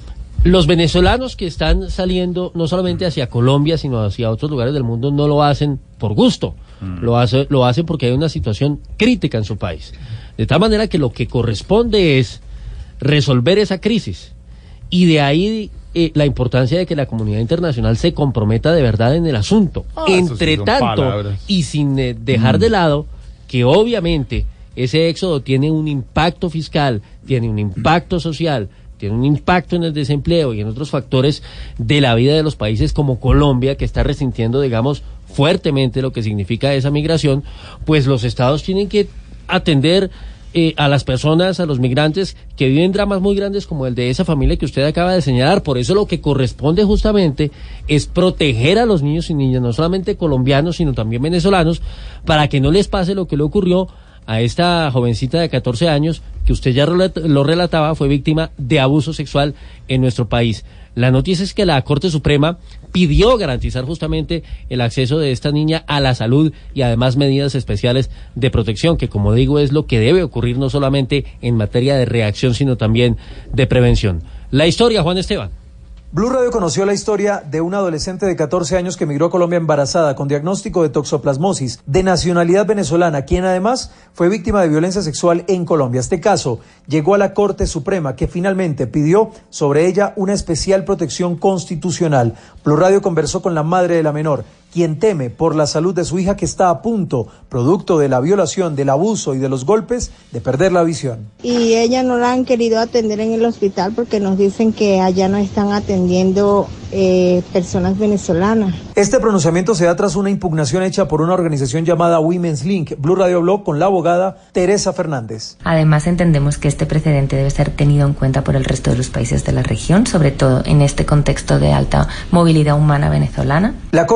Los venezolanos que están saliendo no solamente hacia Colombia, sino hacia otros lugares del mundo, no lo hacen por gusto. Lo hacen porque hay una situación crítica en su país. De tal manera que lo que corresponde es resolver esa crisis, y de ahí la importancia de que la comunidad internacional se comprometa de verdad en el asunto. Entre tanto, y sin dejar de lado que obviamente ese éxodo tiene un impacto fiscal, tiene un impacto social, tiene un impacto en el desempleo y en otros factores de la vida de los países como Colombia, que está resintiendo, digamos, fuertemente lo que significa esa migración. Pues los estados tienen que atender a las personas, a los migrantes que viven dramas muy grandes como el de esa familia que usted acaba de señalar. Por eso lo que corresponde justamente es proteger a los niños y niñas, no solamente colombianos, sino también venezolanos, para que no les pase lo que le ocurrió a esta jovencita de 14 años, que usted ya lo relataba, fue víctima de abuso sexual en nuestro país. La noticia es que la Corte Suprema pidió garantizar justamente el acceso de esta niña a la salud y además medidas especiales de protección, que como digo es lo que debe ocurrir no solamente en materia de reacción, sino también de prevención. La historia, Juan Esteban. Blue Radio conoció la historia de una adolescente de 14 años que emigró a Colombia embarazada con diagnóstico de toxoplasmosis, de nacionalidad venezolana, quien además fue víctima de violencia sexual en Colombia. Este caso llegó a la Corte Suprema, que finalmente pidió sobre ella una especial protección constitucional. Blue Radio conversó con la madre de la menor, quien teme por la salud de su hija, que está a punto, producto de la violación, del abuso y de los golpes, de perder la visión. Y ella no la han querido atender en el hospital porque nos dicen que allá no están atendiendo personas venezolanas. Este pronunciamiento se da tras una impugnación hecha por una organización llamada Women's Link. Blue Radio habló con la abogada Teresa Fernández. Además, entendemos que este precedente debe ser tenido en cuenta por el resto de los países de la región, sobre todo en este contexto de alta movilidad humana venezolana. La Corte pidió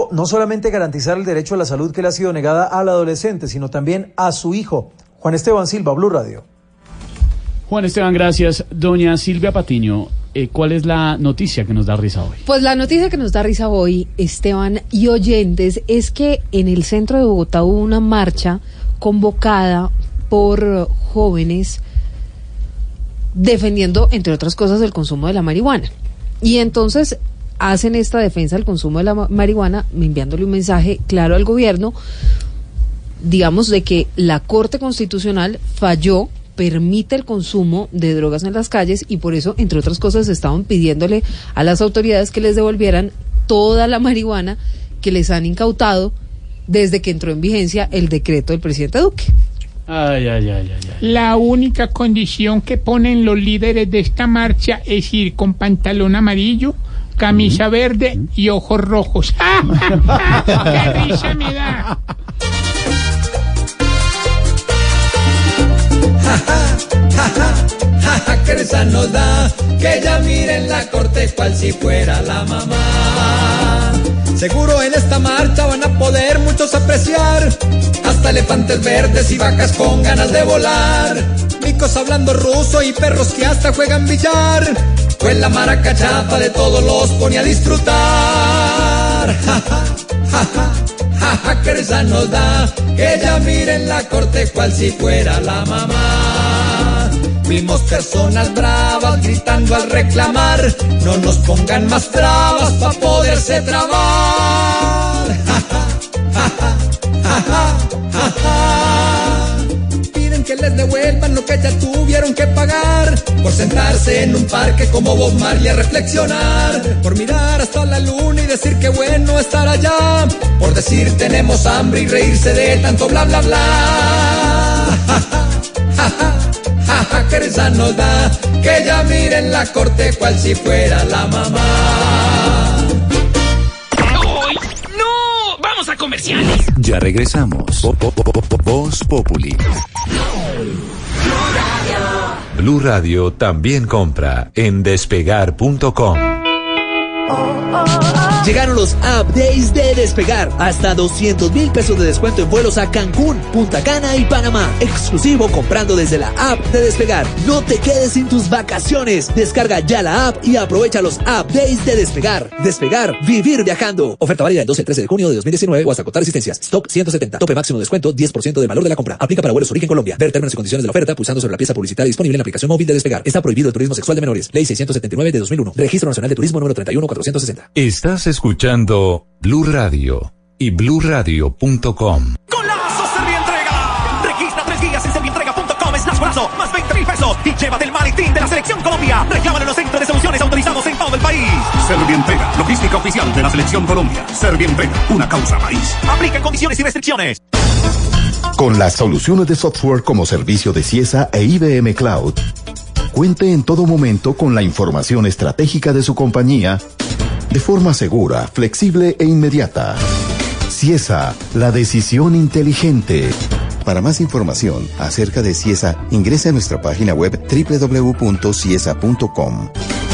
buscó no solamente garantizar el derecho a la salud que le ha sido negada al adolescente, sino también a su hijo. Juan Esteban Silva, Blue Radio. Juan Esteban, gracias. Doña Silvia Patiño, ¿cuál es la noticia que nos da risa hoy? Pues la noticia que nos da risa hoy, Esteban y oyentes, es que en el centro de Bogotá hubo una marcha convocada por jóvenes defendiendo, entre otras cosas, el consumo de la marihuana. Y entonces hacen esta defensa del consumo de la marihuana enviándole un mensaje claro al gobierno, digamos, de que la Corte Constitucional falló, permite el consumo de drogas en las calles y por eso, entre otras cosas, estaban pidiéndole a las autoridades que les devolvieran toda la marihuana que les han incautado desde que entró en vigencia el decreto del presidente Duque. Ay. La única condición que ponen los líderes de esta marcha es ir con pantalón amarillo, camisa verde y ojos rojos. ¡Qué risa me da! Qué risa nos da que ella mire en la corte cual si fuera la mamá. Seguro en esta marcha van a poder muchos apreciar hasta elefantes verdes y vacas con ganas de volar, micos hablando ruso y perros que hasta juegan billar, pues la maraca chapa de todos los pone a disfrutar. Qué risa nos da que ella mire en la corte cual si fuera la mamá. Vimos personas bravas gritando al reclamar, no nos pongan más trabas pa' poderse trabar. Piden que les devuelvan lo que ya tuvieron que pagar por sentarse en un parque como Bob Marley a reflexionar, por mirar hasta la luna y decir que bueno estar allá, por decir tenemos hambre y reírse de tanto bla bla bla. Qué risa nos da que ella mire en la corte cual si fuera la mamá. ¡Uy! ¡No! ¡Vamos a comerciales! Ya regresamos. Voz Populi. Blue Radio también compra en despegar.com. Llegaron los Up Days de Despegar. Hasta 200,000 pesos de descuento en vuelos a Cancún, Punta Cana y Panamá. Exclusivo comprando desde la app de Despegar. No te quedes sin tus vacaciones. Descarga ya la app y aprovecha los Up Days de Despegar. Despegar, vivir viajando. Oferta válida del 12 al 13 de junio de 2019 o hasta agotar existencias. Stock 170. Tope máximo descuento 10% del valor de la compra. Aplica para vuelos origen Colombia. Ver términos y condiciones de la oferta pulsando sobre la pieza publicitaria disponible en la aplicación móvil de Despegar. Está prohibido el turismo sexual de menores. Ley 679 de 2001. Registro Nacional de Turismo número 31460. Estás escuchando Blue Radio y bluradio.com. ¡Golazo Servientrega! Registra 3 guías en servientrega.com/golazo más 20,000 pesos y llévate el maletín de la Selección Colombia. Reclámalo en los centros de soluciones autorizados en todo el país. Servientrega, logística oficial de la Selección Colombia. Servientrega, una causa país. Aplican condiciones y restricciones. Con las soluciones de software como servicio de Ciesa e IBM Cloud, cuente en todo momento con la información estratégica de su compañía de forma segura, flexible e inmediata. Ciesa, la decisión inteligente. Para más información acerca de Ciesa, ingrese a nuestra página web www.ciesa.com.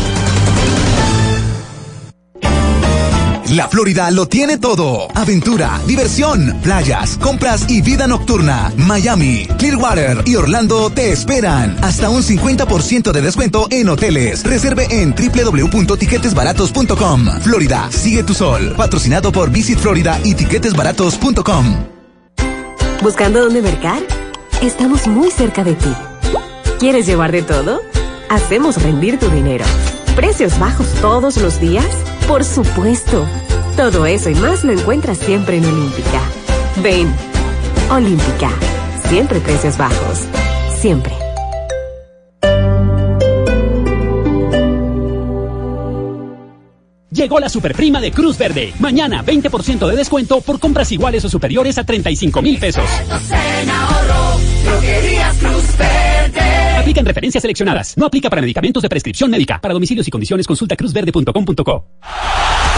La Florida lo tiene todo. Aventura, diversión, playas, compras y vida nocturna. Miami, Clearwater y Orlando te esperan. Hasta un 50% de descuento en hoteles. Reserve en www.tiquetesbaratos.com. Florida, sigue tu sol. Patrocinado por Visit Florida y tiquetesbaratos.com. ¿Buscando dónde mercar? Estamos muy cerca de ti. ¿Quieres llevar de todo? Hacemos rendir tu dinero. ¿Precios bajos todos los días? Por supuesto. Todo eso y más lo encuentras siempre en Olímpica. Ven. Olímpica. Siempre precios bajos. Siempre. Llegó la superprima de Cruz Verde. Mañana 20% de descuento por compras iguales o superiores a 35,000 pesos. Cruz Verde. Aplica en referencias seleccionadas. No aplica para medicamentos de prescripción médica. Para domicilios y condiciones consulta cruzverde.com.co.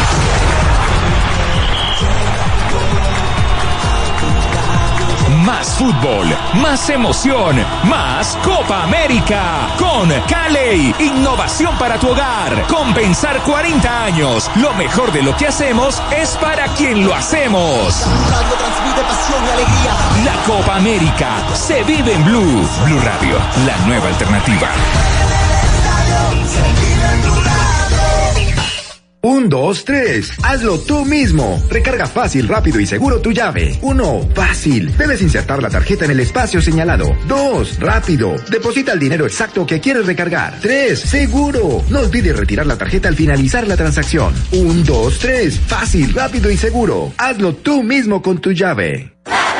Más fútbol, más emoción, más Copa América. Con Cali, innovación para tu hogar. Compensar 40 años. Lo mejor de lo que hacemos es para quien lo hacemos. Radio transmite pasión y alegría. La Copa América se vive en Blue. Blue Radio, la nueva alternativa. 1, 2, 3. Hazlo tú mismo. Recarga fácil, rápido y seguro tu llave. 1. Fácil. Debes insertar la tarjeta en el espacio señalado. 2. Rápido. Deposita el dinero exacto que quieres recargar. 3. Seguro. No olvides retirar la tarjeta al finalizar la transacción. 1, 2, 3. Fácil, rápido y seguro. Hazlo tú mismo con tu llave.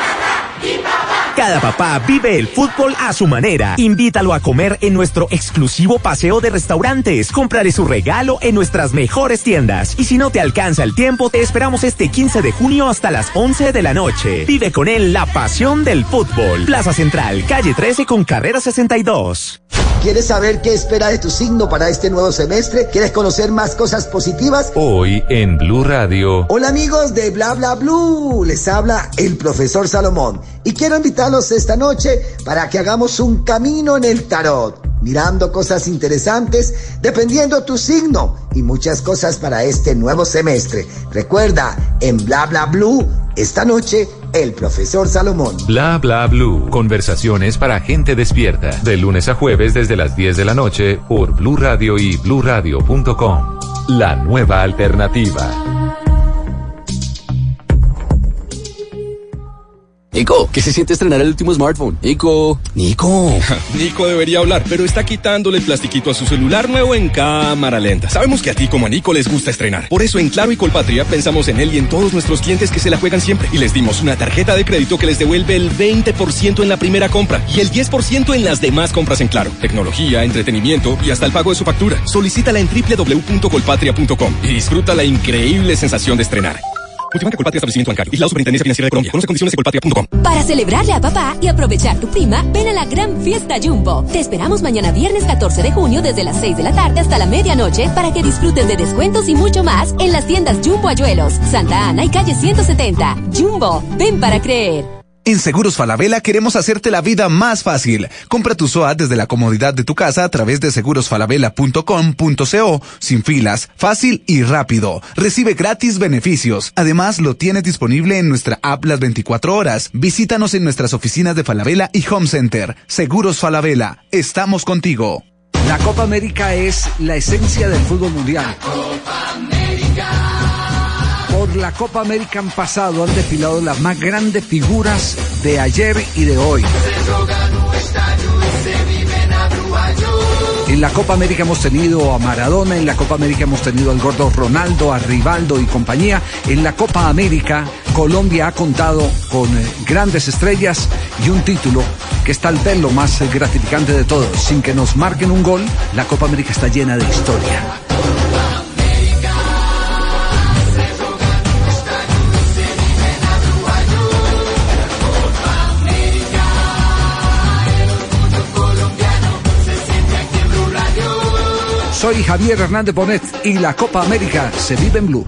Cada papá vive el fútbol a su manera. Invítalo a comer en nuestro exclusivo paseo de restaurantes. Cómprale su regalo en nuestras mejores tiendas. Y si no te alcanza el tiempo, te esperamos este 15 de junio hasta las 11 de la noche. Vive con él la pasión del fútbol. Plaza Central, calle 13 con carrera 62. ¿Quieres saber qué espera de tu signo para este nuevo semestre? ¿Quieres conocer más cosas positivas? Hoy en Blue Radio. Hola amigos de Bla Bla Blue, les habla el profesor Salomón y quiero invitarlos esta noche para que hagamos un camino en el tarot, mirando cosas interesantes dependiendo tu signo y muchas cosas para este nuevo semestre. Recuerda, en Bla Bla Blue, esta noche, el profesor Salomón. Bla Bla Blue. Conversaciones para gente despierta. De lunes a jueves desde las 10 de la noche por Blue Radio y bluradio.com. La nueva alternativa. Nico, ¿qué se siente estrenar el último smartphone? Nico. Nico debería hablar, pero está quitándole el plastiquito a su celular nuevo en cámara lenta. Sabemos que a ti como a Nico les gusta estrenar. Por eso en Claro y Colpatria pensamos en él y en todos nuestros clientes que se la juegan siempre. Y les dimos una tarjeta de crédito que les devuelve el 20% en la primera compra y el 10% en las demás compras en Claro. Tecnología, entretenimiento y hasta el pago de su factura. Solicítala en www.colpatria.com y disfruta la increíble sensación de estrenar. Multibanco Colpatria Establecimiento Bancario. Vigilado Superintendencia Financiera de Colombia. Conoce condiciones en colpatria.com. Para celebrarle a papá y aprovechar tu prima, ven a la gran fiesta Jumbo. Te esperamos mañana viernes 14 de junio desde las 6 de la tarde hasta la medianoche para que disfrutes de descuentos y mucho más en las tiendas Jumbo Ayuelos, Santa Ana y calle 170. Jumbo, ven para creer. En Seguros Falabella queremos hacerte la vida más fácil. Compra tu SOAT desde la comodidad de tu casa a través de segurosfalabella.com.co, sin filas, fácil y rápido. Recibe gratis beneficios. Además, lo tienes disponible en nuestra app las 24 horas. Visítanos en nuestras oficinas de Falabella y Home Center. Seguros Falabella, estamos contigo. La Copa América es la esencia del fútbol mundial. Copa América. Por la Copa América han pasado, han desfilado las más grandes figuras de ayer y de hoy. En la Copa América hemos tenido a Maradona, en la Copa América hemos tenido al gordo Ronaldo, a Rivaldo y compañía. En la Copa América, Colombia ha contado con grandes estrellas y un título que es tal vez lo más gratificante de todos. Sin que nos marquen un gol, la Copa América está llena de historia. Soy Javier Hernández Bonet y la Copa América se vive en Blue.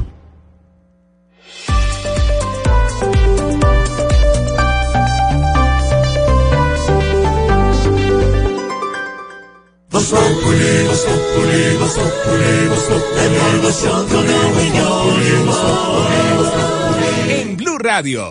En Blue Radio.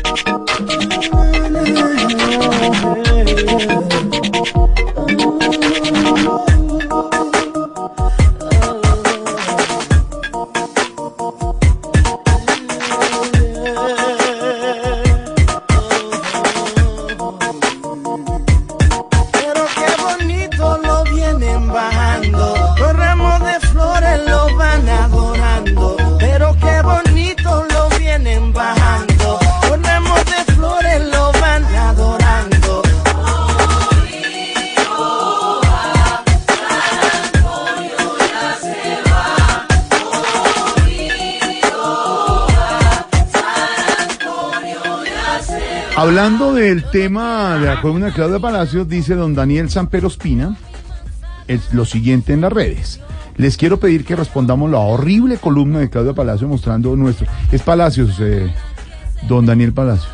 Hablando del tema de la columna de Claudia Palacios, dice don Daniel Sampero Espina lo siguiente en las redes. Les quiero pedir que respondamos la horrible columna de Claudia Palacios mostrando nuestro... Es Palacios, don Daniel Palacios.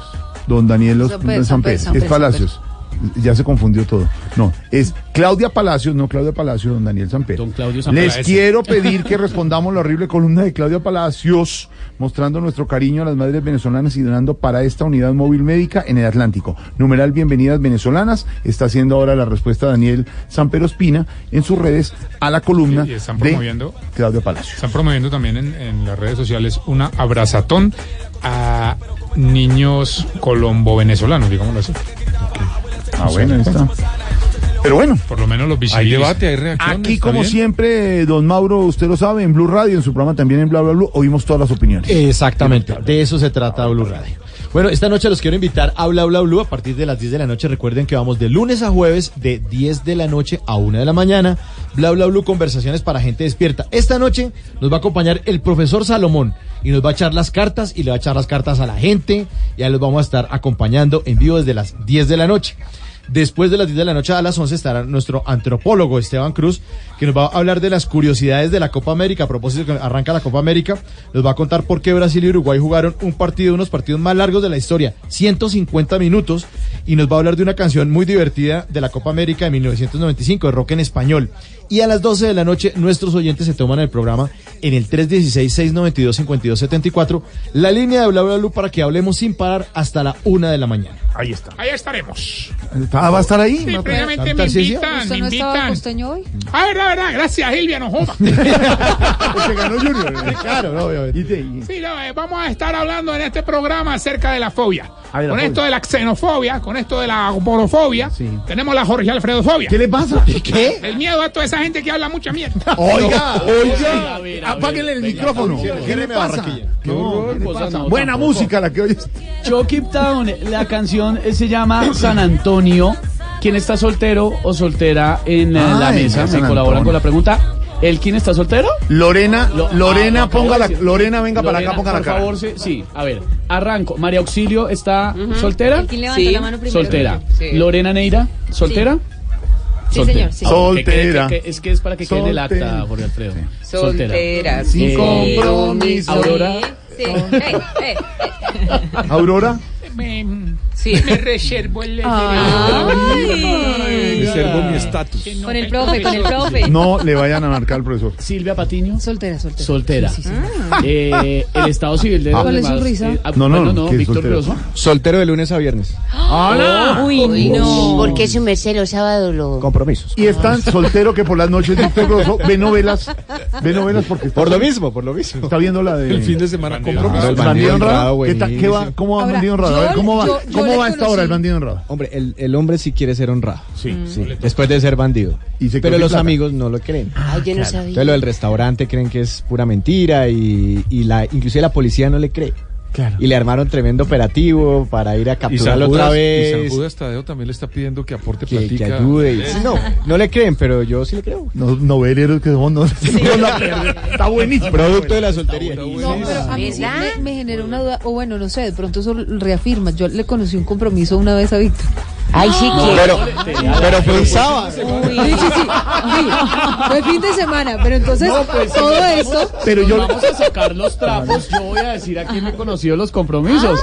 don Daniel Samper. Es Palacios. Ya se confundió todo. No, es Claudia Palacios, no Claudia Palacios, don Daniel Samper. Don Claudio Samper. Les quiero pedir que respondamos la horrible columna de Claudia Palacios, mostrando nuestro cariño a las madres venezolanas y donando para esta unidad móvil médica en el Atlántico. Numeral Bienvenidas Venezolanas. Está haciendo ahora la respuesta Daniel Samper Ospina en sus redes a la columna de Claudia Palacios. Están promoviendo también en las redes sociales una abrazatón a niños colombo-venezolanos, digámoslo así. Bueno, ahí está. Pero bueno, por lo menos los visibles. Hay debate, hay reacciones. Aquí, como siempre, don Mauro, usted lo sabe, en Blue Radio, en su programa también en Bla Bla Blue, oímos todas las opiniones. Exactamente, de eso se trata Blue Radio. Bueno, esta noche los quiero invitar a Bla Bla Blue a partir de las 10 de la noche. Recuerden que vamos de lunes a jueves de 10 de la noche a 1 de la mañana. Bla Bla Blue, conversaciones para gente despierta. Esta noche nos va a acompañar el profesor Salomón y nos va a echar las cartas y le va a echar las cartas a la gente. Ya los vamos a estar acompañando en vivo desde las 10 de la noche. Después de las 10 de la noche a las 11 estará nuestro antropólogo Esteban Cruz, que nos va a hablar de las curiosidades de la Copa América. A propósito que arranca la Copa América, nos va a contar por qué Brasil y Uruguay jugaron unos partidos más largos de la historia, 150 minutos, y nos va a hablar de una canción muy divertida de la Copa América de 1995, de rock en español. Y a las 12 de la noche, nuestros oyentes se toman el programa en el 316-692-5274, la línea de Bla Bla Blue, para que hablemos sin parar hasta la 1 de la mañana. Ahí está. Ahí estaremos. ¿Va a estar ahí? Sí, previamente me invitan. ¿Usted no estaba costeño hoy? Verdad, gracias, Silvia, no joda. Porque ganó Junior. Claro, no, obviamente. Sí, vamos a estar hablando en este programa acerca de la fobia. Con esto de la xenofobia, con esto de la homofobia, tenemos la Jorge Alfredofobia. ¿Qué le pasa? ¿Qué? El miedo a toda esa gente que habla mucha mierda. Oiga, apáguenle el micrófono. ¿Qué le pasa? Buena música la que oyes. Chucky Town, la canción se llama San Antonio. ¿Quién está soltero o soltera en la mesa? Me colaboran con la pregunta. ¿Quién está soltero? Lorena, Lorena, venga para acá, ponga la cara. Por favor, sí. A ver, arranco. María Auxilio está soltera. ¿Quién levanta la mano primero? Soltera. Sí. Lorena Neira, ¿soltera? Sí, señor. Sí. Soltera. Es que es para que quede en el acta, Jorge Alfredo. Soltera. Sin compromiso. Aurora. Sí. Aurora. Me reservo el reservo mi estatus. Con el profe. No le vayan a marcar al profesor. Silvia Patiño. Soltera. Sí. El estado civil de ¿Cuál es su risa? No, Víctor Grosso. Soltero de lunes a viernes. Uy, no. ¿Por qué su merced los sábados los compromisos? Y es tan soltero que por las noches Víctor Grosso ve novelas porque por lo mismo. Está viendo la de el fin de semana compromiso. El bandido honrado. ¿Cómo va el bandido honrado? A ver, ¿cómo va esta hora el bandido honrado? Hombre, el hombre sí quiere ser honrado. Sí. Después de ser bandido. Pero los amigos no lo creen. Yo no sabía. Entonces lo del restaurante creen que es pura mentira y inclusive la policía no le cree. Claro. Y le armaron tremendo operativo para ir a capturarlo otra vez. Y San Judas Tadeo también le está pidiendo que aporte platica. Que ayude. No le creen, pero yo sí le creo. Noveleros que son, no la pierden. Está buenísimo. Producto de la soltería. No, pero a mí me generó una duda, o bueno, no sé, de pronto eso reafirma. Yo le conocí un compromiso una vez a Víctor. Ay, sí, pero fue un sábado. Sí. Fue fin de semana, pero entonces todo esto. Pero vamos a sacar los trapos. Yo voy a decir a quién me conoció los compromisos.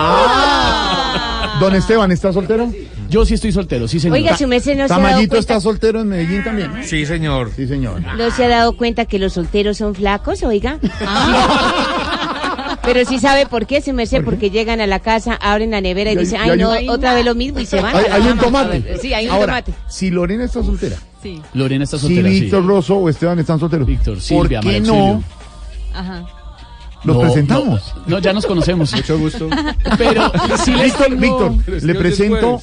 Don Esteban, ¿está soltero? Yo sí estoy soltero, sí, señor. Oiga, su merced no se ha dado ¿Tamayito cuenta? está soltero en Medellín también? Sí, señor. ¿No se ha dado cuenta que los solteros son flacos, oiga? Pero sí sabe por qué, su merced, porque llegan a la casa, abren la nevera y dicen, otra vez lo mismo, y se van. Hay un tomate. Sí, hay un tomate. Si Lorena está soltera. Sí. Lorena está soltera, Si Víctor Grosso o Esteban están solteros. Víctor, Silvia, ¿por qué María no? Ajá. ¿Los presentamos? No, ya nos conocemos. Mucho gusto. Pero sí Víctor, le presento.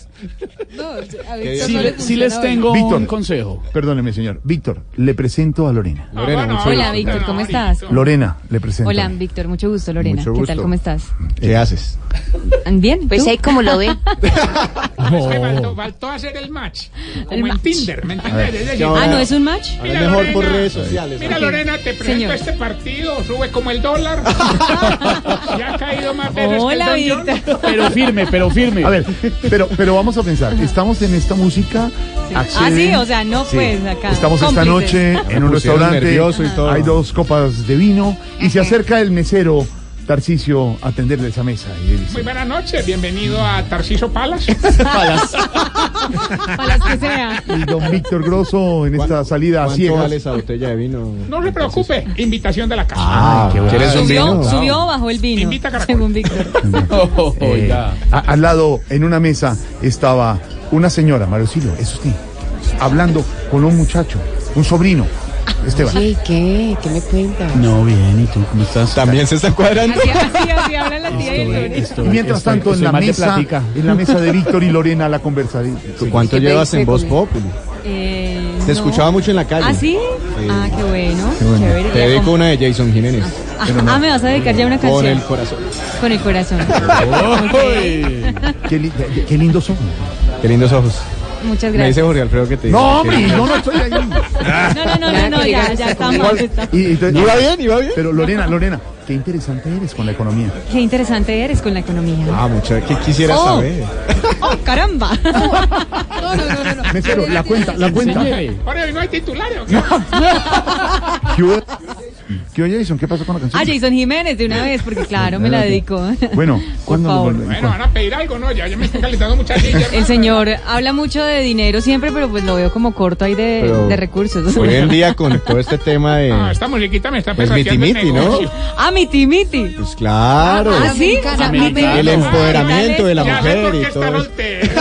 Sí les tengo un consejo. Perdóneme, señor. Víctor, le presento a Lorena. Hola, Víctor, ¿cómo estás? Lorena, le presento. Hola, Víctor, mucho gusto, Lorena. ¿Qué tal? ¿Cómo estás? ¿Qué haces? Bien, pues ahí como lo ven. Faltó hacer el match. Como en Tinder, ¿me entendés? ¿no es un match? A lo mejor por redes sociales. Mira, Lorena, te presento este partido, sube como el dólar. Ya ha caído más veces. Hola, Víctor. Pero firme. A ver, pero vamos a pensar. Estamos en esta música. Sí, o sea, no pues acá. Estamos esta noche en un restaurante. Hay 2 copas de vino y se acerca el mesero Tarcisio atenderle esa mesa. Muy buenas noches, bienvenido a Tarcisio Palas. Palas que sea. Y don Víctor Grosso en esta salida a ciegas. ¿Cuánto vale esa botella de vino? No se preocupe, invitación de la casa. Qué bueno. ¿Quieres un vino? Subió o bajó el vino. Invita a Caracol. Según Víctor. Al lado, en una mesa, estaba una señora, Mario Silvio, eso sí, hablando con un muchacho, un sobrino. Esteban. Sí, ¿qué me cuentas? No, bien, ¿y tú cómo estás? ¿También se están cuadrando? Así habla la tía de Lorena. Mientras tanto, en la mesa de Víctor y Lorena, la conversación. ¿Cuánto llevas en Voz Populi? Te escuchaba mucho en la calle. ¿Ah, sí? Ah, qué bueno. Chévere. Te dedico una de Jason Jiménez. ¿me vas a dedicar ya una canción? Con el corazón. Con el corazón. Qué lindos son. Qué lindos ojos. Muchas gracias. Me dice Jorge Alfredo que te... No, hombre, yo no estoy ahí. No, ya estamos. ¿Iba bien? Pero Lorena, qué interesante eres con la economía. Qué interesante eres con la economía. Mucho, ¿qué quisieras saber? ¡Caramba! No. Mesero, la cuenta. Ahora no hay titulares. ¿Qué oye, Jason? ¿Qué pasó con la canción? Jason Jiménez de una vez, porque claro, me la dedicó. Bueno, ¿cuándo? Bueno, van a pedir algo, ¿no? Ya me están calentando muchas sillas. El señor habla mucho de dinero siempre, pero pues lo veo como corto ahí de recursos. Hoy en día con todo este tema de... esta musiquita me está pesando. Es miti-miti, ¿no? Miti-miti. Pues claro. ¿Sí? El empoderamiento de la mujer y todo eso.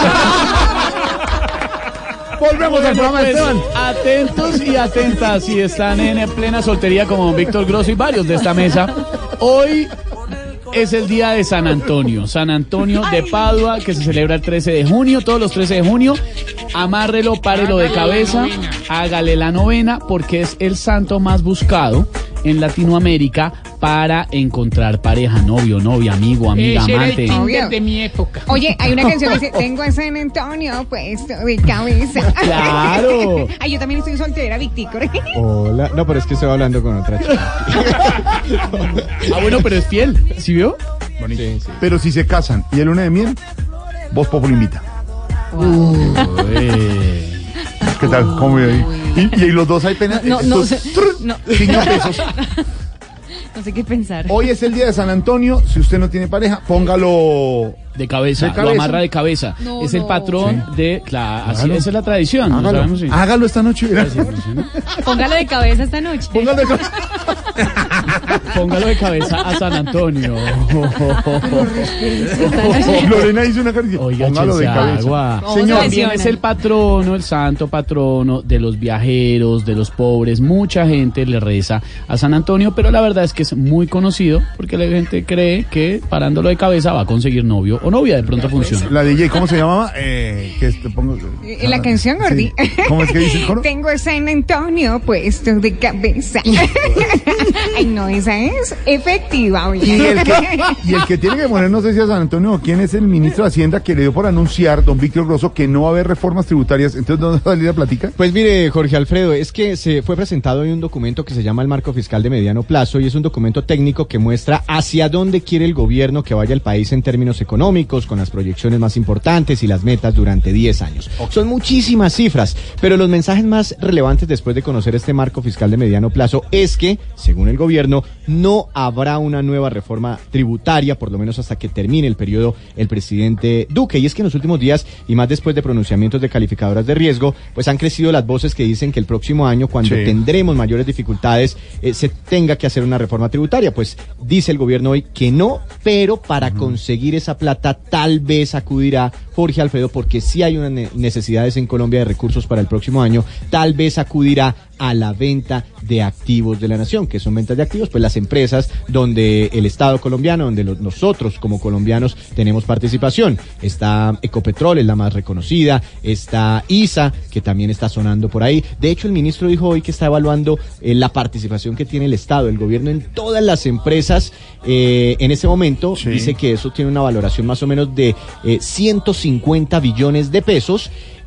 Volvemos al programa, Esteban. Atentos y atentas si están en plena soltería como Víctor Grosso y varios de esta mesa. Hoy es el día de San Antonio de Padua, que se celebra el 13 de junio, todos los 13 de junio. Amárrelo, párelo de cabeza, hágale la novena, porque es el santo más buscado en Latinoamérica para encontrar pareja, novio, novia, amigo, amiga, amante. Era el Tinder de mi época. Oye, hay una canción que dice, tengo a San Antonio puesto de cabeza. ¡Claro! Ay, yo también estoy soltera, Victor. Hola. No, pero es que estoy hablando con otra chica. Bueno, pero es fiel. ¿Sí vio? Bonito. Sí. Pero si se casan y el luna de miel, Voz Populi invita. ¿Qué tal? ¿Cómo ve ahí? Y los dos hay pena. No. 5 pesos. No sé qué pensar. Hoy es el día de San Antonio. Si usted no tiene pareja, póngalo de cabeza. Lo amarra de cabeza. Es el patrón de... Claro, así esa es la tradición. Hágalo esta noche. Póngalo de cabeza esta noche. Póngalo de cabeza a San Antonio. Lorena hizo una caricia. Oiga, póngalo de cabeza. Señor, también es el patrono, el santo patrono de los viajeros, de los pobres. Mucha gente le reza a San Antonio, pero la verdad es que es muy conocido porque la gente cree que parándolo de cabeza va a conseguir novio o novia, de pronto funciona. La DJ, ¿cómo se llamaba? La canción, Gordi. Sí. ¿Cómo es que dice el coro? Tengo a San Antonio puesto de cabeza. Ay, no, esa es efectiva. Y el que tiene que poner, no sé si a San Antonio o quién es el ministro de Hacienda que le dio por anunciar, don Víctor Grosso, que no va a haber reformas tributarias. Entonces, ¿dónde va a salir la plática? Pues mire, Jorge Alfredo, es que se fue presentado hoy un documento que se llama el Marco Fiscal de Mediano Plazo y es un documento técnico que muestra hacia dónde quiere el gobierno que vaya el país en términos económicos, con las proyecciones más importantes y las metas durante 10 años. Son muchísimas cifras, pero los mensajes más relevantes después de conocer este marco fiscal de mediano plazo es que, según el gobierno, no habrá una nueva reforma tributaria, por lo menos hasta que termine el periodo el presidente Duque. Y es que en los últimos días, y más después de pronunciamientos de calificadoras de riesgo, pues han crecido las voces que dicen que el próximo año, cuando tendremos mayores dificultades, se tenga que hacer una reforma tributaria. Pues dice el gobierno hoy que no, pero para conseguir esa plata tal vez acudirá Jorge Alfredo, porque sí hay unas necesidades en Colombia de recursos para el próximo año, tal vez acudirá a la venta de activos de la nación. ¿Qué son ventas de activos? Pues las empresas donde el Estado colombiano, donde nosotros como colombianos tenemos participación. Está Ecopetrol, es la más reconocida, está ISA, que también está sonando por ahí. De hecho, el ministro dijo hoy que está evaluando la participación que tiene el Estado, el gobierno en todas las empresas. En ese momento dice que eso tiene una valoración más o menos de 150 billones de pesos.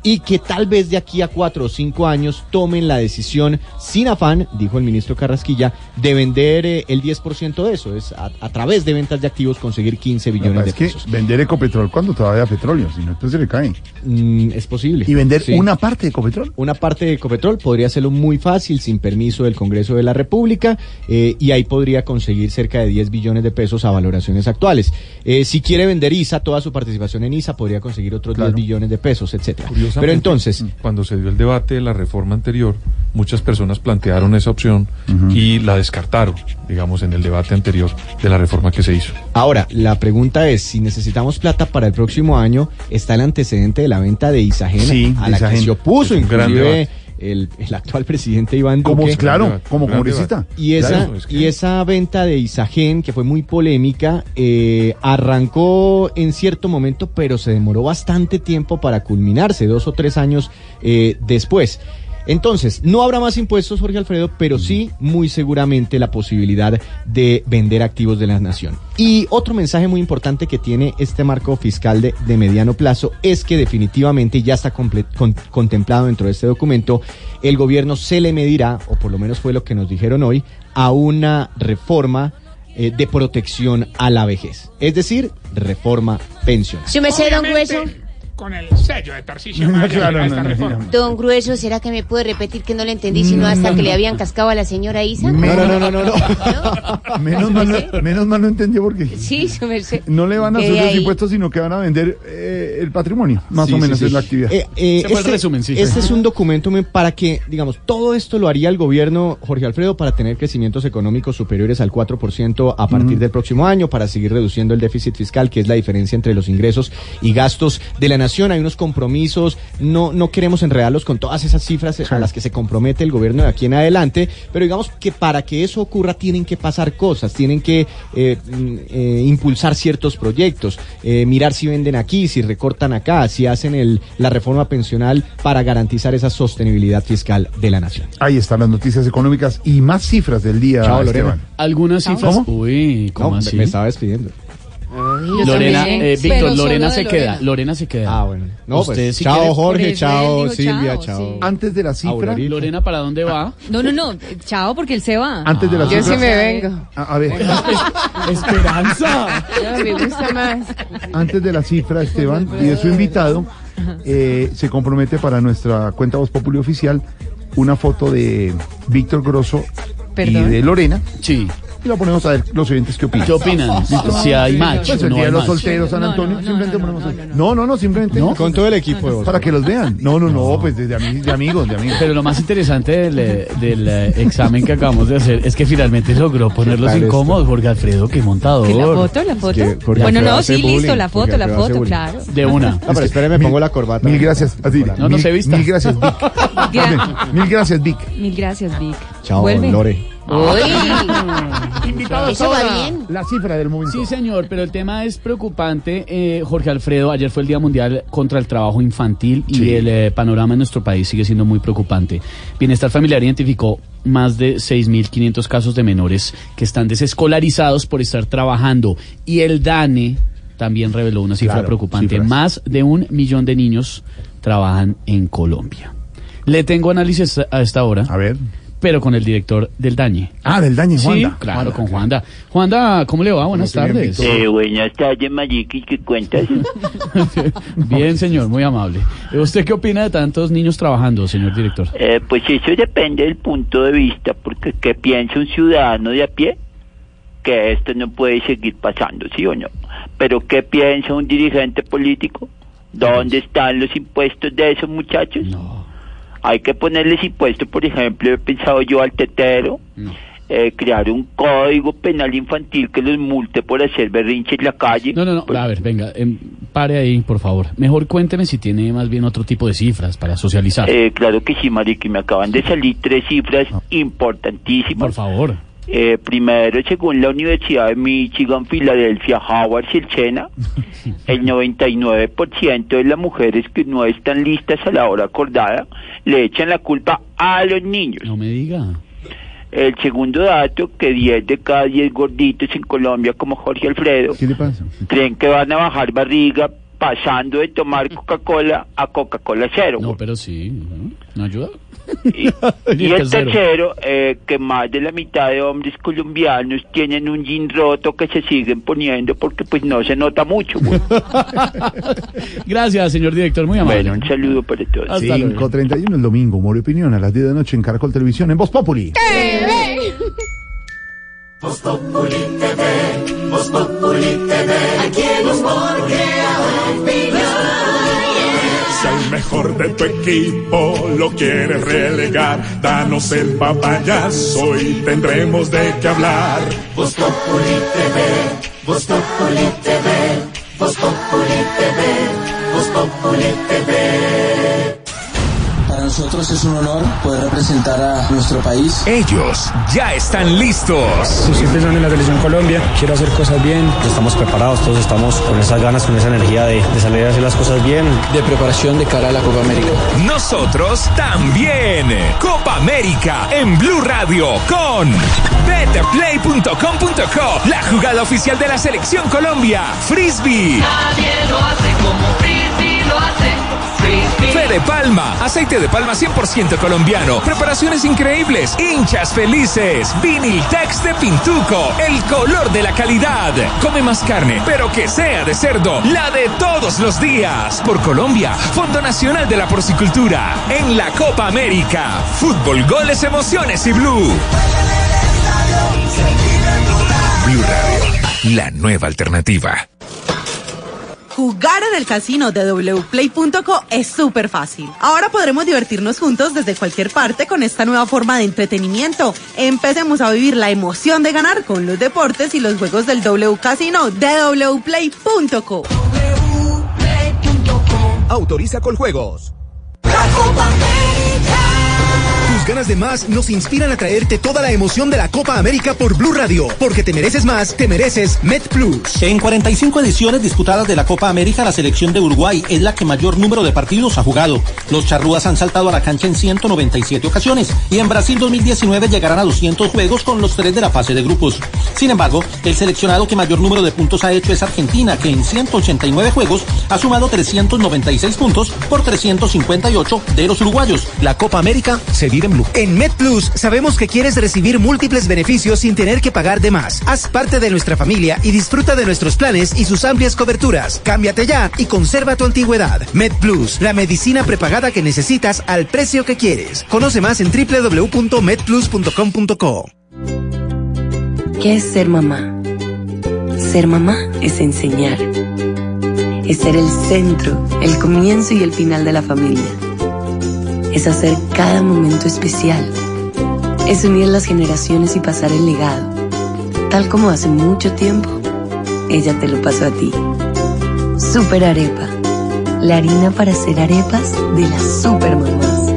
y que tal vez de aquí a 4 o 5 años tomen la decisión sin afán, dijo el ministro Carrasquilla, de vender el 10% de eso, es a través de ventas de activos conseguir 15 billones de pesos. Que vender Ecopetrol cuando todavía petróleo, si no después se le cae. Es posible. ¿Y vender una parte de Ecopetrol? Una parte de Ecopetrol podría hacerlo muy fácil, sin permiso del Congreso de la República, y ahí podría conseguir cerca de 10 billones de pesos a valoraciones actuales. Si quiere vender ISA, toda su participación en ISA, podría conseguir otros 10 billones de pesos, etcétera. Pero entonces, cuando se dio el debate de la reforma anterior, muchas personas plantearon esa opción y la descartaron, digamos, en el debate anterior de la reforma que se hizo. Ahora, la pregunta es, si necesitamos plata para el próximo año, está el antecedente de la venta de Isagen, a la que se opuso inclusive el actual presidente Iván Duque. Como congresista. Y esa venta de Isagen, que fue muy polémica, arrancó en cierto momento, pero se demoró bastante tiempo para culminarse, 2 o 3 años después. Entonces, no habrá más impuestos, Jorge Alfredo, pero sí, muy seguramente, la posibilidad de vender activos de la nación. Y otro mensaje muy importante que tiene este marco fiscal de mediano plazo es que definitivamente ya está contemplado dentro de este documento, el gobierno se le medirá, o por lo menos fue lo que nos dijeron hoy, a una reforma de protección a la vejez. Es decir, reforma pensional. ¿Sí me sé, don Grueso? Con el sello de Tarcisio Maya de esta reforma. Don Grueso, ¿será que me puede repetir que no le entendí, sino hasta que le habían cascado a la señora Isa? No. Menos mal no entendió porque sí, no le van a hacer los impuestos, sino que van a vender el patrimonio, más o menos es la actividad. Este es un documento para que, digamos, todo esto lo haría el gobierno, Jorge Alfredo, para tener crecimientos económicos superiores al 4% a partir del próximo año, para seguir reduciendo el déficit fiscal, que es la diferencia entre los ingresos y gastos de la nación. Hay unos compromisos, no queremos enredarlos con todas esas cifras a las que se compromete el gobierno de aquí en adelante, pero digamos que para que eso ocurra tienen que pasar cosas, tienen que impulsar ciertos proyectos, mirar si venden aquí, si recortan acá, si hacen la reforma pensional para garantizar esa sostenibilidad fiscal de la nación. Ahí están las noticias económicas y más cifras del día. Chao, Lorena. Algunas cifras. ¿Cómo? Uy, ¿cómo así? Me estaba despidiendo. Lorena, Víctor, Lorena se queda. Lorena se queda. Ah, bueno. No, pues, chao, Jorge, chao, Silvia, chao. Sí. Antes de la cifra. Lorena, ¿para dónde va? No. Chao, porque él se va. Antes de la cifra. Yo sí me vengo. A ver. Esperanza. No, me gusta más. Antes de la cifra, Esteban, y de su invitado, se compromete para nuestra cuenta Voz Populi oficial una foto de Víctor Grosso y de Lorena. Sí. Y lo ponemos a ver los oyentes qué opinan. ¿Qué opinan? Si hay match. Pues el día de los solteros, San Antonio, simplemente ponemos. No, simplemente. Con todo el equipo de Voz. Para que los vean. No, pues de amigos. Pero lo más interesante del examen que acabamos de hacer es que finalmente logró ponerlos incómodos. Jorge Alfredo, qué montador. ¿La foto? Bueno, no, sí, listo, la foto, claro. De una. No, pero espéreme, pongo la corbata. Mil gracias. Así. No se vista. Mil gracias, Vic. Mil gracias, Vic. Mil gracias, Vic. Chao, Lore. Invitado, eso va bien. La cifra del momento. Sí, señor, pero el tema es preocupante. Jorge Alfredo, ayer fue el Día Mundial contra el Trabajo Infantil y el panorama en nuestro país sigue siendo muy preocupante. Bienestar Familiar identificó más de 6.500 casos de menores que están desescolarizados por estar trabajando, y el DANE también reveló una cifra preocupante. Cifras. Más de 1 millón de niños trabajan en Colombia. Le tengo análisis a esta hora. A ver. Pero con el director del DANE. Ah, del DANE, Juanda. Sí, claro, con Juanda. Juanda, ¿cómo le va? Buenas tardes. Buenas tardes, Mayiki, ¿qué cuentas? Bien, señor, muy amable. ¿Usted qué opina de tantos niños trabajando, señor director? Pues eso depende del punto de vista, porque ¿qué piensa un ciudadano de a pie? Que esto no puede seguir pasando, ¿sí o no? Pero ¿qué piensa un dirigente político? ¿Dónde están los impuestos de esos muchachos? No. Hay que ponerles impuestos, por ejemplo, he pensado yo al tetero, crear un código penal infantil que los multe por hacer berrinche en la calle. No, pues, a ver, venga, pare ahí, por favor. Mejor cuénteme si tiene más bien otro tipo de cifras para socializar. Claro que sí, Marique, me acaban de salir 3 cifras importantísimas. Por favor. Primero, según la Universidad de Michigan, Filadelfia, Howard y el Sena, el 99% de las mujeres que no están listas a la hora acordada le echan la culpa a los niños. No me diga. El segundo dato, que 10 de cada 10 gorditos en Colombia, como Jorge Alfredo, ¿qué le pasa? creen que van a bajar barriga pasando de tomar Coca-Cola a Coca-Cola cero. No, pero sí, ¿no ayuda? Y el tercero, que más de la mitad de hombres colombianos tienen un jean roto que se siguen poniendo porque pues no se nota mucho. Gracias, señor director, muy amable. Bueno, un saludo para todos. 5:31 el domingo, Humor y Opinión, a las 10 de la noche en Caracol Televisión, en Voz Populi. Voz Populi TV, Voz Populi TV, aquí el humor crea opinión. Si al mejor de tu equipo lo quieres relegar, danos el papayazo y tendremos de qué hablar. Voz Populi TV, Voz Populi TV, Voz Populi TV, Voz Populi TV. Para nosotros es un honor poder representar a nuestro país. Ellos ya están listos. Siempre son en la selección Colombia, quiero hacer cosas bien. Estamos preparados, todos estamos con esas ganas, con esa energía de salir a hacer las cosas bien. De preparación de cara a la Copa América. Nosotros también. Copa América en Blue Radio con betplay.com.co, la jugada oficial de la selección Colombia. Frisbee. Nadie lo hace como Frisbee lo hace. Fede Palma, aceite de palma 100% colombiano, preparaciones increíbles, hinchas felices, Viniltex de Pintuco, el color de la calidad. Come más carne, pero que sea de cerdo, la de todos los días. Por Colombia, Fondo Nacional de la Porcicultura, en la Copa América. Fútbol, goles, emociones y Blue. Blue Radio, la nueva alternativa. Jugar en el casino de wplay.co es súper fácil. Ahora podremos divertirnos juntos desde cualquier parte con esta nueva forma de entretenimiento. Empecemos a vivir la emoción de ganar con los deportes y los juegos del W Casino de wplay.co. Autoriza Coljuegos. Tus ganas de más nos inspiran a traerte toda la emoción de la Copa América por Blue Radio, porque te mereces más, te mereces MetPlus. En 45 ediciones disputadas de la Copa América, la selección de Uruguay es la que mayor número de partidos ha jugado. Los charrúas han saltado a la cancha en 197 ocasiones y en Brasil 2019 llegarán a 200 juegos con los 3 de la fase de grupos. Sin embargo, el seleccionado que mayor número de puntos ha hecho es Argentina, que en 189 juegos ha sumado 396 puntos por 358 de los uruguayos. La Copa América se vive en Blue. En MetPlus sabemos que quieres recibir múltiples beneficios sin tener que pagar de más. Haz parte de nuestra familia y disfruta de nuestros planes y sus amplias coberturas. Cámbiate ya y conserva tu antigüedad. MetPlus, la medicina prepagada que necesitas al precio que quieres. Conoce más en www.metplus.com.co. ¿Qué es ser mamá? Ser mamá es enseñar. Es ser el centro, el comienzo y el final de la familia. Es hacer cada momento especial. Es unir las generaciones y pasar el legado. Tal como hace mucho tiempo, ella te lo pasó a ti. Super Arepa. La harina para hacer arepas de las supermamás.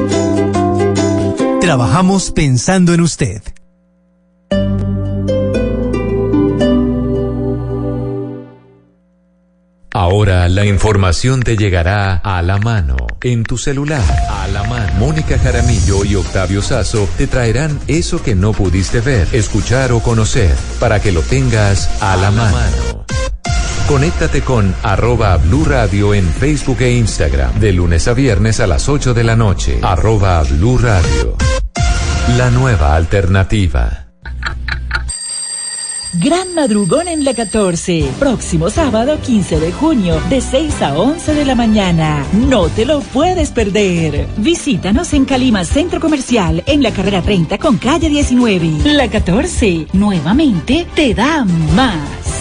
Trabajamos pensando en usted. Ahora la información te llegará a la mano, en tu celular, a la mano. Mónica Jaramillo y Octavio Sazo te traerán eso que no pudiste ver, escuchar o conocer, para que lo tengas a la mano. Conéctate con @Blue Radio en Facebook e Instagram, de lunes a viernes a las 8 de la noche. @Blue Radio. La nueva alternativa. Gran madrugón en la 14, próximo sábado 15 de junio, de 6 a 11 de la mañana. No te lo puedes perder. Visítanos en Calima Centro Comercial, en la carrera 30 con calle 19. La 14, nuevamente te da más.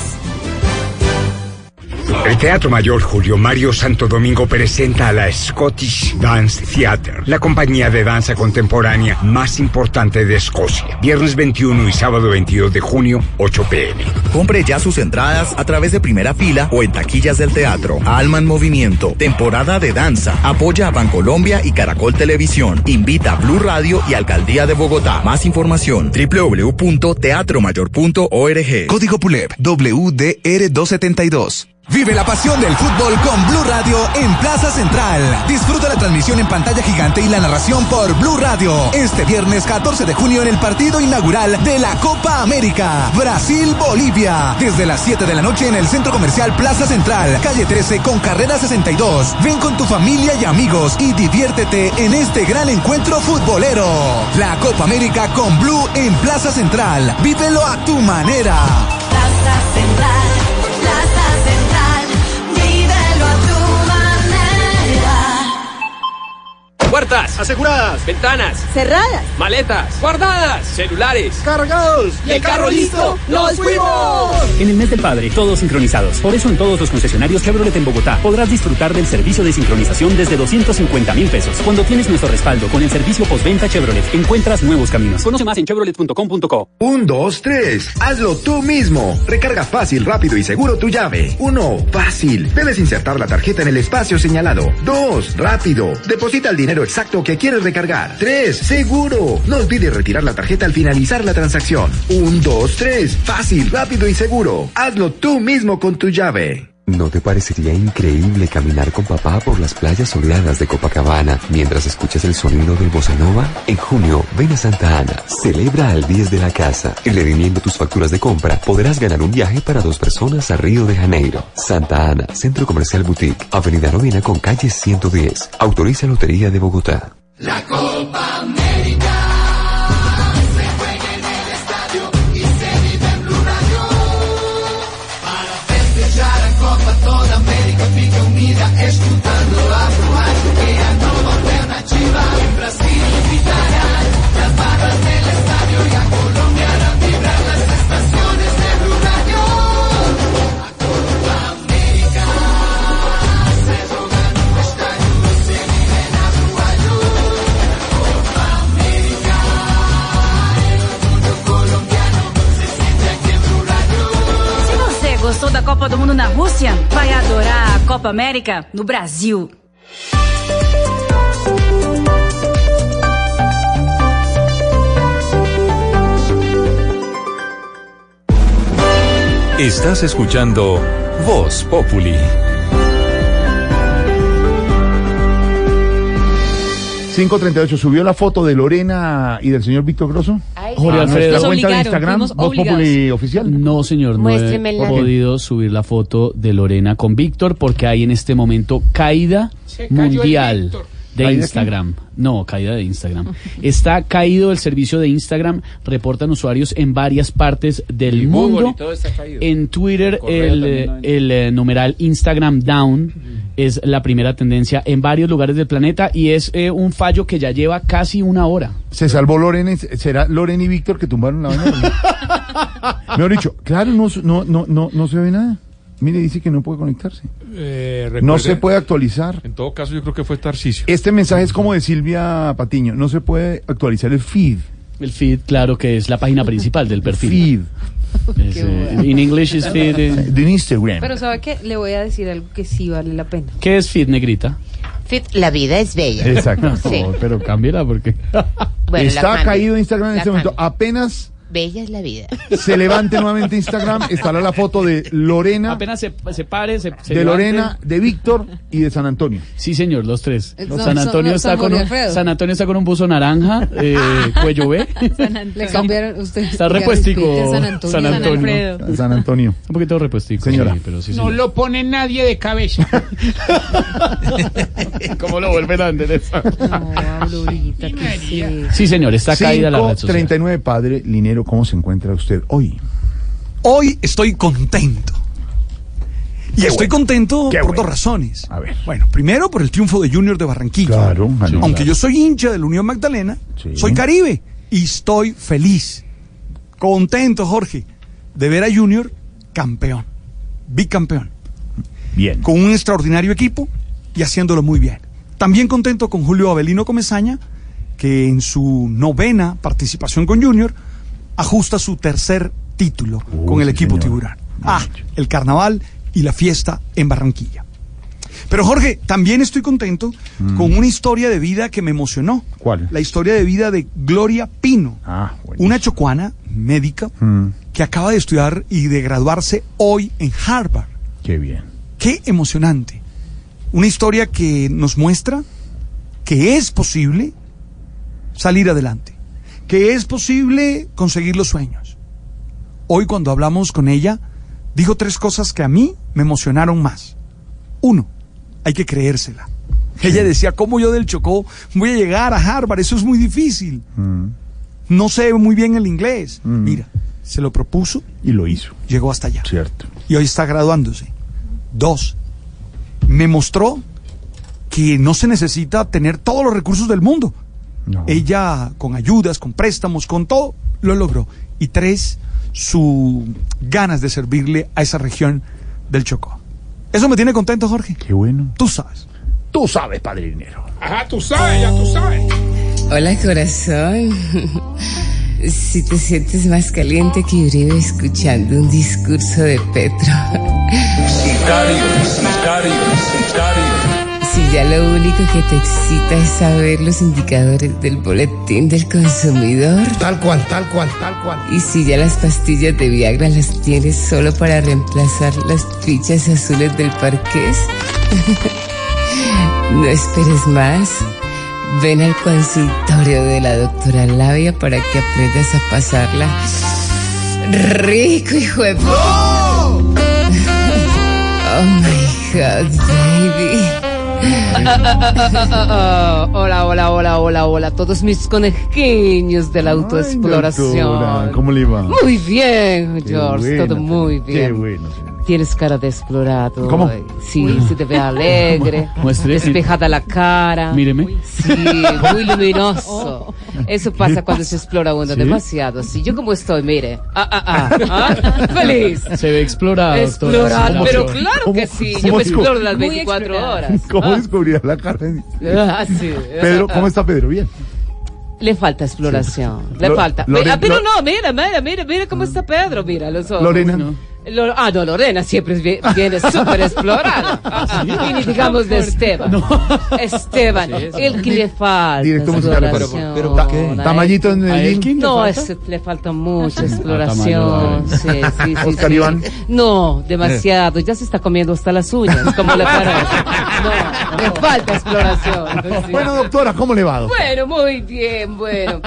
El Teatro Mayor Julio Mario Santo Domingo presenta a la Scottish Dance Theatre, la compañía de danza contemporánea más importante de Escocia. Viernes 21 y sábado 22 de junio, 8 p.m. Compre ya sus entradas a través de Primera Fila o en taquillas del teatro. Alma en Movimiento, temporada de danza. Apoya a Bancolombia y Caracol Televisión. Invita a Blue Radio y Alcaldía de Bogotá. Más información, www.teatromayor.org. Código PULEP, WDR 272. Vive la pasión del fútbol con Blue Radio en Plaza Central. Disfruta la transmisión en pantalla gigante y la narración por Blue Radio. Este viernes 14 de junio en el partido inaugural de la Copa América. Brasil-Bolivia. Desde las 7 de la noche en el Centro Comercial Plaza Central, calle 13 con carrera 62. Ven con tu familia y amigos y diviértete en este gran encuentro futbolero. La Copa América con Blue en Plaza Central. Vívelo a tu manera. Plaza Central, Plaza Central, vívelo a tu manera. Puertas aseguradas, ventanas cerradas, maletas guardadas, celulares cargados y el carro listo. ¡Nos fuimos! En el mes del padre, todos sincronizados. Por eso en todos los concesionarios Chevrolet en Bogotá podrás disfrutar del servicio de sincronización desde 250.000 pesos. Cuando tienes nuestro respaldo con el servicio postventa Chevrolet, encuentras nuevos caminos. Conoce más en chevrolet.com.co. 1, 2, 3. Hazlo tú mismo. Recarga fácil, rápido y seguro tu llave. 1. Fácil. Debes insertar la tarjeta en el espacio señalado. 2. Rápido. Deposita el dinero exacto que quieres recargar. 3. Seguro. No olvides retirar la tarjeta al finalizar la transacción. 1, 2, 3. Fácil, rápido y seguro. Hazlo tú mismo con tu llave. ¿No te parecería increíble caminar con papá por las playas soleadas de Copacabana mientras escuchas el sonido del bossa nova? En junio, ven a Santa Ana, celebra al 10 de la casa y redimiendo tus facturas de compra podrás ganar un viaje para 2 personas a Río de Janeiro. Santa Ana, Centro Comercial Boutique, Avenida Novena con calle 110. Autoriza Lotería de Bogotá. La Copa América se juega en el estadio y se vive en Blue Radio. Para festejar a Copa toda América fica unida, escutando a Blue Radio, que é a nova alternativa. En Brasil gritarán las barras del estadio y a Colombia harán vibrar las estaciones de Blue Radio. La Copa América se juega en un estadio y se vive en la Blue Radio. Copa América, el orgullo colombiano se siente aquí en Blue Radio. Se você gostou da Copa do Mundo na Rússia, vai adorar a Copa América no Brasil. Estás escuchando Voz Populi. 5:38, ¿subió la foto de Lorena y del señor Víctor Grosso? Jorge Alfredo. ¿La cuenta de Instagram, Voz Populi oficial? No, señor, no Muéstremela. he podido subir la foto de Lorena con Víctor porque hay en este momento caída mundial de ¿Caída Instagram. No, caída de Instagram. Está caído el servicio de Instagram, reportan usuarios en varias partes del mundo. y todo está caído. En Twitter Correo también el numeral Instagram down es la primera tendencia en varios lugares del planeta y es un fallo que ya lleva casi una hora. Se salvó Lorena, será Lorena y Víctor que tumbaron la vaina. Mejor dicho, claro, no se ve nada. Mire, dice que no puede conectarse. No se puede actualizar. En todo caso, yo creo que fue Tarcisio. Este mensaje es como de Silvia Patiño. No se puede actualizar el feed. El feed, claro, que es la página principal del perfil. Feed. In English is feed. De Instagram. Pero ¿sabe qué? Le voy a decir algo que sí vale la pena. ¿Qué es feed, negrita? Fit, la vida es bella. Exacto. Sí. Oh, pero cámbiala porque... Bueno, está caído Instagram en este momento. Apenas bella es la vida. se levante nuevamente Instagram, estará la foto de Lorena. Apenas se pare, se de levante. Lorena, de Víctor y de San Antonio. Sí, señor, los tres. No, San Antonio está con San Antonio está con un buzo naranja, cuello B. Le cambiaron usted. Está repuestico. San Antonio. San Antonio. Un poquito repuestico. Señora. Sí, pero sí, No señor. lo pone nadie de cabeza. ¿Cómo lo vuelven a enderezar? No, Blurita, ¿qué es eso? Sí, señor, está caída la red social. 5:39, padre Linero, ¿cómo se encuentra usted hoy? Hoy estoy contento. Y estoy contento por dos razones. A ver. Bueno, primero por el triunfo de Junior de Barranquilla. Claro. Aunque yo soy hincha de la Unión Magdalena, soy Caribe y estoy feliz. Contento, Jorge, de ver a Junior campeón, bicampeón. Bien. Con un extraordinario equipo y haciéndolo muy bien. También contento con Julio Avelino Comesaña, que en su 9ª participación con Junior ajusta su tercer título con el equipo Tiburón. El carnaval y la fiesta en Barranquilla. Pero Jorge, también estoy contento con una historia de vida que me emocionó. ¿Cuál? La historia de vida de Gloria Pino, una chocuana médica que acaba de estudiar y de graduarse hoy en Harvard. Qué bien. Qué emocionante. Una historia que nos muestra que es posible salir adelante, que es posible conseguir los sueños. Hoy, cuando hablamos con ella, dijo 3 cosas que a mí me emocionaron más. 1, hay que creérsela. Ella decía, ¿cómo yo del Chocó voy a llegar a Harvard? Eso es muy difícil. No sé muy bien el inglés. Mira, se lo propuso y lo hizo. Llegó hasta allá. Cierto. Y hoy está graduándose. 2, me mostró que no se necesita tener todos los recursos del mundo. No. Ella, con ayudas, con préstamos, con todo, lo logró. Y 3, sus ganas de servirle a esa región del Chocó. Eso me tiene contento, Jorge. Qué bueno. Tú sabes. Tú sabes, padrinero. Ajá, tú sabes, ya tú sabes. Hola, corazón. Si te sientes más caliente que Uribe escuchando un discurso de Petro. Sicario. Si ya lo único que te excita es saber los indicadores del boletín del consumidor. Tal cual. Y si ya las pastillas de Viagra las tienes solo para reemplazar las fichas azules del parqués. No esperes más. Ven al consultorio de la doctora Labia para que aprendas a pasarla rico, hijo de... ¡Oh! Oh my God, baby. Hola, todos mis conejillos de la autoexploración. Doctora, ¿cómo le va? Muy bien, George, bueno, todo muy bien. Qué bueno, señor. Tienes cara de explorado. ¿Cómo? Sí, se te ve alegre, despejada la cara. Míreme. Sí, muy luminoso. Eso pasa cuando se explora uno demasiado. Sí, yo como estoy, mire. Feliz. Se ve explorado. Explorado, pero claro que sí. Yo me exploro las 24 horas. ¿Cómo descubría la cara? Sí. Pedro, ¿cómo está Pedro? Bien. Le falta exploración. Sí. Le falta. Pero no, mira cómo está Pedro. Mira los ojos. Lorena. Lorena siempre viene súper explorada. Y ni digamos de Esteban. No. Esteban, el que le falta exploración. Pero ¿Tamayito en el No, le falta mucha exploración. Sí. Oscar Iván. No, demasiado. Ya se está comiendo hasta las uñas. ¿Cómo le parece? No, le falta exploración. Sí. Bueno, doctora, ¿cómo le va? Bueno, muy bien, bueno.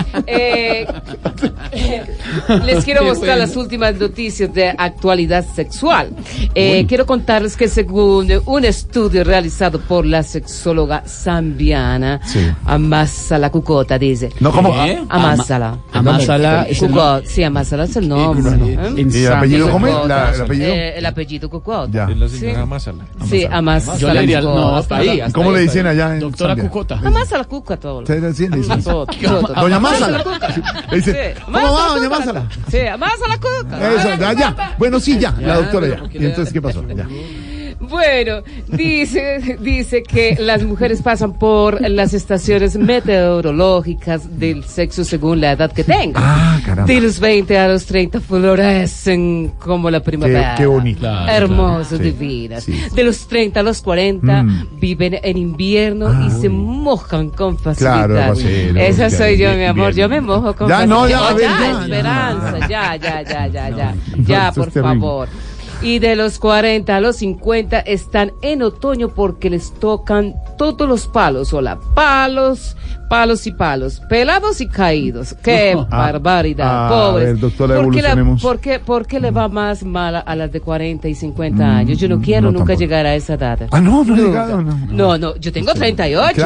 Les quiero mostrar las últimas noticias de actualidad sexual. Quiero contarles que según un estudio realizado por la sexóloga zambiana, Amásala Cucota, dice. ¿No cómo? Amásala. Amásala es Amásala es el nombre. ¿Y el apellido cómo es? El apellido Cucota. Ya. Es la señora Amásala. Sí, Amásala. Yo le diría, no, hasta ahí. ¿Cómo le dicen allá en Doctora Cucota. Amásala Cucota. Doña Amásala. Le dicen, ¿cómo va, doña Amásala? Sí, Amásala Cucota. Eso, ya. Bueno, sí, ya, la doctora ya. ¿Y entonces qué pasó? Ya. Bueno, dice que las mujeres pasan por las estaciones meteorológicas del sexo según la edad que tengan. Caramba. De los 20 a los 30 florecen como la primavera. Qué bonito. Hermosas, divinas. Sí. De los 30 a los 40 viven en invierno y se mojan con facilidad. Claro, esa soy yo, mi amor. Yo me mojo con facilidad. Esperanza. Ya, por favor. Y de los 40 a los 50 están en otoño porque les tocan todos los palos, palos y palos, pelados y caídos. ¡Qué barbaridad! Pobres. A ver, doctora, ¿Por qué le va más mal a las de 40 y 50 años? Yo no quiero nunca llegar a esa edad. No he llegado. No, yo tengo 38.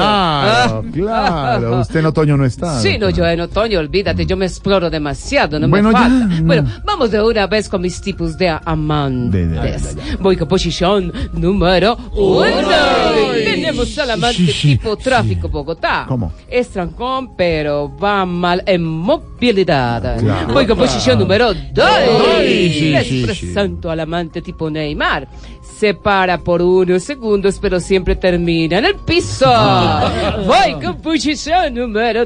Claro. Usted en otoño no está. Sí, no, yo en otoño, olvídate, yo me exploro demasiado, no me falta. Bueno, vamos de una vez con mis tipos de amantes. Voy con posición número 1. Tenemos al amante tipo tráfico Bogotá. ¿Cómo? Es trancón, pero va mal en movilidad. Claro. Voy con posición número 2. Les presento al amante tipo Neymar. Se para por unos segundos, pero siempre termina en el piso. Voy con posición número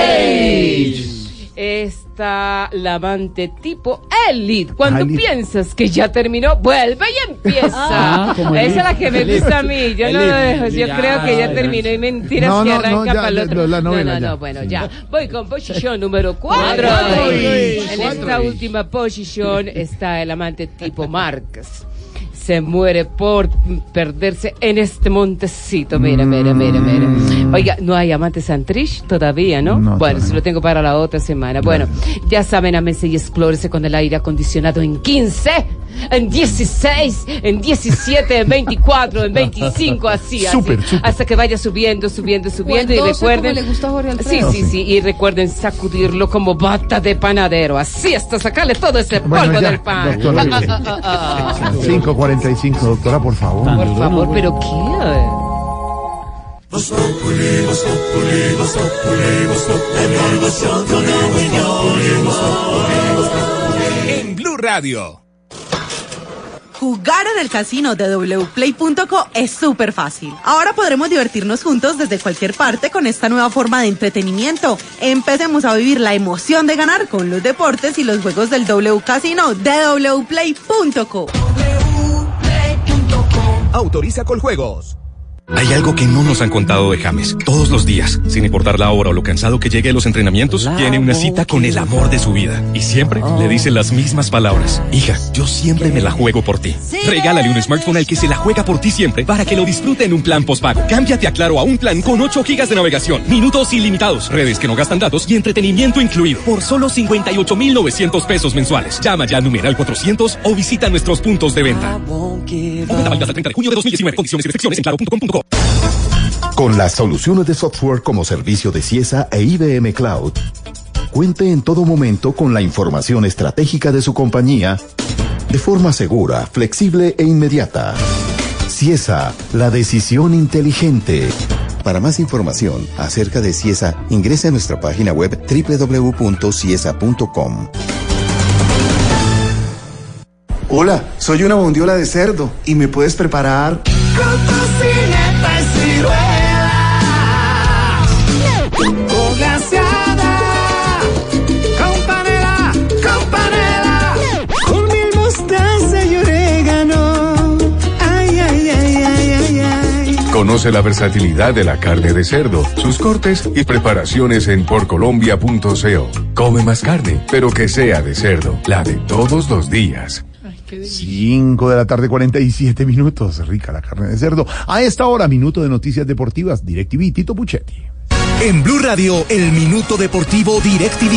3. Está la amante tipo Elite. Cuando piensas que ya terminó, vuelve y empieza. Esa es la que me gusta a mí. Yo no lo dejo. Yo creo que ya terminó y mentiras que arranca para el otro. No, bueno, ya. Voy con posición número 4. En esta última posición está el amante tipo Márquez. se muere por perderse en este montecito. Mira. Oiga, no hay amante Santrich todavía, ¿no? Bueno, si lo tengo para la otra semana. Bueno, ya saben, ámense y explórese con el aire acondicionado en 15, en 16, en 17, en 24, en 25, así. Hasta que vaya subiendo y recuerden. Le gusta a Jorge Alfredo. Sí, y recuerden sacudirlo como bata de panadero, así hasta sacarle todo ese polvo del pan. 5:45, doctora, por favor. Por favor, pero ¿qué? En Blue Radio. Jugar en el casino de wplay.co es súper fácil. Ahora podremos divertirnos juntos desde cualquier parte con esta nueva forma de entretenimiento. Empecemos a vivir la emoción de ganar con los deportes y los juegos del W Casino de wplay.co. Autoriza Coljuegos. Hay algo que no nos han contado de James. Todos los días, sin importar la hora o lo cansado que llegue a los entrenamientos, tiene una cita con el amor de su vida. Y siempre le dice las mismas palabras. Hija, yo siempre me la juego por ti. Regálale un smartphone al que se la juega por ti siempre para que lo disfrute en un plan postpago. Cámbiate a Claro a un plan con 8 gigas de navegación, minutos ilimitados, redes que no gastan datos y entretenimiento incluido por solo 58,900 pesos mensuales. Llama ya al numeral 400 o visita nuestros puntos de venta. Oferta válida hasta el 30 de junio de 2019. Condiciones y restricciones en claro.com.co. Con las soluciones de software como servicio de Ciesa e IBM Cloud, cuente en todo momento con la información estratégica de su compañía de forma segura, flexible e inmediata. Ciesa, la decisión inteligente. Para más información acerca de Ciesa, ingrese a nuestra página web www.ciesa.com. Hola, soy una bondiola de cerdo y me puedes preparar con tocineta y ciruela, con glaseada, con panela, con miel, mostaza y orégano. Ay. Conoce la versatilidad de la carne de cerdo, sus cortes y preparaciones en porcolombia.co. Come más carne, pero que sea de cerdo, la de todos los días. 5:47 PM. Rica la carne de cerdo. A esta hora, minuto de noticias deportivas. DirecTV, Tito Puchetti. En Blue Radio, el minuto deportivo DirecTV.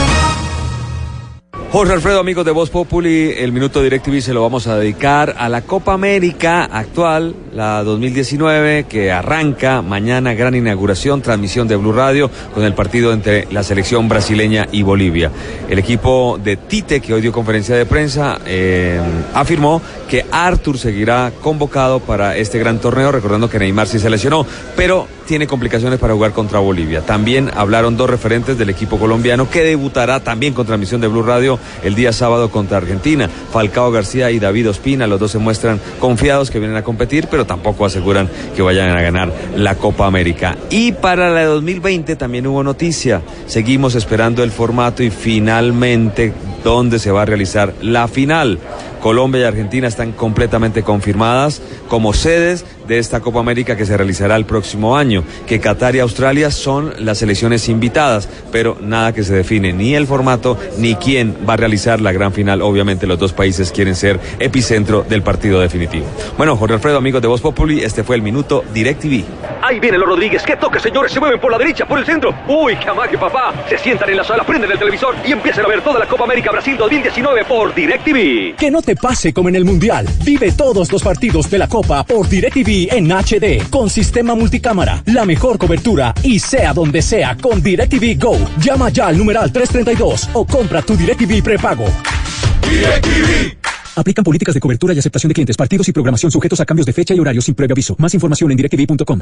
Jorge Alfredo, amigos de Voz Populi, el minuto DirecTV se lo vamos a dedicar a la Copa América actual, la 2019, que arranca mañana, gran inauguración, transmisión de Blue Radio con el partido entre la selección brasileña y Bolivia. El equipo de Tite, que hoy dio conferencia de prensa, afirmó que Arthur seguirá convocado para este gran torneo, recordando que Neymar sí se lesionó, pero tiene complicaciones para jugar contra Bolivia. También hablaron dos referentes del equipo colombiano que debutará también con transmisión de Blue Radio el día sábado contra Argentina. Falcao García y David Ospina, los dos se muestran confiados que vienen a competir, pero tampoco aseguran que vayan a ganar la Copa América. Y para la de 2020 también hubo noticia. Seguimos esperando el formato y finalmente dónde se va a realizar la final. Colombia y Argentina están completamente confirmadas como sedes de esta Copa América que se realizará el próximo año, que Qatar y Australia son las selecciones invitadas, pero nada que se define, ni el formato, ni quién va a realizar la gran final. Obviamente los dos países quieren ser epicentro del partido definitivo. Bueno, Jorge Alfredo, amigos de Voz Populi, este fue el minuto DirecTV. Ahí vienen los Rodríguez, qué toque, señores, se mueven por la derecha, por el centro. Uy, qué amague, papá. Se sientan en la sala, prenden el televisor y empiezan a ver toda la Copa América Brasil 2019 por DirecTV. Que no te pase como en el Mundial. Vive todos los partidos de la Copa por DirecTV en HD, con sistema multicámara, la mejor cobertura y sea donde sea con DirecTV Go. Llama ya al numeral 332 o compra tu DirecTV prepago. DirecTV. Aplican políticas de cobertura y aceptación de clientes, partidos y programación sujetos a cambios de fecha y horario sin previo aviso. Más información en directv.com.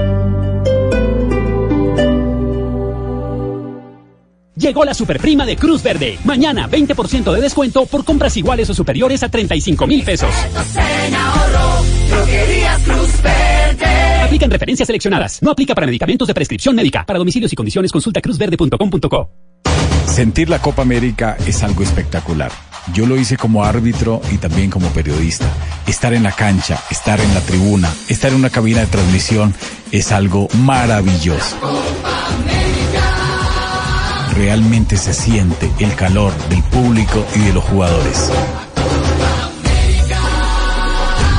Llegó la superprima de Cruz Verde. Mañana 20% de descuento por compras iguales o superiores a 35,000 pesos. Aplican referencias seleccionadas. No aplica para medicamentos de prescripción médica. Para domicilios y condiciones consulta cruzverde.com.co. Sentir la Copa América es algo espectacular. Yo lo hice como árbitro y también como periodista. Estar en la cancha, estar en la tribuna, estar en una cabina de transmisión es algo maravilloso. Realmente se siente el calor del público y de los jugadores.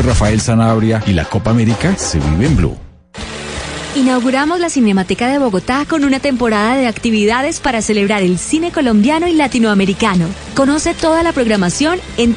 Rafael Sanabria y la Copa América se vive en Blue. Inauguramos la Cinemateca de Bogotá con una temporada de actividades para celebrar el cine colombiano y latinoamericano. Conoce toda la programación en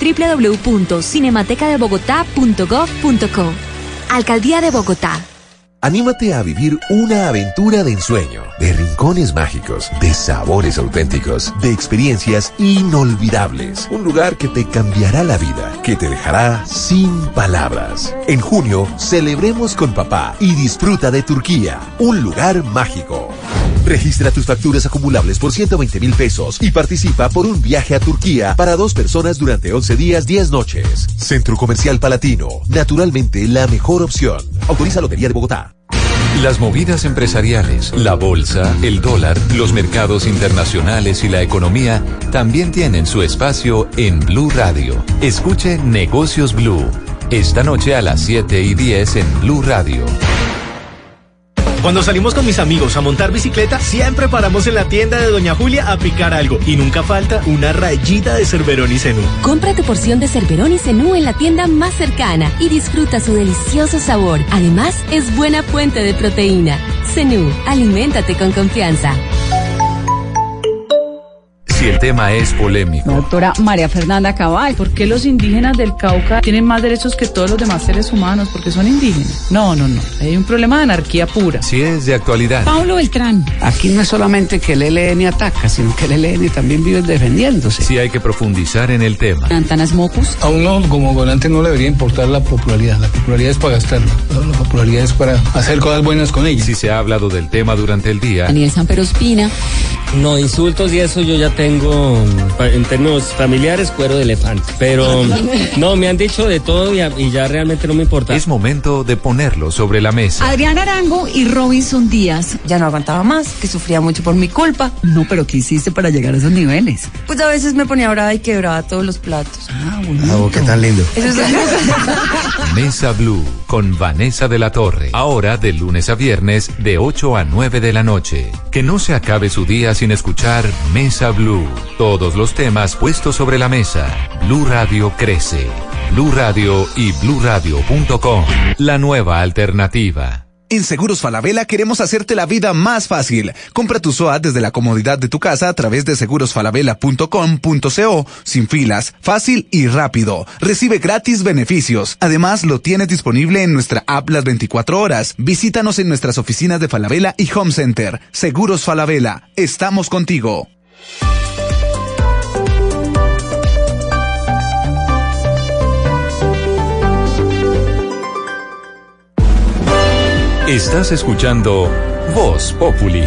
www.cinematecadebogotá.gov.co. Alcaldía de Bogotá. Anímate a vivir una aventura de ensueño, de rincones mágicos, de sabores auténticos, de experiencias inolvidables. Un lugar que te cambiará la vida, que te dejará sin palabras. En junio, celebremos con papá y disfruta de Turquía, un lugar mágico. Registra tus facturas acumulables por 120,000 pesos y participa por un viaje a Turquía para 2 personas durante 11 días, 10 noches. Centro Comercial Palatino, naturalmente la mejor opción. Autoriza Lotería de Bogotá. Las movidas empresariales, la bolsa, el dólar, los mercados internacionales y la economía también tienen su espacio en Blue Radio. Escuche Negocios Blue. Esta noche a las 7:10 en Blue Radio. Cuando salimos con mis amigos a montar bicicleta, siempre paramos en la tienda de Doña Julia a picar algo. Y nunca falta una rayita de Cerverón y Zenú. Compra tu porción de Cerverón y Zenú en la tienda más cercana y disfruta su delicioso sabor. Además, es buena fuente de proteína. Zenú, aliméntate con confianza. Si el tema es polémico. Doctora María Fernanda Cabal, ¿por qué los indígenas del Cauca tienen más derechos que todos los demás seres humanos? Porque son indígenas. No. Hay un problema de anarquía pura. Si es de actualidad. Pablo Beltrán. Aquí no es solamente que el ELN ataca, sino que el ELN también vive defendiéndose. Si hay que profundizar en el tema. Antanas Mocus. A uno como gobernante no le debería importar la popularidad. La popularidad es para gastarla. La popularidad es para hacer cosas buenas con ella. Si se ha hablado del tema durante el día. Daniel Sanpero Espina. No, insultos y eso yo ya tengo, en términos familiares, cuero de elefante. Pero no, me han dicho de todo y ya realmente no me importa. Es momento de ponerlo sobre la mesa. Adrián Arango y Robinson Díaz. Ya no aguantaba más, que sufría mucho por mi culpa. No, pero ¿qué hiciste para llegar a esos niveles? Pues a veces me ponía brava y quebraba todos los platos. Bueno. ¿Qué tan lindo? Eso es... Mesa Blue con Vanessa de la Torre. Ahora de lunes a viernes de 8 a 9 de la noche. Que no se acabe su día sin escuchar Mesa Blue. Todos los temas puestos sobre la mesa. Blue Radio crece. Blue Radio y BlueRadio.com. La nueva alternativa. En Seguros Falabella queremos hacerte la vida más fácil. Compra tu SOAT desde la comodidad de tu casa a través de segurosfalabella.com.co, sin filas, fácil y rápido. Recibe gratis beneficios. Además, lo tienes disponible en nuestra app las 24 horas. Visítanos en nuestras oficinas de Falabella y Home Center. Seguros Falabella. Estamos contigo. Estás escuchando Voz Populi.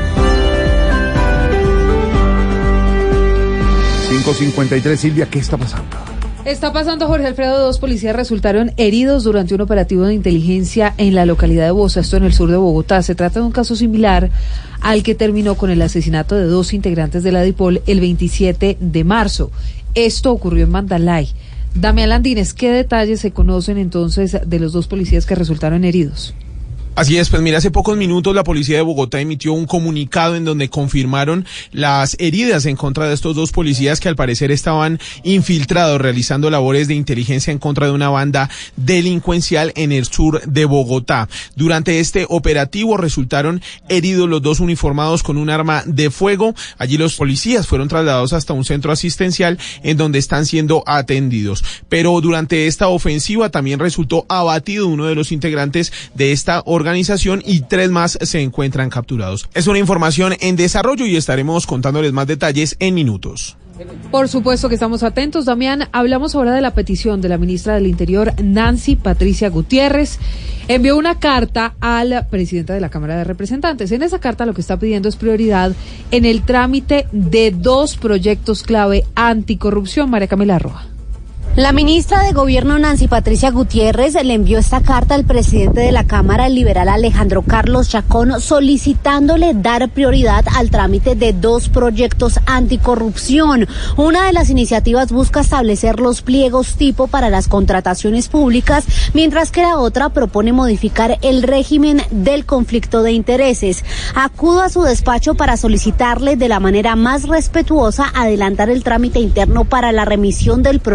5:53, Silvia, ¿qué está pasando? Está pasando, Jorge Alfredo. 2 policías resultaron heridos durante un operativo de inteligencia en la localidad de Bosa, esto en el sur de Bogotá. Se trata de un caso similar al que terminó con el asesinato de 2 integrantes de la DIPOL el 27 de marzo. Esto ocurrió en Mandalay. Damián Landines, ¿qué detalles se conocen entonces de los 2 policías que resultaron heridos? Así es, pues mira, hace pocos minutos la policía de Bogotá emitió un comunicado en donde confirmaron las heridas en contra de estos 2 policías que al parecer estaban infiltrados realizando labores de inteligencia en contra de una banda delincuencial en el sur de Bogotá. Durante este operativo resultaron heridos los 2 uniformados con un arma de fuego. Allí los policías fueron trasladados hasta un centro asistencial en donde están siendo atendidos. Pero durante esta ofensiva también resultó abatido uno de los integrantes de esta organización y 3 más se encuentran capturados. Es una información en desarrollo y estaremos contándoles más detalles en minutos. Por supuesto que estamos atentos, Damián. Hablamos ahora de la petición de la ministra del Interior, Nancy Patricia Gutiérrez. Envió una carta a la presidenta de la Cámara de Representantes. En esa carta lo que está pidiendo es prioridad en el trámite de 2 proyectos clave anticorrupción. María Camila Roa. La ministra de Gobierno Nancy Patricia Gutiérrez le envió esta carta al presidente de la Cámara, el liberal Alejandro Carlos Chacón, solicitándole dar prioridad al trámite de 2 proyectos anticorrupción. Una de las iniciativas busca establecer los pliegos tipo para las contrataciones públicas, mientras que la otra propone modificar el régimen del conflicto de intereses. Acudo a su despacho para solicitarle de la manera más respetuosa adelantar el trámite interno para la remisión del proyecto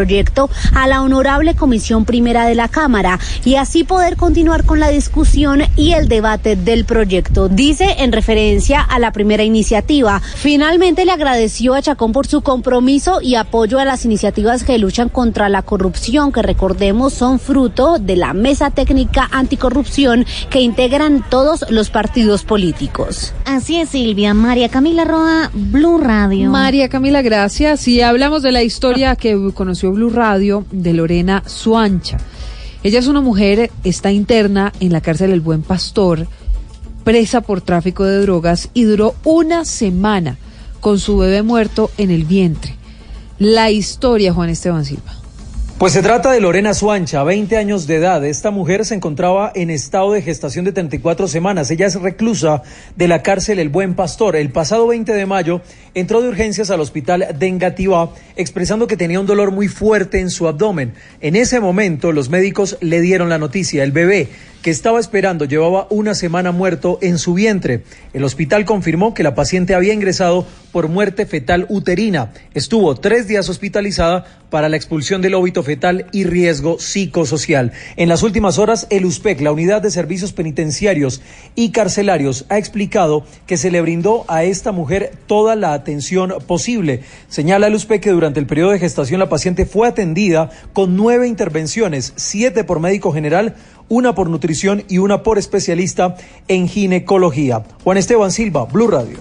a la honorable Comisión Primera de la Cámara y así poder continuar con la discusión y el debate del proyecto. Dice en referencia a la primera iniciativa. Finalmente le agradeció a Chacón por su compromiso y apoyo a las iniciativas que luchan contra la corrupción, que recordemos son fruto de la Mesa Técnica Anticorrupción que integran todos los partidos políticos. Así es, Silvia. María Camila Roa, Blue Radio. María Camila, gracias. Y hablamos de la historia que conoció Blue Radio de Lorena Suancha. Ella es una mujer, está interna en la cárcel El Buen Pastor, presa por tráfico de drogas, y duró una semana con su bebé muerto en el vientre. La historia, Juan Esteban Silva. Pues se trata de Lorena Suancha, 20 años de edad. Esta mujer se encontraba en estado de gestación de 34 semanas. Ella es reclusa de la cárcel El Buen Pastor. El pasado 20 de mayo entró de urgencias al hospital de Engativá expresando que tenía un dolor muy fuerte en su abdomen. En ese momento los médicos le dieron la noticia. El bebé que estaba esperando llevaba una semana muerto en su vientre. El hospital confirmó que la paciente había ingresado por muerte fetal uterina. Estuvo 3 días hospitalizada para la expulsión del óbito fetal y riesgo psicosocial. En las últimas horas, el USPEC, la Unidad de Servicios Penitenciarios y Carcelarios, ha explicado que se le brindó a esta mujer toda la atención posible. Señala el USPEC que durante el periodo de gestación la paciente fue atendida con 9 intervenciones, 7 por médico general, 1 por nutrición y 1 por especialista en ginecología. Juan Esteban Silva, Blue Radio.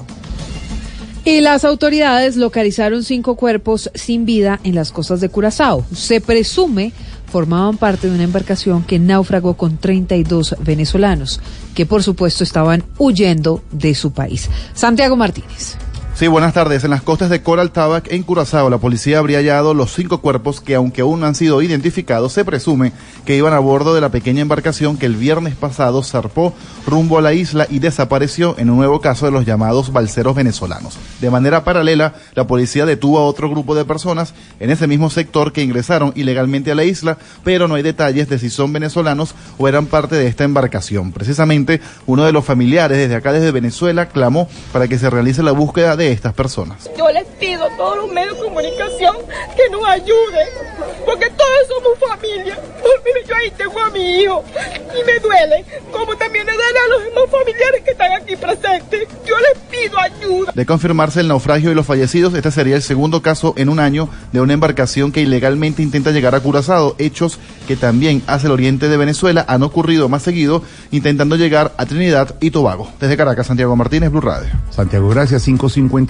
Y las autoridades localizaron 5 cuerpos sin vida en las costas de Curazao. Se presume formaban parte de una embarcación que naufragó con 32 venezolanos, que por supuesto estaban huyendo de su país. Santiago Martínez. Sí, buenas tardes. En las costas de Coral Tabac, en Curazao, la policía habría hallado los 5 cuerpos que, aunque aún no han sido identificados, se presume que iban a bordo de la pequeña embarcación que el viernes pasado zarpó rumbo a la isla y desapareció en un nuevo caso de los llamados balseros venezolanos. De manera paralela, la policía detuvo a otro grupo de personas en ese mismo sector que ingresaron ilegalmente a la isla, pero no hay detalles de si son venezolanos o eran parte de esta embarcación. Precisamente, uno de los familiares desde Venezuela clamó para que se realice la búsqueda de estas personas. Yo les pido a todos los medios de comunicación que nos ayuden, porque todos somos familia. Mire, yo ahí tengo a mi hijo y me duele, como también le duele a los demás familiares que están aquí presentes. Yo les pido ayuda. De confirmarse el naufragio y los fallecidos, este sería el segundo caso en un año de una embarcación que ilegalmente intenta llegar a Curazao, hechos que también hacia el oriente de Venezuela han ocurrido más seguido, intentando llegar a Trinidad y Tobago. Desde Caracas, Santiago Martínez, Blue Radio. Santiago, gracias. 5:58.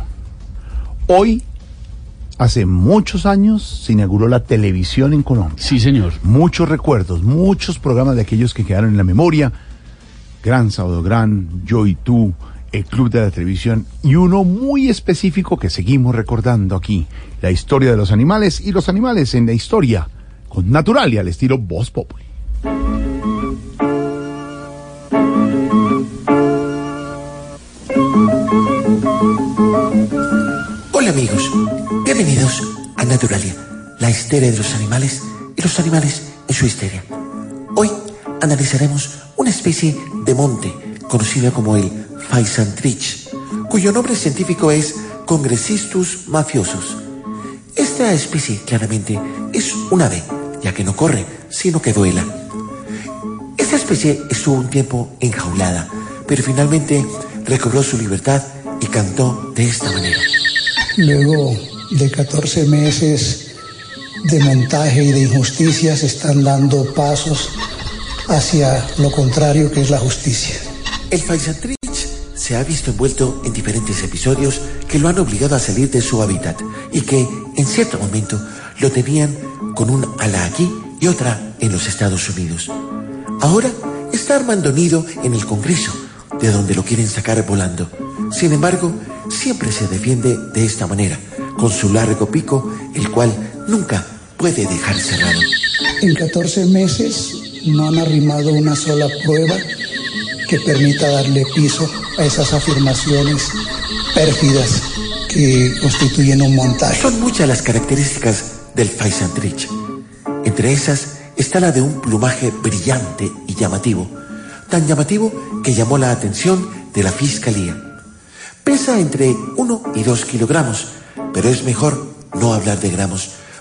Hoy, hace muchos años, se inauguró la televisión en Colombia. Sí, señor. Muchos recuerdos, muchos programas de aquellos que quedaron en la memoria. Gran Sábado Gran, Yo y Tú, el Club de la Televisión, y uno muy específico que seguimos recordando aquí, la historia de los animales y los animales en la historia, con Naturalia, al estilo Voz Populi. Hola amigos, bienvenidos a Naturalia, la histeria de los animales y los animales en su histeria. Hoy analizaremos una especie de monte conocida como el Physantrich, cuyo nombre científico es Congressistus mafiosus. Esta especie claramente es un ave, ya que no corre, sino que vuela. Esta especie estuvo un tiempo enjaulada, pero finalmente recobró su libertad y cantó de esta manera. Luego de 14 meses de montaje y de injusticias, están dando pasos hacia lo contrario, que es la justicia. El Physantrich se ha visto envuelto en diferentes episodios que lo han obligado a salir de su hábitat y que, en cierto momento, lo tenían con un ala aquí y otra en los Estados Unidos. Ahora está armando nido en el Congreso, de donde lo quieren sacar volando. Sin embargo, siempre se defiende de esta manera, con su largo pico, el cual nunca puede dejar cerrado. En 14 meses no han arrimado una sola prueba que permita darle piso a esas afirmaciones pérfidas que constituyen un montaje. Son muchas las características del Physantrich. Entre esas está la de un plumaje brillante y llamativo, tan llamativo que llamó la atención de la Fiscalía. Pesa entre 1 y 2 kilogramos, pero es mejor no hablar de gramos,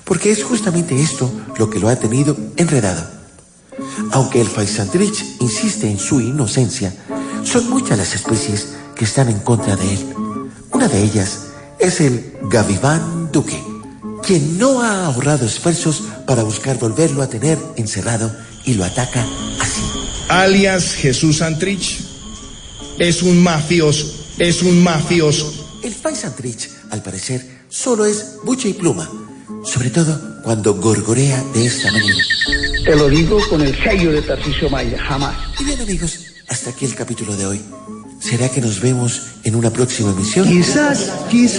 porque es justamente esto lo que lo ha tenido enredado. Aunque el Faisantrich insiste en su inocencia, son muchas las especies que están en contra de él. Una de ellas es el Gaviván Duque, quien no ha ahorrado esfuerzos para buscar volverlo a tener encerrado y lo ataca así. Alias Jesús Santrich es un mafioso. El Faisantrich, al parecer, solo es buche y pluma, sobre todo cuando gorgorea de esta manera. Te lo digo con el sello de Tarcisio Maya, jamás. Y bien, amigos, hasta aquí el capítulo de hoy. ¿Será que nos vemos en una próxima emisión? Quizás.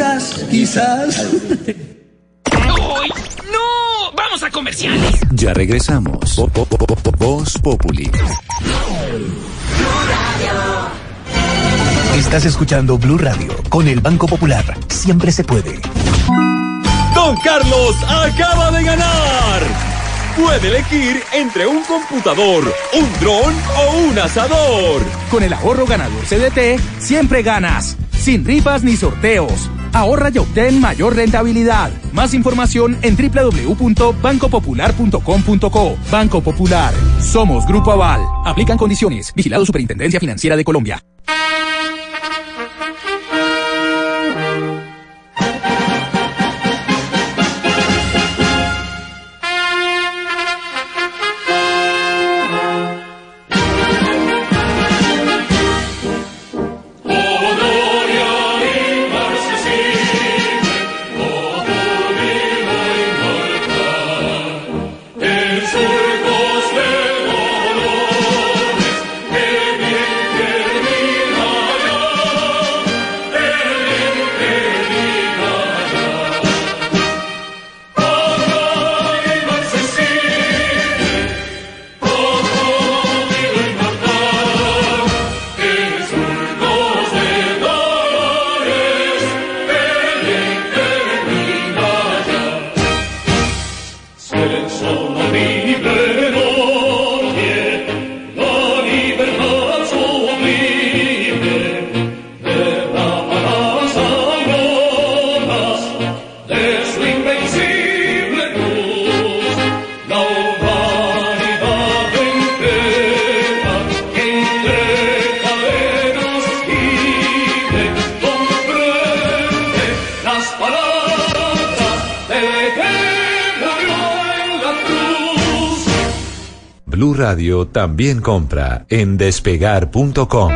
¡No! ¡Vamos a comerciales! Ya regresamos. Voz Populi. Estás escuchando Blue Radio con el Banco Popular. Siempre se puede. Don Carlos acaba de ganar. Puede elegir entre un computador, un dron o un asador. Con el ahorro ganador CDT, siempre ganas. Sin rifas ni sorteos. Ahorra y obtén mayor rentabilidad. Más información en www.bancopopular.com.co. Banco Popular. Somos Grupo Aval. Aplican condiciones. Vigilado Superintendencia Financiera de Colombia. Blue Radio también compra en despegar.com.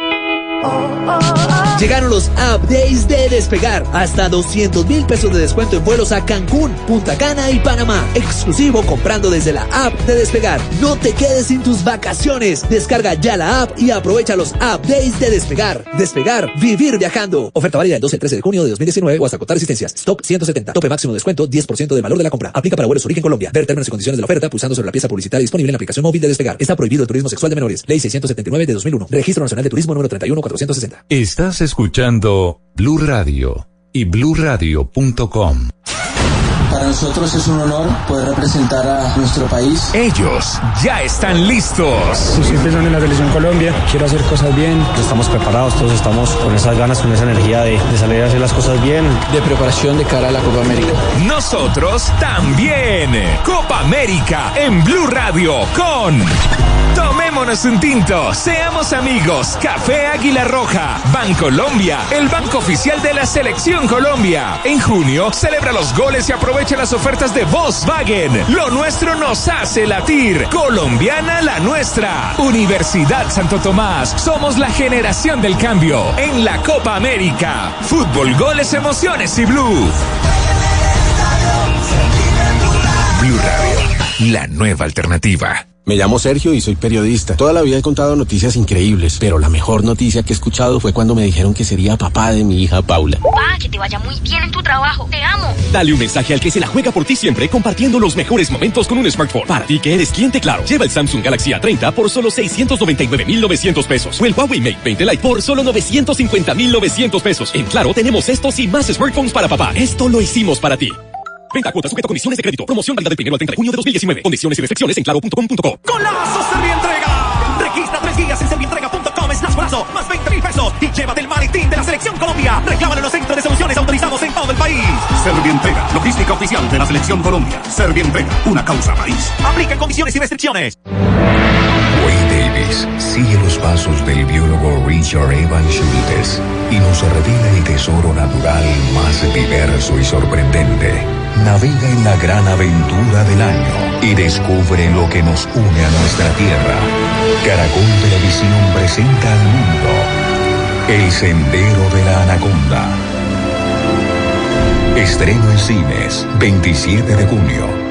Llegaron los updates de Despegar. Hasta 200.000 pesos de descuento en vuelos a Cancún, Punta Cana y Panamá. Exclusivo comprando desde la app de Despegar. No te quedes sin tus vacaciones. Descarga ya la app y aprovecha los updates de Despegar. Despegar, vivir viajando. Oferta válida del 12 al 13 de junio de 2019 o hasta agotar existencias. Stock 170. Tope máximo de descuento 10% del valor de la compra. Aplica para vuelos origen Colombia. Ver términos y condiciones de la oferta pulsando sobre la pieza publicitaria disponible en la aplicación móvil de Despegar. Está prohibido el turismo sexual de menores. Ley 679 de 2001. Registro Nacional de Turismo número 31460. Estás escuchando Blue Radio y bluradio.com. Para nosotros es un honor poder representar a nuestro país. Ellos ya están listos. Siempre son en la selección Colombia. Quiero hacer cosas bien. Estamos preparados, todos estamos con esas ganas, con esa energía de salir a hacer las cosas bien. De preparación de cara a la Copa América. Nosotros también. Copa América en Blue Radio con... Tomémonos un tinto, seamos amigos. Café Águila Roja, Bancolombia, el banco oficial de la Selección Colombia. En junio, celebra los goles y aprovecha las ofertas de Volkswagen. Lo nuestro nos hace latir. Colombiana la nuestra. Universidad Santo Tomás, somos la generación del cambio en la Copa América. Fútbol, goles, emociones y Blue. Blue Radio, la nueva alternativa. Me llamo Sergio y soy periodista. Toda la vida he contado noticias increíbles, pero la mejor noticia que he escuchado fue cuando me dijeron que sería papá de mi hija Paula. Papá, que te vaya muy bien en tu trabajo. Te amo. Dale un mensaje al que se la juega por ti siempre, compartiendo los mejores momentos con un smartphone. Para ti que eres cliente Claro, lleva el Samsung Galaxy A30 por solo 699.900 pesos. O el Huawei Mate 20 Lite por solo 950.900 pesos. En Claro tenemos estos y más smartphones para papá. Esto lo hicimos para ti. Venta cuotas sujeto a condiciones de crédito. Promoción válida del 1 al 30 de junio de 2019. Condiciones y restricciones en claro.com.co. ¡Golazo Servientrega! Registra 3 días en servientrega.com/golazo más 20.000 pesos y llévate el maletín de la Selección Colombia. Reclámalo en los centros de soluciones autorizados en todo el país. Servientrega, logística oficial de la Selección Colombia. Servientrega, una causa país. Aplica condiciones y restricciones. Wade Davis sigue los pasos del biólogo Richard Evans Schultes y nos revela el tesoro natural más diverso y sorprendente. Navega en la gran aventura del año y descubre lo que nos une a nuestra tierra. Caracol Televisión presenta al mundo El Sendero de la Anaconda. Estreno en cines, 27 de junio.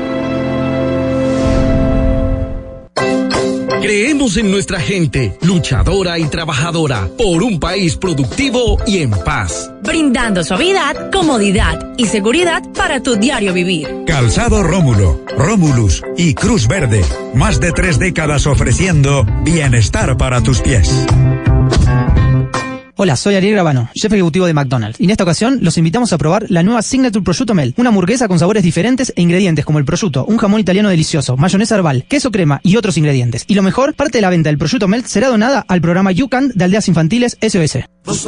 Creemos en nuestra gente, luchadora y trabajadora, por un país productivo y en paz. Brindando suavidad, comodidad y seguridad para tu diario vivir. Calzado Rómulo, Rómulus y Cruz Verde. Más de 3 décadas ofreciendo bienestar para tus pies. Hola, soy Ariel Gravano, chef ejecutivo de McDonald's, y en esta ocasión los invitamos a probar la nueva Signature Prosciutto Melt, una hamburguesa con sabores diferentes e ingredientes como el prosciutto, un jamón italiano delicioso, mayonesa herbal, queso crema y otros ingredientes. Y lo mejor, parte de la venta del Prosciutto Melt será donada al programa You Can de Aldeas Infantiles SOS.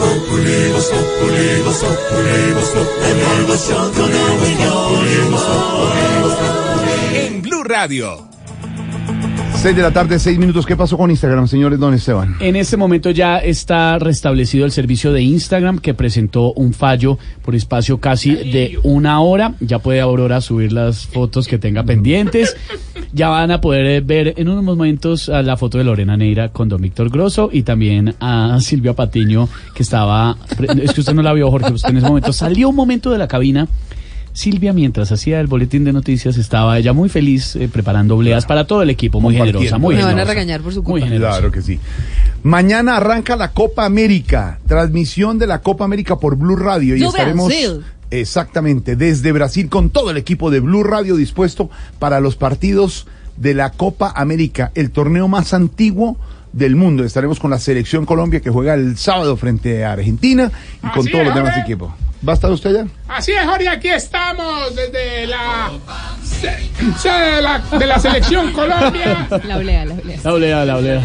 En Blue Radio. 6 de la tarde, 6 minutos. ¿Qué pasó con Instagram, señores don Esteban? En este momento ya está restablecido el servicio de Instagram, que presentó un fallo por espacio casi de 1 hora. Ya puede Aurora subir las fotos que tenga pendientes. Ya van a poder ver en unos momentos a la foto de Lorena Neira con don Víctor Grosso y también a Silvia Patiño, que estaba... Es que usted no la vio, Jorge, usted en ese momento salió un momento de la cabina. Silvia, mientras hacía el boletín de noticias, estaba ella muy feliz preparando obleas para todo el equipo, muy generosa, muy generosa. Me van a regañar por su culpa. Claro que sí. Mañana arranca la Copa América, transmisión de la Copa América por Blue Radio y estaremos Brasil. Exactamente desde Brasil con todo el equipo de Blue Radio dispuesto para los partidos de la Copa América, el torneo más antiguo del mundo. Estaremos con la Selección Colombia que juega el sábado frente a Argentina y con todos los demás equipos. ¿Va a estar usted allá? Así es, Jorge, aquí estamos desde la sede de la Selección Colombia. La olea. La olea.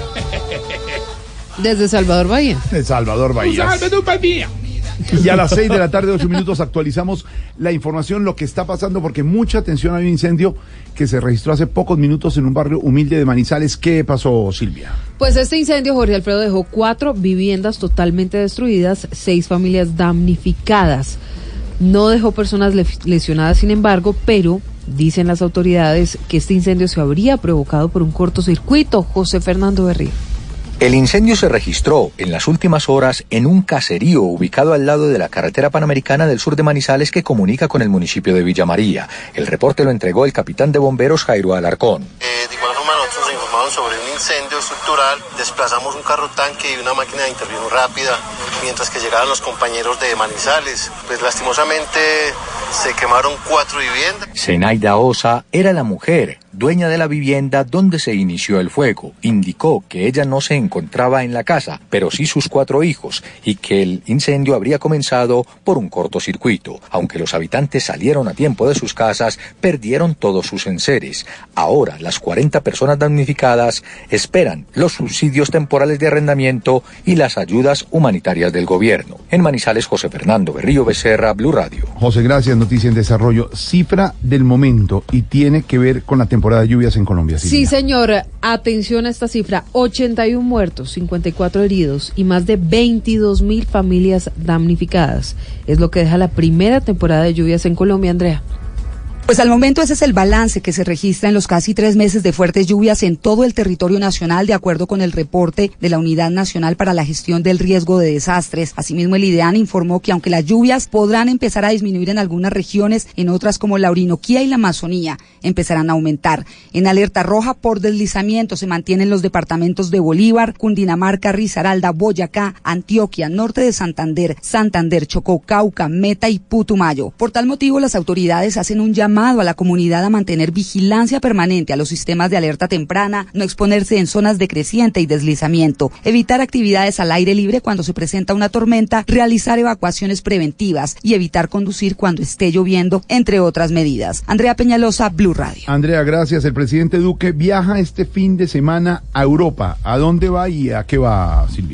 Desde Salvador Bahía. De Salvador Bahía. Y a las 6 de la tarde, 8 minutos, actualizamos la información, lo que está pasando, porque mucha atención, hay un incendio que se registró hace pocos minutos en un barrio humilde de Manizales. ¿Qué pasó, Silvia? Pues este incendio, Jorge Alfredo, dejó 4 viviendas totalmente destruidas, 6 familias damnificadas. No dejó personas lesionadas, sin embargo, pero dicen las autoridades que este incendio se habría provocado por un cortocircuito. José Fernando Berrío. El incendio se registró en las últimas horas en un caserío ubicado al lado de la carretera panamericana del sur de Manizales que comunica con el municipio de Villa María. El reporte lo entregó el capitán de bomberos Jairo Alarcón. De igual forma nosotros nos informaron sobre un incendio estructural, desplazamos un carro tanque y una máquina de intervención rápida mientras que llegaban los compañeros de Manizales. Pues lastimosamente se quemaron 4 viviendas. Zenaida Osa era la mujer dueña de la vivienda donde se inició el fuego. Indicó que ella no se encontraba en la casa, pero sí sus 4 hijos, y que el incendio habría comenzado por un cortocircuito. Aunque los habitantes salieron a tiempo de sus casas, perdieron todos sus enseres. Ahora, las 40 personas damnificadas esperan los subsidios temporales de arrendamiento y las ayudas humanitarias del gobierno. En Manizales, José Fernando Berrío Becerra, Blue Radio. José, gracias. Noticia en desarrollo. Cifra del momento y tiene que ver con la temporada de lluvias en Colombia. Silvia. Sí, señor. Atención a esta cifra. 81 muertos, 54 heridos y más de 22.000 familias damnificadas. Es lo que deja la primera temporada de lluvias en Colombia, Andrea. Pues al momento ese es el balance que se registra en los casi 3 meses de fuertes lluvias en todo el territorio nacional, de acuerdo con el reporte de la Unidad Nacional para la Gestión del Riesgo de Desastres. Asimismo, el IDEAN informó que aunque las lluvias podrán empezar a disminuir en algunas regiones, en otras como la Orinoquía y la Amazonía empezarán a aumentar. En alerta roja por deslizamiento se mantienen los departamentos de Bolívar, Cundinamarca, Risaralda, Boyacá, Antioquia, norte de Santander, Chocó, Cauca, Meta y Putumayo. Por tal motivo, las autoridades hacen un llamado a la comunidad a mantener vigilancia permanente a los sistemas de alerta temprana, no exponerse en zonas de creciente y deslizamiento, evitar actividades al aire libre cuando se presenta una tormenta, realizar evacuaciones preventivas y evitar conducir cuando esté lloviendo, entre otras medidas. Andrea Peñalosa, Blue Radio. Andrea, gracias. El presidente Duque viaja este fin de semana a Europa. ¿A dónde va y a qué va, Silvia?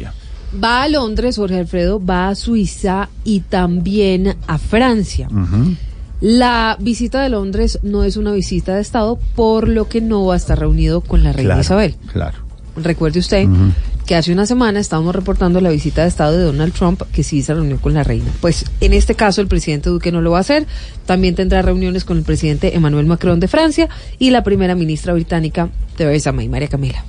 Va a Londres, Jorge Alfredo, va a Suiza y también a Francia. La visita de Londres no es una visita de Estado, por lo que no va a estar reunido con la reina Isabel. Claro. Recuerde usted que hace una semana estábamos reportando la visita de Estado de Donald Trump, que sí se reunió con la reina. Pues en este caso el presidente Duque no lo va a hacer. También tendrá reuniones con el presidente Emmanuel Macron de Francia y la primera ministra británica Theresa May. María Camila.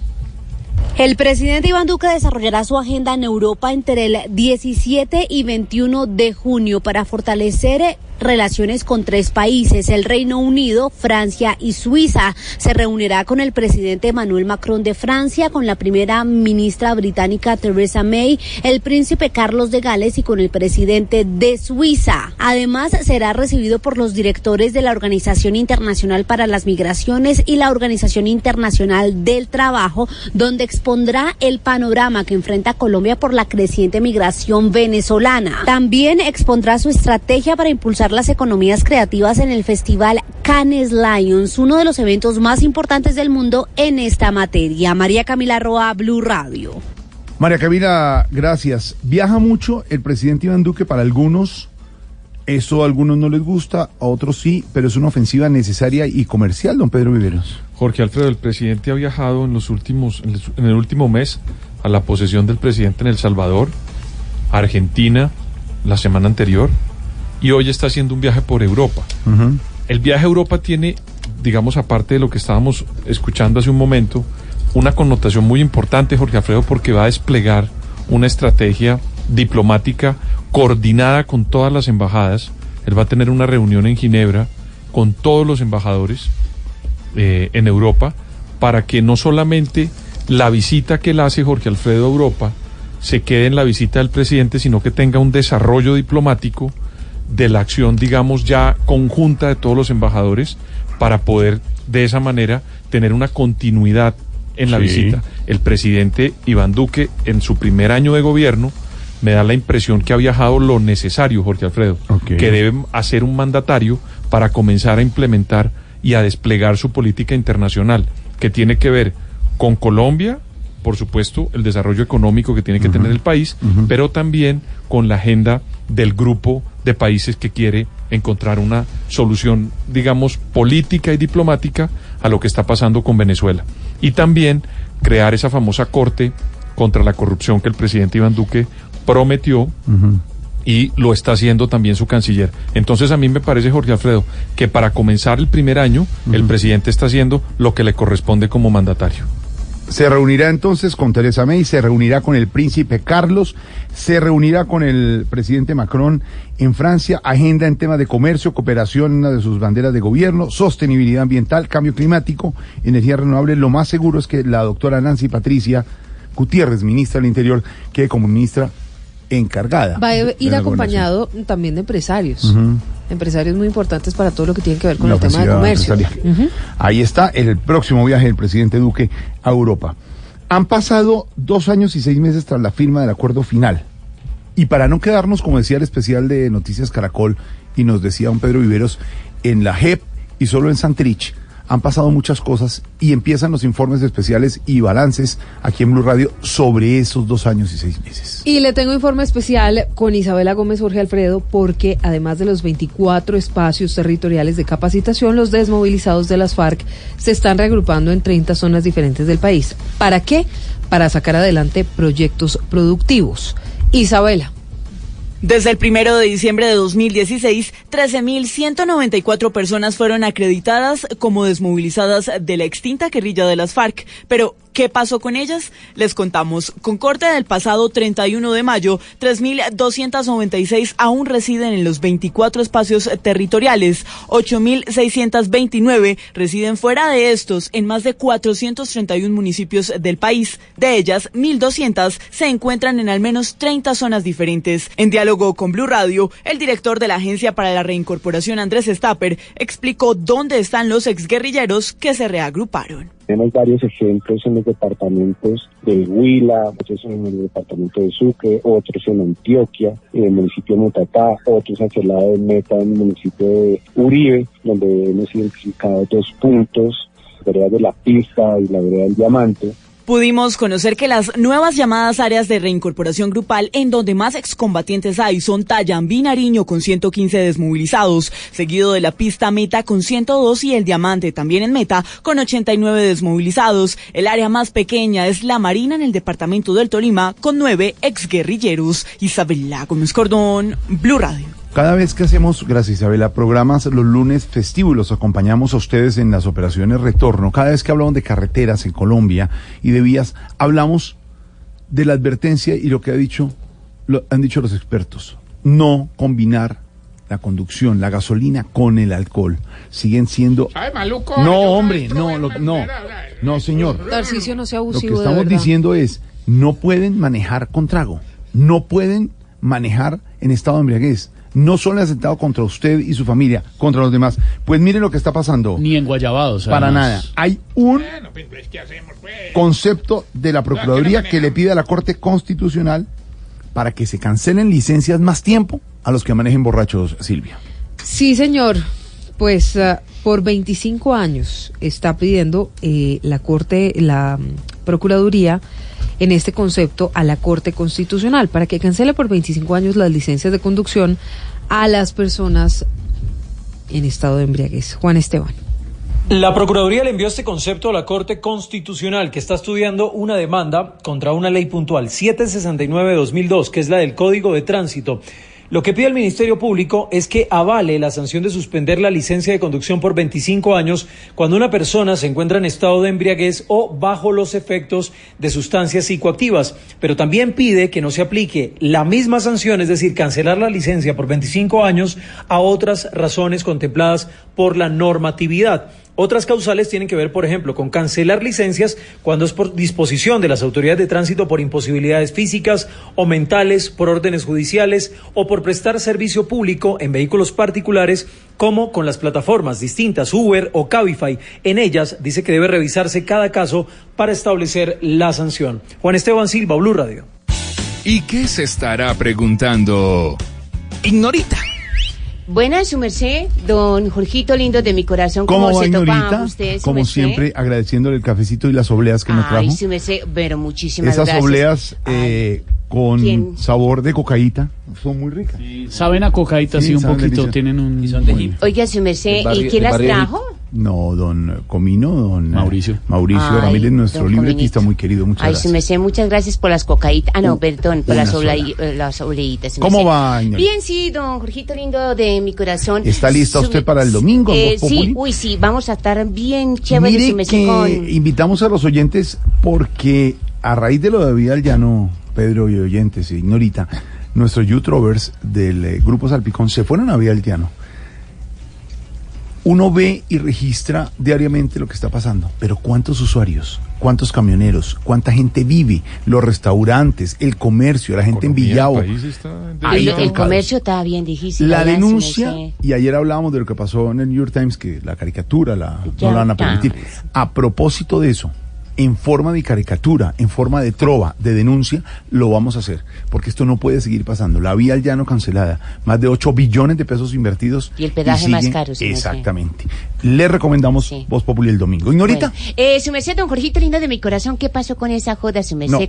El presidente Iván Duque desarrollará su agenda en Europa entre el 17 y 21 de junio para fortalecer relaciones con 3 países, el Reino Unido, Francia y Suiza. Se reunirá con el presidente Emmanuel Macron de Francia, con la primera ministra británica Theresa May, el príncipe Carlos de Gales y con el presidente de Suiza. Además, será recibido por los directores de la Organización Internacional para las Migraciones y la Organización Internacional del Trabajo, donde expondrá el panorama que enfrenta Colombia por la creciente migración venezolana. También expondrá su estrategia para impulsar las economías creativas en el festival Cannes Lions, uno de los eventos más importantes del mundo en esta materia. María Camila Roa, Blue Radio. María Camila, gracias. Viaja mucho el presidente Iván Duque. Para algunos, eso a algunos no les gusta, a otros sí, pero es una ofensiva necesaria y comercial, don Pedro Viveros. Jorge Alfredo, el presidente ha viajado en el último mes a la posesión del presidente en El Salvador, Argentina, la semana anterior, y hoy está haciendo un viaje por Europa. El viaje a Europa tiene, digamos, aparte de lo que estábamos escuchando hace un momento, una connotación muy importante, Jorge Alfredo, porque va a desplegar una estrategia diplomática coordinada con todas las embajadas. Él va a tener una reunión en Ginebra con todos los embajadores en Europa, para que no solamente la visita que él hace, Jorge Alfredo, a Europa se quede en la visita del presidente, sino que tenga un desarrollo diplomático de la acción, digamos, ya conjunta de todos los embajadores, para poder de esa manera tener una continuidad en la visita. El presidente Iván Duque, en su primer año de gobierno, me da la impresión que ha viajado lo necesario, Jorge Alfredo, que debe hacer un mandatario para comenzar a implementar y a desplegar su política internacional, que tiene que ver con Colombia, por supuesto, el desarrollo económico que tiene que tener el país, pero también con la agenda del grupo de países que quiere encontrar una solución, digamos, política y diplomática a lo que está pasando con Venezuela. Y también crear esa famosa corte contra la corrupción que el presidente Iván Duque prometió, y lo está haciendo también su canciller. Entonces a mí me parece, Jorge Alfredo, que para comenzar el primer año, el presidente está haciendo lo que le corresponde como mandatario. Se reunirá entonces con Theresa May, se reunirá con el príncipe Carlos, se reunirá con el presidente Macron en Francia. Agenda en temas de comercio, cooperación, una de sus banderas de gobierno, sostenibilidad ambiental, cambio climático, energía renovable. Lo más seguro es que la doctora Nancy Patricia Gutiérrez, ministra del Interior, quede como ministra encargada. Va a ir acompañado también de empresarios. Empresarios muy importantes para todo lo que tiene que ver con el tema de comercio. Ahí está el próximo viaje del presidente Duque a Europa. Han pasado 2 años y 6 meses tras la firma del acuerdo final. Y para no quedarnos, como decía el especial de Noticias Caracol, y nos decía don Pedro Viveros, en la JEP y solo en Santrich, han pasado muchas cosas y empiezan los informes especiales y balances aquí en Blue Radio sobre esos 2 años y 6 meses. Y le tengo informe especial con Isabela Gómez, Jorge Alfredo, porque además de los 24 espacios territoriales de capacitación, los desmovilizados de las FARC se están reagrupando en 30 zonas diferentes del país. ¿Para qué? Para sacar adelante proyectos productivos. Isabela. Desde el 1 de diciembre de 2016, 13.194 personas fueron acreditadas como desmovilizadas de la extinta guerrilla de las FARC. Pero, ¿qué pasó con ellas? Les contamos. Con corte del pasado 31 de mayo, 3.296 aún residen en los 24 espacios territoriales. 8.629 residen fuera de estos en más de 431 municipios del país. De ellas, 1.200 se encuentran en al menos 30 zonas diferentes. En diálogo con Blue Radio, el director de la Agencia para la Reincorporación, Andrés Stapper, explicó dónde están los exguerrilleros que se reagruparon. Tenemos varios ejemplos en los departamentos de Huila, otros en el departamento de Sucre, otros en Antioquia, en el municipio de Mutatá, otros hacia el lado del Meta, en el municipio de Uribe, donde hemos identificado 2 puntos, la vereda de la Pista y la vereda del Diamante. Pudimos conocer que las nuevas llamadas áreas de reincorporación grupal, en donde más excombatientes hay, son Tayambí, Nariño con 115 desmovilizados, seguido de la pista Meta con 102 y el Diamante también en Meta con 89 desmovilizados. El área más pequeña es La Marina en el departamento del Tolima con 9 exguerrilleros. Isabela Gómez Cordón, Blue Radio. Cada vez que hacemos, gracias Isabela, programas los lunes festivos, los acompañamos a ustedes en las operaciones retorno. Cada vez que hablamos de carreteras en Colombia y de vías, hablamos de la advertencia y lo que han dicho los expertos. No combinar la conducción, la gasolina con el alcohol. Siguen siendo... ¿Sabe, maluco? No, hombre, no, señor. Tarcisio, no sea abusivo. Lo que estamos diciendo es, no pueden manejar con trago, no pueden manejar en estado de embriaguez. No son atentados contra usted y su familia, contra los demás. Pues miren lo que está pasando. Ni en Guayabados. Para nada. Hay un concepto de la Procuraduría que le pide a la Corte Constitucional para que se cancelen licencias más tiempo a los que manejen borrachos, Silvia. Sí, señor. Pues por 25 años está pidiendo la Procuraduría en este concepto a la Corte Constitucional para que cancele por 25 años las licencias de conducción a las personas en estado de embriaguez. Juan Esteban. La Procuraduría le envió este concepto a la Corte Constitucional, que está estudiando una demanda contra una ley puntual, 769/2002, que es la del Código de Tránsito. Lo que pide el Ministerio Público es que avale la sanción de suspender la licencia de conducción por 25 años cuando una persona se encuentra en estado de embriaguez o bajo los efectos de sustancias psicoactivas. Pero también pide que no se aplique la misma sanción, es decir, cancelar la licencia por 25 años a otras razones contempladas por la normatividad. Otras causales tienen que ver, por ejemplo, con cancelar licencias cuando es por disposición de las autoridades de tránsito por imposibilidades físicas o mentales, por órdenes judiciales o por prestar servicio público en vehículos particulares, como con las plataformas distintas Uber o Cabify. En ellas dice que debe revisarse cada caso para establecer la sanción. Juan Esteban Silva, Blue Radio. ¿Y qué se estará preguntando Ignorita? Buenas, su merced, don Jorgito lindo de mi corazón. ¿Cómo va, se Ignorita? Usted, como merced? Siempre, agradeciéndole el cafecito y las obleas que nos trajo. Ay, su merced, pero muchísimas Esas gracias. obleas con sabor de cocaíta son muy ricas. Sí, saben a cocaíta, sí, un poquito, delicioso. Tienen un... Son de hip. Oiga, su merced, ¿y quién las trajo? No, don Comino, don Mauricio Ramírez, nuestro libretista muy querido, muchas gracias. Ay, su merced, muchas gracias por las cocaítas. Perdón, por las obleitas. ¿Cómo va, señor? Bien, sí, don Jorgito lindo de mi corazón. ¿Está lista usted para el domingo? Sí, sí, vamos a estar bien chévere. Mire que invitamos a los oyentes porque a raíz de lo de Vida al Llano, Pedro y oyentes, Ignorita, nuestros YouTubers del Grupo Salpicón se fueron a Vida al Llano. Uno ve y registra diariamente lo que está pasando, pero ¿cuántos usuarios? ¿Cuántos camioneros? ¿Cuánta gente vive? Los restaurantes, el comercio, la gente en Villavo. El comercio está bien difícil. La denuncia, y ayer hablábamos de lo que pasó en el New York Times, que la caricatura no la van a permitir. A propósito de eso, en forma de caricatura, en forma de trova, de denuncia, lo vamos a hacer, porque esto no puede seguir pasando. La Vía al Llano cancelada, más de 8 billones de pesos invertidos. Y el pedaje más caro. Exactamente. Le recomendamos Voz Populi el domingo. ¿Ignorita? Bueno, su merced, don Jorgito lindo de mi corazón, ¿qué pasó con esa joda, su merced?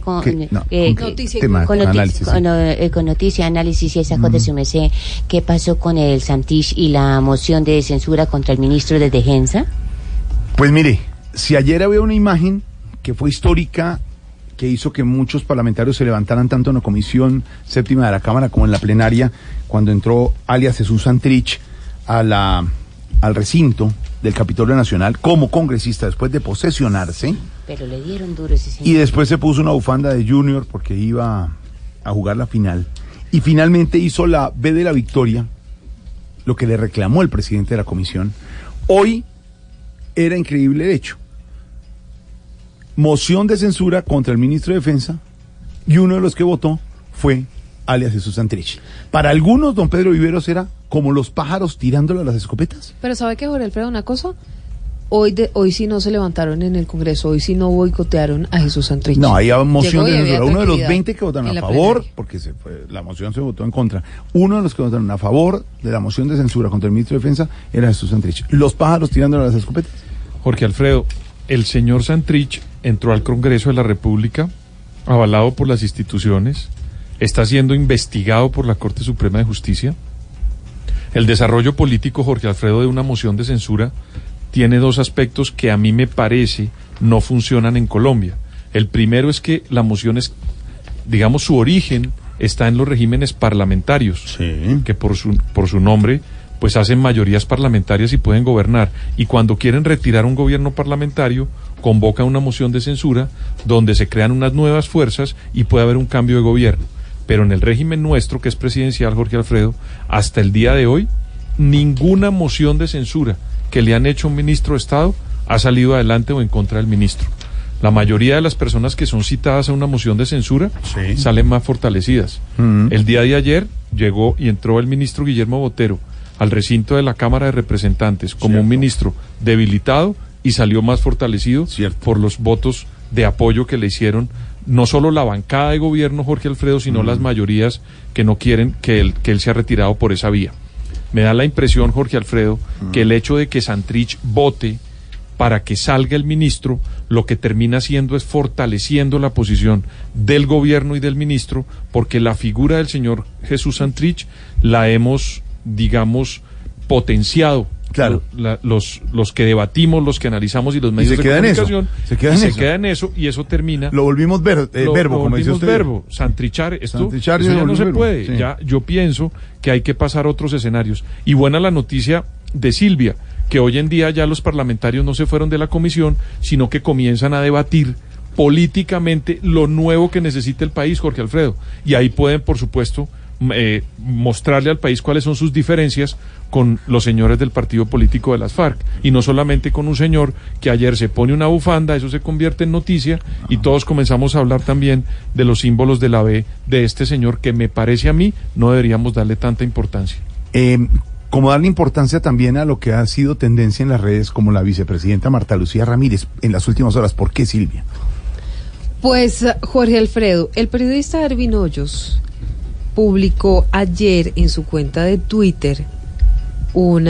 Con noticia, análisis y esa joda, su merced. ¿Qué pasó con el Santrich y la moción de censura contra el ministro de Defensa? Pues mire, si ayer había una imagen que fue histórica, que hizo que muchos parlamentarios se levantaran tanto en la Comisión Séptima de la Cámara como en la plenaria, cuando entró alias Jesús Santrich al recinto del Capitolio Nacional como congresista después de posesionarse. Pero le dieron duro ese señor. Y después se puso una bufanda de Junior porque iba a jugar la final. Y finalmente hizo la B de la victoria, lo que le reclamó el presidente de la comisión. Hoy era increíble el hecho. Moción de censura contra el ministro de Defensa, y uno de los que votó fue alias Jesús Santrich. Para algunos, don Pedro Viveros era como los pájaros tirándole a las escopetas. Pero ¿sabe qué, Jorge Alfredo? Una cosa, hoy sí no se levantaron en el Congreso, hoy sí no boicotearon a Jesús Santrich. No, ahí había moción de censura. Uno de los 20 que votaron a favor, porque la moción se votó en contra. Uno de los que votaron a favor de la moción de censura contra el ministro de Defensa era Jesús Santrich. Los pájaros tirándole a las escopetas. Jorge Alfredo, el señor Santrich entró al Congreso de la República, avalado por las instituciones, está siendo investigado por la Corte Suprema de Justicia. El desarrollo político, Jorge Alfredo, de una moción de censura tiene dos aspectos que a mí me parece no funcionan en Colombia. El primero es que la moción es, digamos, su origen está en los regímenes parlamentarios, que por su nombre pues hacen mayorías parlamentarias y pueden gobernar. Y cuando quieren retirar un gobierno parlamentario, convocan una moción de censura donde se crean unas nuevas fuerzas y puede haber un cambio de gobierno. Pero en el régimen nuestro, que es presidencial, Jorge Alfredo, hasta el día de hoy, ninguna moción de censura que le han hecho a un ministro de Estado ha salido adelante o en contra del ministro. La mayoría de las personas que son citadas a una moción de censura salen más fortalecidas. El día de ayer llegó y entró el ministro Guillermo Botero al recinto de la Cámara de Representantes como un ministro debilitado y salió más fortalecido por los votos de apoyo que le hicieron no solo la bancada de gobierno, Jorge Alfredo, sino las mayorías que no quieren que él se ha retirado por esa vía. Me da la impresión, Jorge Alfredo, que el hecho de que Santrich vote para que salga el ministro, lo que termina haciendo es fortaleciendo la posición del gobierno y del ministro, porque la figura del señor Jesús Santrich la hemos, digamos, potenciado. Claro. Los que debatimos, los que analizamos y los medios de comunicación se queda en eso y eso termina. Lo volvimos verbo, como dice usted. Verbo, santrichar, esto ya no se puede. Sí. Ya yo pienso que hay que pasar a otros escenarios. Y buena la noticia de Silvia, que hoy en día ya los parlamentarios no se fueron de la comisión, sino que comienzan a debatir políticamente lo nuevo que necesita el país, Jorge Alfredo. Y ahí pueden, por supuesto, mostrarle al país cuáles son sus diferencias con los señores del partido político de las FARC, y no solamente con un señor que ayer se pone una bufanda, eso se convierte en noticia, y todos comenzamos a hablar también de los símbolos de la B de este señor, que me parece a mí no deberíamos darle tanta importancia. Como darle importancia también a lo que ha sido tendencia en las redes, como la vicepresidenta Marta Lucía Ramírez en las últimas horas. ¿Por qué, Silvia? Pues, Jorge Alfredo, el periodista Ervin Hoyos publicó ayer en su cuenta de Twitter un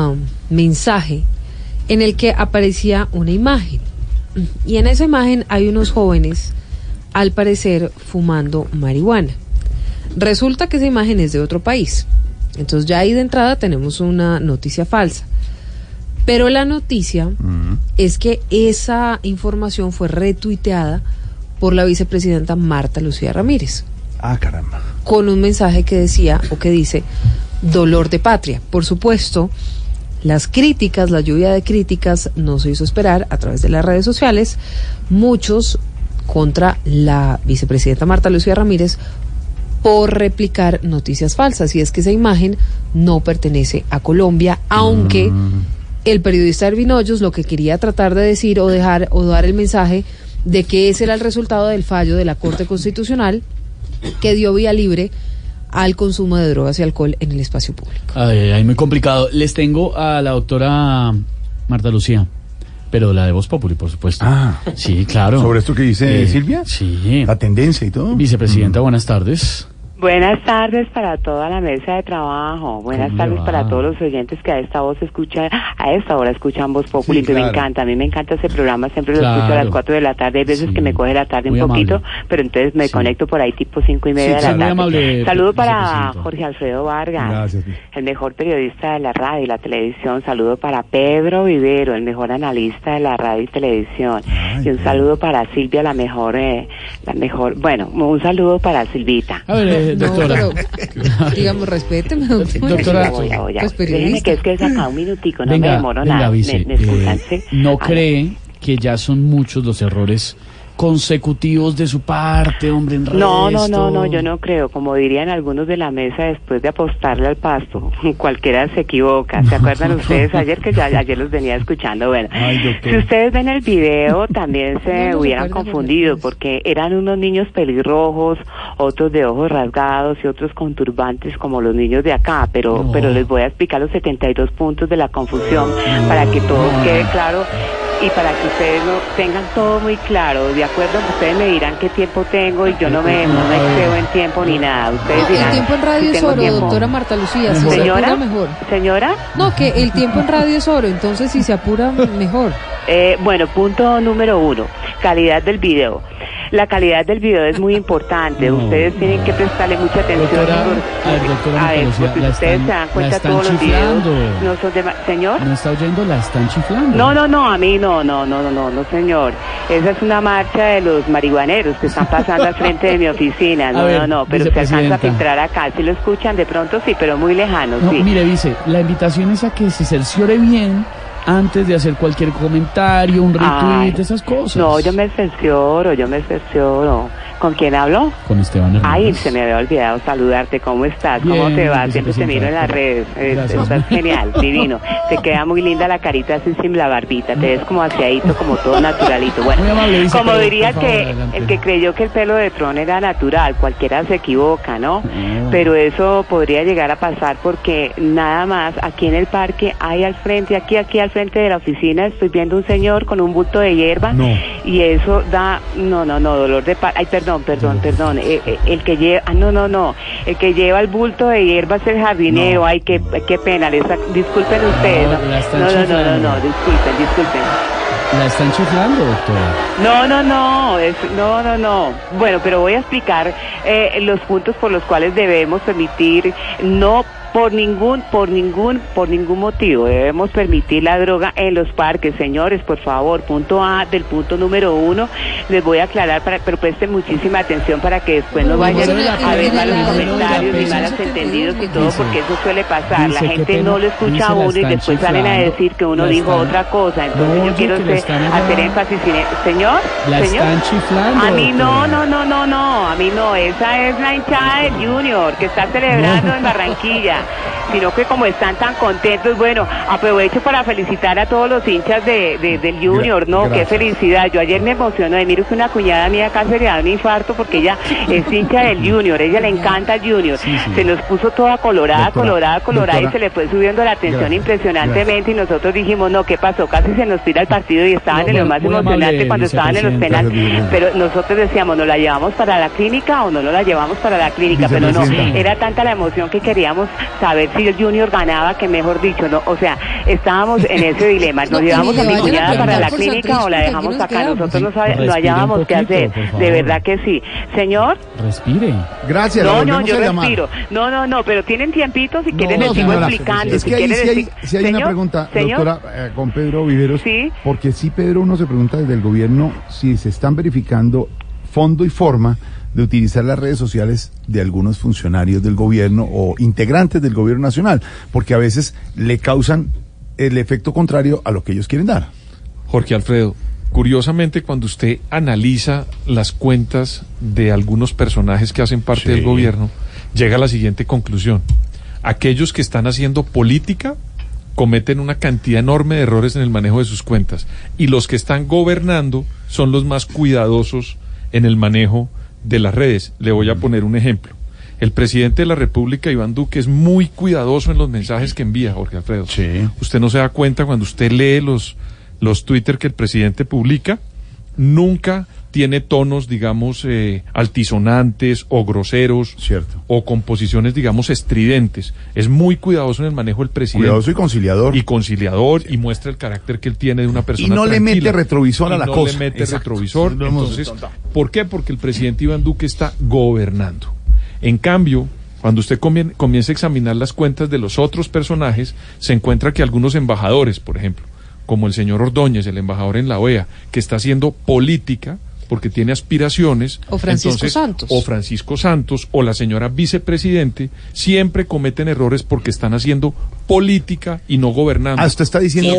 mensaje en el que aparecía una imagen, y en esa imagen hay unos jóvenes, al parecer, fumando marihuana. Resulta que esa imagen es de otro país, entonces ya ahí de entrada tenemos una noticia falsa, pero la noticia es que esa información fue retuiteada por la vicepresidenta Marta Lucía Ramírez. Ah, caramba. Con un mensaje que decía, o que dice, dolor de patria. Por supuesto, las críticas, la lluvia de críticas no se hizo esperar a través de las redes sociales, muchos contra la vicepresidenta Marta Lucía Ramírez por replicar noticias falsas, y es que esa imagen no pertenece a Colombia, aunque el periodista Ervin Hoyos lo que quería tratar de decir o dar el mensaje de que ese era el resultado del fallo de la Corte Constitucional que dio vía libre al consumo de drogas y alcohol en el espacio público. Ay, muy complicado. Les tengo a la doctora Marta Lucía, pero la de Voz Populi, por supuesto. Ah, sí, claro. ¿Sobre esto que dice Silvia? Sí. La tendencia y todo. Vicepresidenta, buenas tardes. Buenas tardes para toda la mesa de trabajo. Buenas tardes para todos los oyentes que a esta hora escuchan Voz Populi. Sí, claro. A mí me encanta ese programa, siempre lo escucho a las 4 de la tarde. Hay veces que me coge la tarde muy un poquito, amable. Pero entonces me conecto por ahí tipo 5:30 de la tarde. Amable, saludo para Jorge Alfredo Vargas. Gracias. El mejor periodista de la radio y la televisión. Saludo para Pedro Vivero, el mejor analista de la radio y televisión. Y un saludo para Silvia, la mejor, bueno, un saludo para Silvita. A ver, doctora. No, pero, digamos, respéteme, doctora. Déjeme que es acá un minutico, no me demoro nada. Vice, ¿Me escuchan? ¿No cree que ya son muchos los errores consecutivos de su parte, hombre, en redes? No, yo no creo. Como dirían algunos de la mesa, después de apostarle al pasto, cualquiera se equivoca. ¿Se acuerdan ustedes ayer que ayer los venía escuchando? Bueno, si ustedes ven el video, también se hubieran confundido, porque eran unos niños pelirrojos, otros de ojos rasgados y otros con turbantes como los niños de acá, pero les voy a explicar los 72 puntos de la confusión para que todo quede claro y para que ustedes no tengan todo muy claro. De acuerdo, ustedes me dirán qué tiempo tengo y yo no me excedo en tiempo ni nada. Ustedes dirán, el tiempo en radio es oro, doctora Marta Lucía. Si se apura mejor. ¿Señora? No, que el tiempo en radio es oro, entonces si se apura mejor. Bueno, punto número 1, calidad del video. La calidad del video es muy importante. Ustedes tienen que prestarle mucha atención. Porque ustedes se dan cuenta todos los videos. No son señor. ¿No está oyendo? La están chiflando. No, a mí no, señor. Esa es una marcha de los marihuaneros que están pasando al frente de mi oficina. No, pero se alcanza a filtrar acá. Si lo escuchan de pronto, sí, pero muy lejano, sí. Mire, dice, la invitación es a que se cerciore bien antes de hacer cualquier comentario, un retweet, esas cosas. No, yo me cercioro. ¿Con quién hablo? Con Esteban Hernández. Ay, se me había olvidado saludarte. ¿Cómo estás? Bien, ¿Cómo te va? Siempre te miro en las redes. Estás genial, divino. Te queda muy linda la carita así sin la barbita. Te ves como aseadito, como todo naturalito. Bueno, como diría el que creyó que el pelo de Tron era natural, cualquiera se equivoca, ¿no? Pero eso podría llegar a pasar porque nada más aquí en el parque hay al frente, aquí al frente de la oficina, estoy viendo un señor con un bulto de hierba y eso da, dolor de ay, perdón, el que lleva, el que lleva el bulto de hierba es el jardinero, ay, qué pena, disculpen ustedes, no, disculpen. ¿La están chiflando, doctora? No. Bueno, pero voy a explicar los puntos por los cuales debemos permitir, no por ningún motivo debemos permitir la droga en los parques, señores, por favor. Punto A del punto número 1, les voy a aclarar, pero presten muchísima atención para que después no vayan a ver malos comentarios ni malos entendidos y todo, porque eso suele pasar. La gente no lo escucha a uno y después salen a decir que uno dijo otra cosa. Entonces yo quiero hacer énfasis en eso. Señor, están chiflando. A mí no, a mí no. Esa es la hinchada del Junior que está celebrando en Barranquilla. Sino que como están tan contentos, bueno, aprovecho para felicitar a todos los hinchas del Junior, qué felicidad. Yo ayer me emocioné, miro que una cuñada mía casi le da un infarto porque ella es hincha del Junior, ella le encanta el Junior. Se nos puso toda colorada y se le fue subiendo la tensión impresionantemente y nosotros dijimos, ¿qué pasó? Casi se nos tira el partido y estaban en lo más emocionante cuando estaban en los penales, pero nosotros decíamos, ¿nos la llevamos para la clínica o no la llevamos para la clínica? Pero no, era tanta la emoción que queríamos saber si el Junior ganaba, que mejor dicho, estábamos en ese dilema, ¿nos llevamos a mi cuñada para la clínica o la dejamos acá? Nosotros no hallábamos qué hacer, de verdad que sí. Señor, respire. Gracias. Yo respiro. No, pero tienen tiempito, si quieren les sigo explicando. Es que si hay una pregunta, doctora, con Pedro Viveros, porque sí, Pedro, uno se pregunta desde el gobierno si se están verificando fondo y forma de utilizar las redes sociales de algunos funcionarios del gobierno o integrantes del gobierno nacional, porque a veces le causan el efecto contrario a lo que ellos quieren dar. Jorge Alfredo, curiosamente cuando usted analiza las cuentas de algunos personajes que hacen parte del gobierno, llega a la siguiente conclusión: aquellos que están haciendo política cometen una cantidad enorme de errores en el manejo de sus cuentas, y los que están gobernando son los más cuidadosos en el manejo de las redes. Le voy a poner un ejemplo. El presidente de la República, Iván Duque, es muy cuidadoso en los mensajes que envía, Jorge Alfredo. Usted no se da cuenta cuando usted lee los Twitter que el presidente publica, nunca tiene tonos, digamos, altisonantes o groseros, o composiciones, digamos, estridentes. Es muy cuidadoso en el manejo del presidente. Cuidadoso y conciliador. Y muestra el carácter que él tiene de una persona y no tranquila. le mete retrovisor a la cosa. No le mete retrovisor. Entonces, ¿por qué? Porque el presidente Iván Duque está gobernando. En cambio, cuando usted comienza a examinar las cuentas de los otros personajes, se encuentra que algunos embajadores, por ejemplo, como el señor Ordóñez, el embajador en la OEA, que está haciendo política porque tiene aspiraciones, o Francisco Santos, o la señora vicepresidente, siempre cometen errores porque están haciendo política y no gobernando. Usted está diciendo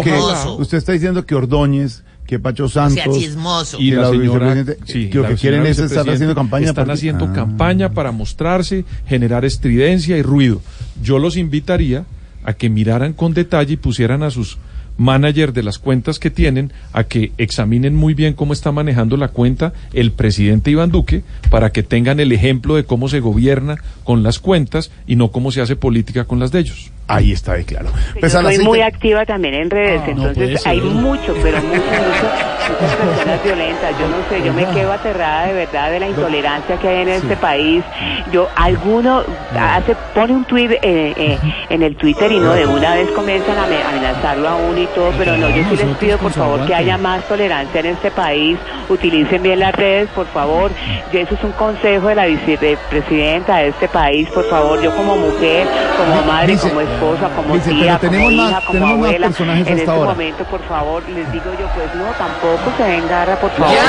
que Ordóñez, que Pacho Santos y la señora, que lo que quieren es estar haciendo campaña. Están haciendo campaña para mostrarse, generar estridencia y ruido. Yo los invitaría a que miraran con detalle y pusieran a sus manager de las cuentas que tienen a que examinen muy bien cómo está manejando la cuenta el presidente Iván Duque, para que tengan el ejemplo de cómo se gobierna con las cuentas y no cómo se hace política con las de ellos. Ahí está, claro. Pues yo soy muy activa también en redes, entonces hay muchas personas violentas. Yo no sé, yo me quedo aterrada de verdad de la intolerancia que hay en este país. Alguno pone un tweet en el Twitter y no, de una vez comienzan a amenazarlo a uno y todo, pero no, yo sí les pido por favor que haya más tolerancia en este país, utilicen bien las redes, por favor. Eso es un consejo de la vicepresidenta de este país, por favor. Yo como mujer, como madre, como esposa, como tía, como hija, como abuela, en este momento, por favor, les digo yo, pues no, tampoco se den garra, por favor.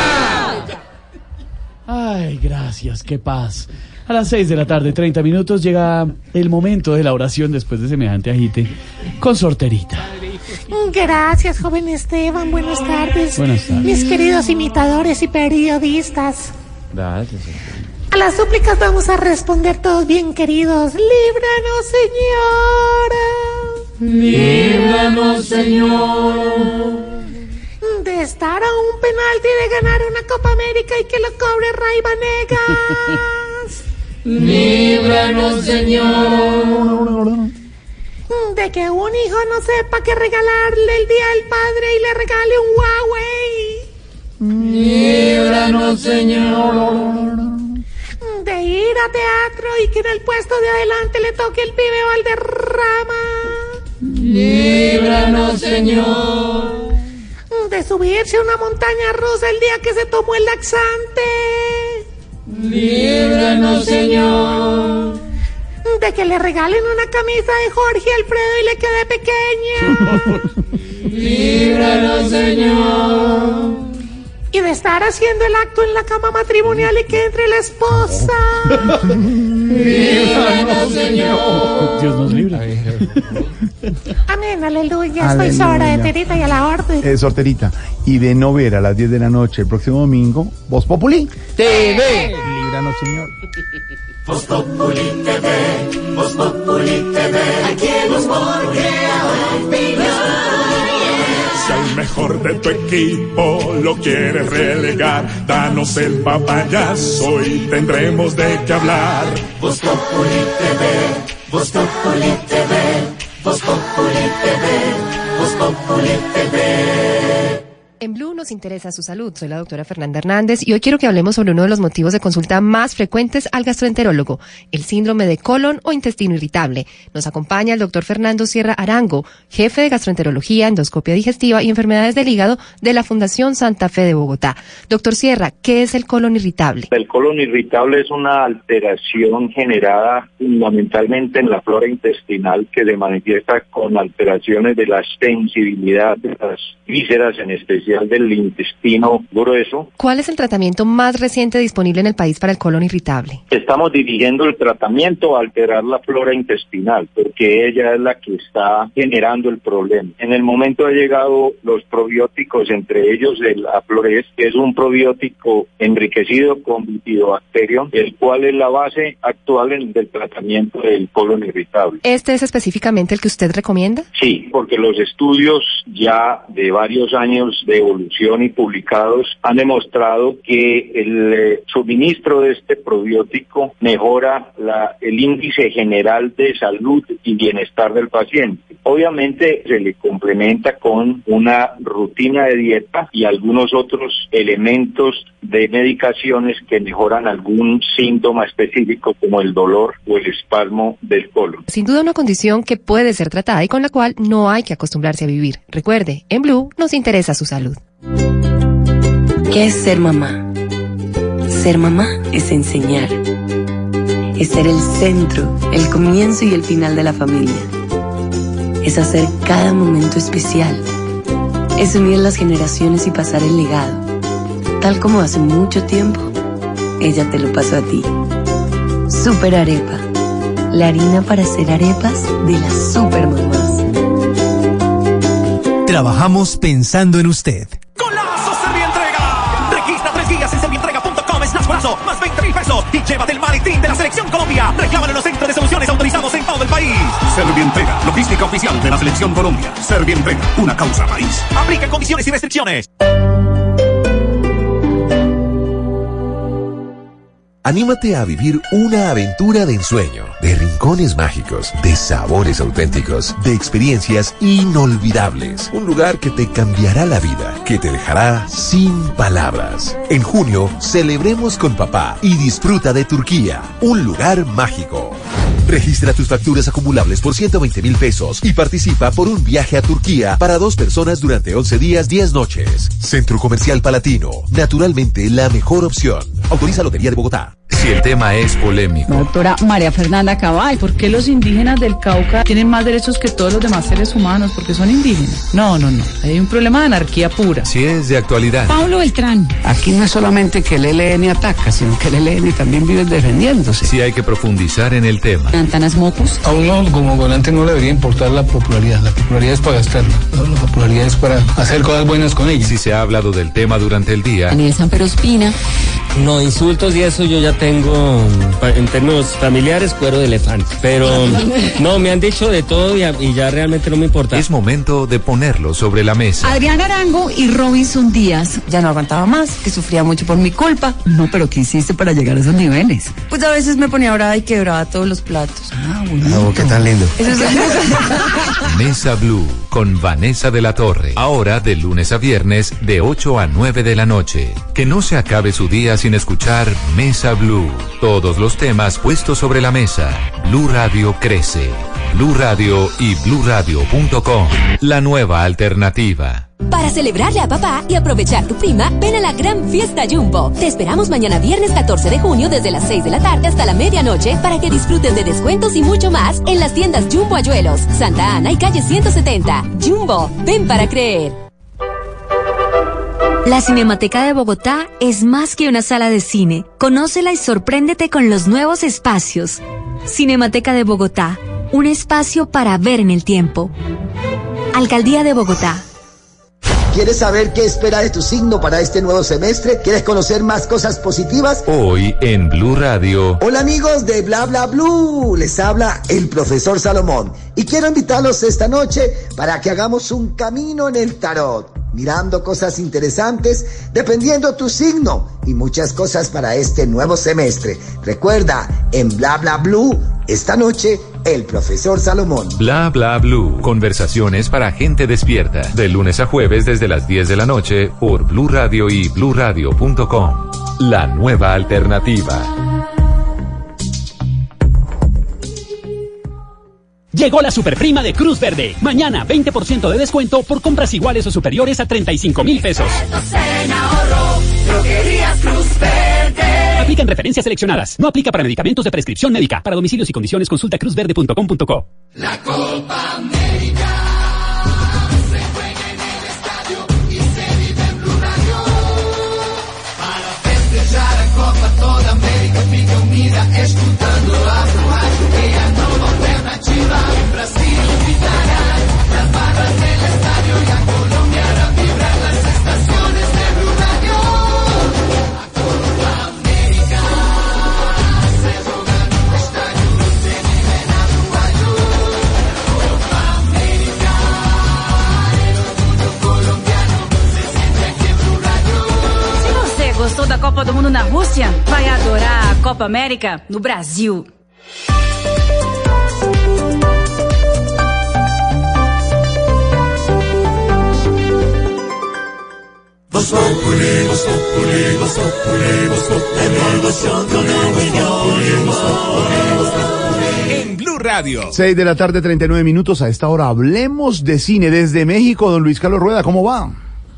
Ay, gracias, qué paz. A las 6:30 p.m. llega el momento de la oración después de semejante agite con Sorterita. Gracias, joven Esteban, buenas tardes. Buenas tardes. Mis queridos imitadores y periodistas. Gracias. A las súplicas vamos a responder todos bien queridos. ¡Líbranos, Señor! ¡Líbranos, Señor! De estar a un penalti de ganar una Copa América y que lo cobre Ray Vanegas. ¡Líbranos, Señor! De que un hijo no sepa qué regalarle el día del padre y le regale un Huawei. ¡Líbranos, Señor! De ir a teatro y que en el puesto de adelante le toque el pibe Valderrama. ¡Líbranos, Señor! De subirse a una montaña rusa el día que se tomó el laxante. ¡Líbranos, Señor! De que le regalen una camisa de Jorge Alfredo y le quede pequeña. ¡Líbranos, Señor! Y de estar haciendo el acto en la cama matrimonial y que entre la esposa. ¡Líbranos, Señor! Dios nos libra. Amén, aleluya. Estoy sobra de terita y a la orden. Sorterita. Y de no ver a las 10 de la noche el próximo domingo, Voz Populi TV. Líbranos, Señor. Voz Populi TV, Voz Populi TV. Aquí en Voz Si al mejor de tu equipo lo quieres relegar, danos el papayazo y tendremos de qué hablar. Voz Populi TV, Voz Populi TV, Voz Populi TV, Voz Populi TV. En Blue nos interesa su salud. Soy la doctora Fernanda Hernández y hoy quiero que hablemos sobre uno de los motivos de consulta más frecuentes al gastroenterólogo, el síndrome de colon o intestino irritable. Nos acompaña el doctor Fernando Sierra Arango, jefe de gastroenterología, endoscopia digestiva y enfermedades del hígado de la Fundación Santa Fe de Bogotá. Doctor Sierra, ¿qué es el colon irritable? El colon irritable es una alteración generada fundamentalmente en la flora intestinal que se manifiesta con alteraciones de la sensibilidad de las vísceras, en especial del intestino grueso. ¿Cuál es el tratamiento más reciente disponible en el país para el colon irritable? Estamos dirigiendo el tratamiento a alterar la flora intestinal, porque ella es la que está generando el problema. En el momento han llegado los probióticos, entre ellos el Aflorez, que es un probiótico enriquecido con Bifidobacterium, el cual es la base actual del tratamiento del colon irritable. ¿Este es específicamente el que usted recomienda? Sí, porque los estudios ya de varios años de evolución y publicados han demostrado que el suministro de este probiótico mejora el índice general de salud y bienestar del paciente. Obviamente se le complementa con una rutina de dieta y algunos otros elementos de medicaciones que mejoran algún síntoma específico como el dolor o el espasmo del colon. Sin duda una condición que puede ser tratada y con la cual no hay que acostumbrarse a vivir. Recuerde, en Blue nos interesa su salud. ¿Qué es ser mamá? Ser mamá es enseñar. Es ser el centro, el comienzo y el final de la familia. Es hacer cada momento especial. Es unir las generaciones y pasar el legado. Tal como hace mucho tiempo, ella te lo pasó a ti. Super Arepa. La harina para hacer arepas de las super mamás. Trabajamos pensando en usted. ¡Golazo Servientrega! Registra 3 días en servientrega.com/golazo, más 20.000 pesos y llévate el maletín de la Selección Colombia. Reclámalo en los centros de soluciones autorizados en todo el país. Servientrega, logística oficial de la Selección Colombia. Servientrega, una causa país. Aplica condiciones y restricciones. . 3 días en servientrega.com/golazo, más 20.000 pesos y llévate el maletín de la Selección Colombia. Reclámalo en los centros de soluciones autorizados en todo el país. Servientrega, logística oficial de la Selección Colombia. Aplica condiciones y restricciones. Anímate a vivir una aventura de ensueño, de rincones mágicos, de sabores auténticos, de experiencias inolvidables. Un lugar que te cambiará la vida, que te dejará sin palabras. En junio, celebremos con papá y disfruta de Turquía, un lugar mágico. Registra tus facturas acumulables por 120,000 pesos y participa por un viaje a Turquía para 2 personas durante 11 días, 10 noches. Centro Comercial Palatino, naturalmente la mejor opción. Autoriza Lotería de Bogotá. Si el tema es polémico. Doctora María Fernanda Cabal, ¿por qué los indígenas del Cauca tienen más derechos que todos los demás seres humanos? Porque son indígenas. No. Hay un problema de anarquía pura. Si es de actualidad. Pablo Beltrán. Aquí no es solamente que el ELN ataca, sino que el ELN también vive defendiéndose. Si hay que profundizar en el tema. Antanas Mocus. A uno como gobernante no le debería importar la popularidad. La popularidad es para gastarla. La popularidad es para hacer cosas buenas con ella. Si se ha hablado del tema durante el día. Daniel Sanpero Espina. No, insultos y eso yo ya tengo, en términos familiares, cuero de elefante. Pero no, me han dicho de todo y ya realmente no me importa. Es momento de ponerlo sobre la mesa. Adrián Arango y Robinson Díaz. Ya no aguantaba más, que sufría mucho por mi culpa. No, pero ¿qué hiciste para llegar a esos niveles? Pues a veces me ponía brava y quebraba todos los platos. Bueno. Qué tan lindo. Eso es Mesa Blue con Vanessa de la Torre. Ahora de lunes a viernes de 8 a 9 de la noche. Que no se acabe su día sin escuchar Mesa Blue. Todos los temas puestos sobre la mesa. Blue Radio crece. Blue Radio y BlueRadio.com. La nueva alternativa. Para celebrarle a papá y aprovechar tu prima, ven a la gran fiesta Jumbo. Te esperamos mañana viernes 14 de junio desde las 6 de la tarde hasta la medianoche para que disfrutes de descuentos y mucho más en las tiendas Jumbo Ayuelos, Santa Ana y calle 170. Jumbo, ven para creer. La Cinemateca de Bogotá es más que una sala de cine. Conócela y sorpréndete con los nuevos espacios. Cinemateca de Bogotá, un espacio para ver en el tiempo. Alcaldía de Bogotá. ¿Quieres saber qué espera de tu signo para este nuevo semestre? ¿Quieres conocer más cosas positivas? Hoy en Blue Radio. Hola amigos de Bla Bla Blue, les habla el profesor Salomón y quiero invitarlos esta noche para que hagamos un camino en el tarot, mirando cosas interesantes dependiendo tu signo y muchas cosas para este nuevo semestre. Recuerda, en Bla Bla Blue, esta noche, el profesor Salomón. Bla Bla Blue. Conversaciones para gente despierta. De lunes a jueves desde las 10 de la noche por Blue Radio y BlueRadio.com. La nueva alternativa. Llegó la superprima de Cruz Verde. Mañana 20% de descuento por compras iguales o superiores a 35,000 pesos. Aplica en referencias seleccionadas. No aplica para medicamentos de prescripción médica. Para domicilios y condiciones consulta cruzverde.com.co. La Copa América se juega en el estadio y se vive en Blue Radio. Para festejar a Copa toda América fica unida escutando a Blue Radio, que a nova alternativa en Brasil invitará las barras del estadio y a Colombia a vibrar las estaciones de Blue Radio. La Copa América se juega en un estadio se vive en Blue Radio. La Copa América, el orgullo colombiano se siente aquí en Blue Radio. Se você gostou da Copa do Mundo na Rússia, vai adorar a Copa América no Brasil. Voz Populi, Voz Populi, Voz Populi, Voz Populi, En Blue Radio. 6 de la tarde, 39 minutos. A esta hora hablemos de cine desde México. Don Luis Carlos Rueda, ¿cómo va?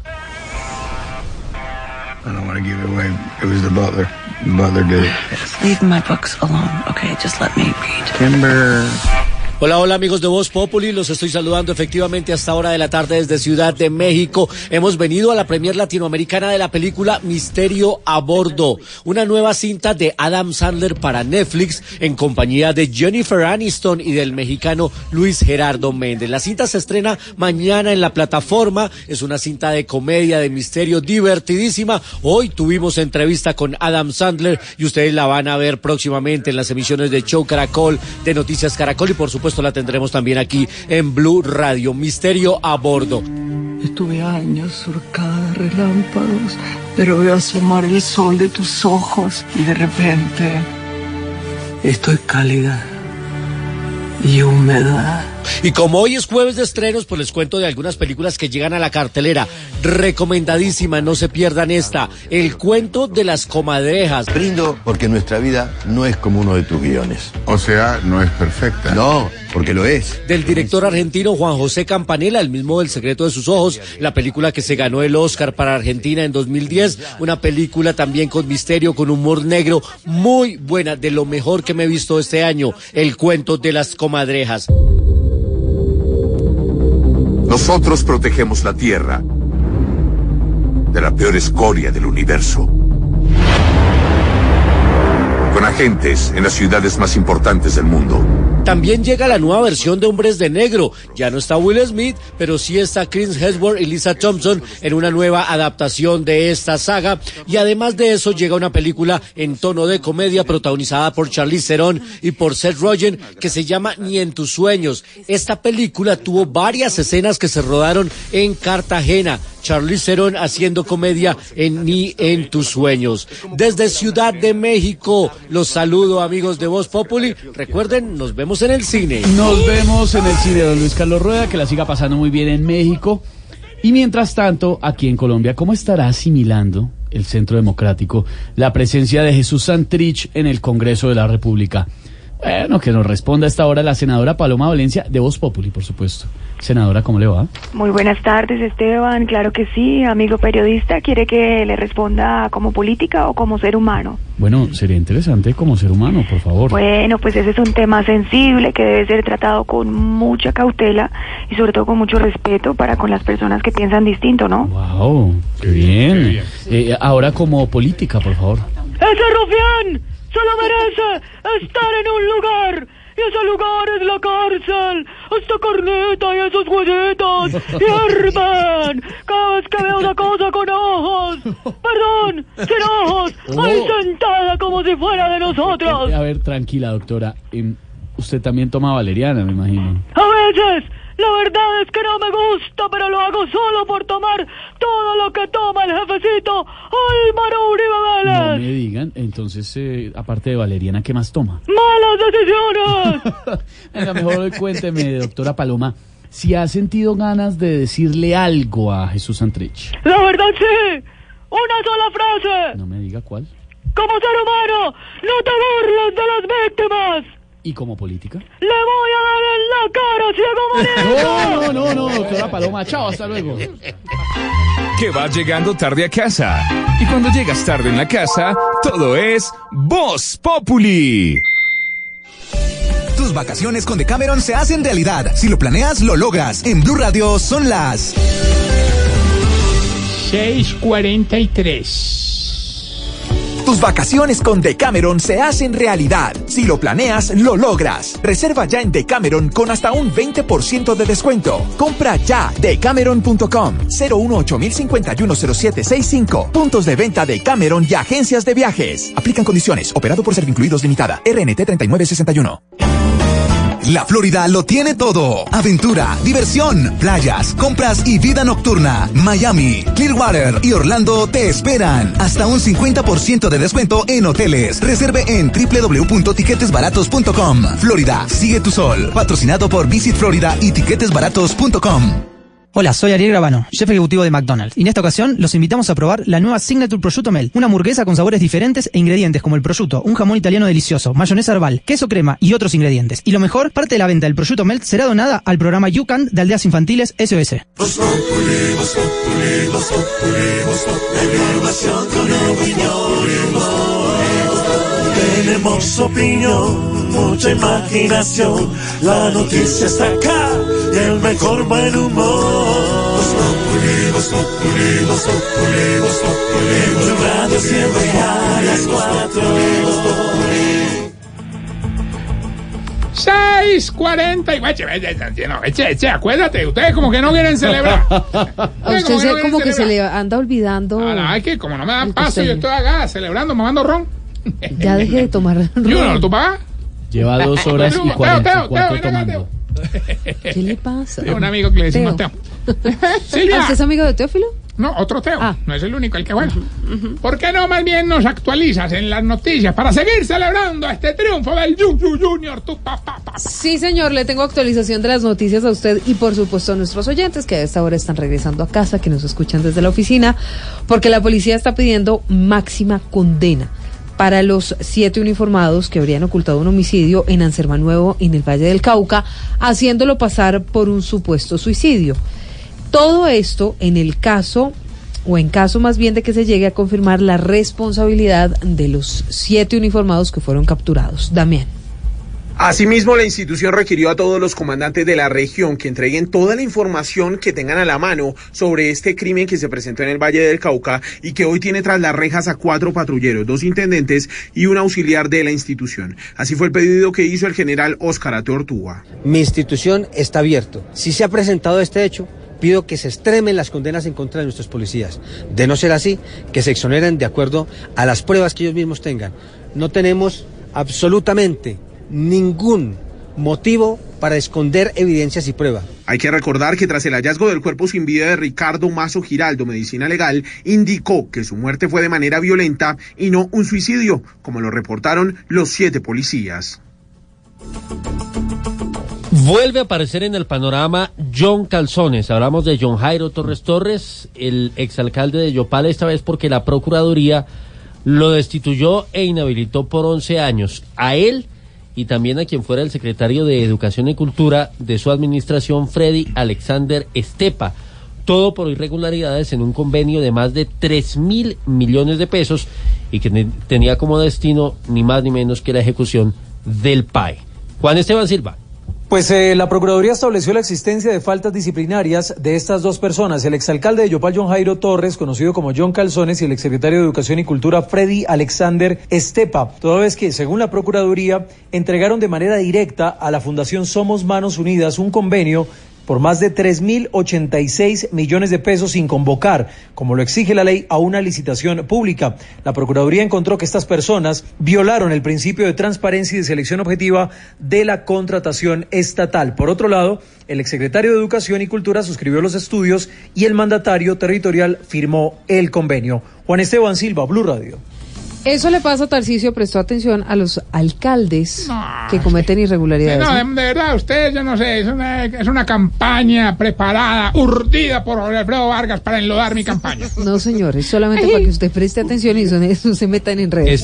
I don't want to give it away. It was the butler. The butler did it. Leave my books alone, okay? Just let me read. Timber. Hola amigos de Voz Populi, los estoy saludando efectivamente a esta hora de la tarde desde Ciudad de México. Hemos venido a la premier latinoamericana de la película Misterio a Bordo, una nueva cinta de Adam Sandler para Netflix en compañía de Jennifer Aniston y del mexicano Luis Gerardo Méndez. La cinta se estrena mañana en la plataforma, es una cinta de comedia, de misterio divertidísima. Hoy tuvimos entrevista con Adam Sandler y ustedes la van a ver próximamente en las emisiones de Show Caracol, de Noticias Caracol y por supuesto la tendremos también aquí en Blue Radio. Misterio a Bordo. Estuve años surcada de relámpagos, pero veo asomar el sol de tus ojos y de repente estoy cálida y húmeda. Y como hoy es jueves de estrenos, pues les cuento de algunas películas que llegan a la cartelera. Recomendadísima, no se pierdan esta, El cuento de las comadrejas. Brindo porque nuestra vida no es como uno de tus guiones. O sea, no es perfecta. No, porque lo es. Del director argentino Juan José Campanella, el mismo del Secreto de sus ojos, la película que se ganó el Oscar para Argentina en 2010, una película también con misterio, con humor negro, muy buena, de lo mejor que me he visto este año, El cuento de las comadrejas. Nosotros protegemos la Tierra de la peor escoria del universo. Con agentes en las ciudades más importantes del mundo. También llega la nueva versión de Hombres de Negro. Ya no está Will Smith, pero sí está Chris Hemsworth y Lisa Thompson en una nueva adaptación de esta saga. Y además de eso llega una película en tono de comedia protagonizada por Charlize Theron y por Seth Rogen que se llama Ni en tus sueños. Esta película tuvo varias escenas que se rodaron en Cartagena. Charlize Theron haciendo comedia en Ni en tus sueños. Desde Ciudad de México, los saludo amigos de Voz Populi. Recuerden, nos vemos en el cine. Nos vemos en el cine, don Luis Carlos Rueda, que la siga pasando muy bien en México. Y mientras tanto, aquí en Colombia, ¿cómo estará asimilando el Centro Democrático la presencia de Jesús Santrich en el Congreso de la República? Bueno, que nos responda a esta hora la senadora Paloma Valencia, de Voz Populi, por supuesto. Senadora, ¿cómo le va? Muy buenas tardes, Esteban. Claro que sí, amigo periodista. ¿Quiere que le responda como política o como ser humano? Bueno, sería interesante como ser humano, por favor. Bueno, pues ese es un tema sensible que debe ser tratado con mucha cautela y sobre todo con mucho respeto para con las personas que piensan distinto, ¿no? ¡Wow! ¡Qué bien! Ahora como política, por favor. ¡Ese rufián solo merece estar en un lugar! Y ese lugar es la cárcel. Esta corneta y esos huellitos hierven cada vez que veo una cosa con ojos. Perdón, sin ojos. Ahí sentada como si fuera de nosotros. A ver, tranquila, doctora. Usted también toma valeriana, me imagino. A veces. La verdad es que no me gusta, pero lo hago solo por tomar todo lo que toma el jefecito Álvaro Uribe Vélez. No me digan, entonces, aparte de valeriana, ¿qué más toma? ¡Malas decisiones! Venga, mejor cuénteme, doctora Paloma, si ha sentido ganas de decirle algo a Jesús Santrich. La verdad sí, una sola frase. No me diga cuál. Como ser humano, no te burles de las víctimas. ¿Y como política? ¡Le voy a dar en la cara, ciego maníaco! No, doctora Paloma, chao, hasta luego. Que vas llegando tarde a casa. Y cuando llegas tarde en la casa, todo es Voz Populi. Tus vacaciones con Decameron se hacen realidad. Si lo planeas, lo logras. En Blue Radio son las 6:43. Tus vacaciones con Decameron se hacen realidad. Si lo planeas, lo logras. Reserva ya en Decameron con hasta un 20% de descuento. Compra ya. Decameron.com. 018-051-0765. Puntos de venta Decameron y agencias de viajes. Aplican condiciones. Operado por Servincluidos Limitada. RNT 3961. La Florida lo tiene todo. Aventura, diversión, playas, compras y vida nocturna. Miami, Clearwater y Orlando te esperan. Hasta un 50% de descuento en hoteles. Reserve en www.tiquetesbaratos.com. Florida, sigue tu sol. Patrocinado por Visit Florida y tiquetesbaratos.com. Hola, soy Ariel Gravano, chef ejecutivo de McDonald's. Y en esta ocasión los invitamos a probar la nueva Signature Prosciutto Melt, una hamburguesa con sabores diferentes e ingredientes como el prosciutto, un jamón italiano delicioso, mayonesa herbal, queso crema y otros ingredientes. Y lo mejor, parte de la venta del Prosciutto Melt será donada al programa YouCan de Aldeas Infantiles SOS. Tenemos opinión, mucha imaginación, la noticia está acá y el mejor buen humor. En tu radio siempre a las 4. 6:40. Acuérdate, ustedes como que no quieren celebrar. A usted como que se le anda olvidando. Es que como no me dan paso, yo estoy acá celebrando, mamando ron. Ya dejé de tomar ron. ¿Y uno, tú pagas? Lleva 2 horas y 44 tomando. ¿Qué le pasa? Es un amigo que le decimos Teo. Silvia. ¿Usted es amigo de Teófilo? No, otro Teo. No es el único, el que juega. ¿Por qué no más bien nos actualizas en las noticias para seguir celebrando este triunfo del Junior? Sí, señor, le tengo actualización de las noticias a usted y por supuesto a nuestros oyentes que a esta hora están regresando a casa, que nos escuchan desde la oficina, porque la policía está pidiendo máxima condena para los 7 uniformados que habrían ocultado un homicidio en Ansermanuevo, en el Valle del Cauca, haciéndolo pasar por un supuesto suicidio. Todo esto en caso más bien de que se llegue a confirmar la responsabilidad de los 7 uniformados que fueron capturados. Damián. Asimismo, la institución requirió a todos los comandantes de la región que entreguen toda la información que tengan a la mano sobre este crimen que se presentó en el Valle del Cauca y que hoy tiene tras las rejas a 4 patrulleros, 2 intendentes y un auxiliar de la institución. Así fue el pedido que hizo el general Óscar Atortúa. Mi institución está abierto. Si se ha presentado este hecho, pido que se extremen las condenas en contra de nuestros policías. De no ser así, que se exoneren de acuerdo a las pruebas que ellos mismos tengan. No tenemos absolutamente ningún motivo para esconder evidencias y pruebas. Hay que recordar que tras el hallazgo del cuerpo sin vida de Ricardo Mazo Giraldo, Medicina Legal indicó que su muerte fue de manera violenta y no un suicidio, como lo reportaron los 7 policías. Vuelve a aparecer en el panorama John Calzones. Hablamos de John Jairo Torres Torres, el exalcalde de Yopal, esta vez porque la Procuraduría lo destituyó e inhabilitó por 11 años. A él y también a quien fuera el secretario de Educación y Cultura de su administración, Freddy Alexander Estepa. Todo por irregularidades en un convenio de más de 3.000 millones de pesos y que tenía como destino ni más ni menos que la ejecución del PAE. Juan Esteban Silva. Pues la Procuraduría estableció la existencia de faltas disciplinarias de estas 2 personas, el exalcalde de Yopal, John Jairo Torres, conocido como John Calzones, y el exsecretario de Educación y Cultura, Freddy Alexander Estepa, toda vez que, según la Procuraduría, entregaron de manera directa a la Fundación Somos Manos Unidas un convenio por más de 3.086 millones de pesos sin convocar, como lo exige la ley, a una licitación pública. La Procuraduría encontró que estas personas violaron el principio de transparencia y de selección objetiva de la contratación estatal. Por otro lado, el exsecretario de Educación y Cultura suscribió los estudios y el mandatario territorial firmó el convenio. Juan Esteban Silva, Blue Radio. Eso le pasa, Tarcisio, prestó atención a los alcaldes que cometen irregularidades. No, de verdad, ustedes, yo no sé, es una campaña preparada, urdida por Alfredo Vargas para enlodar mi campaña. No, señor, es solamente para que usted preste atención y no se metan en redes.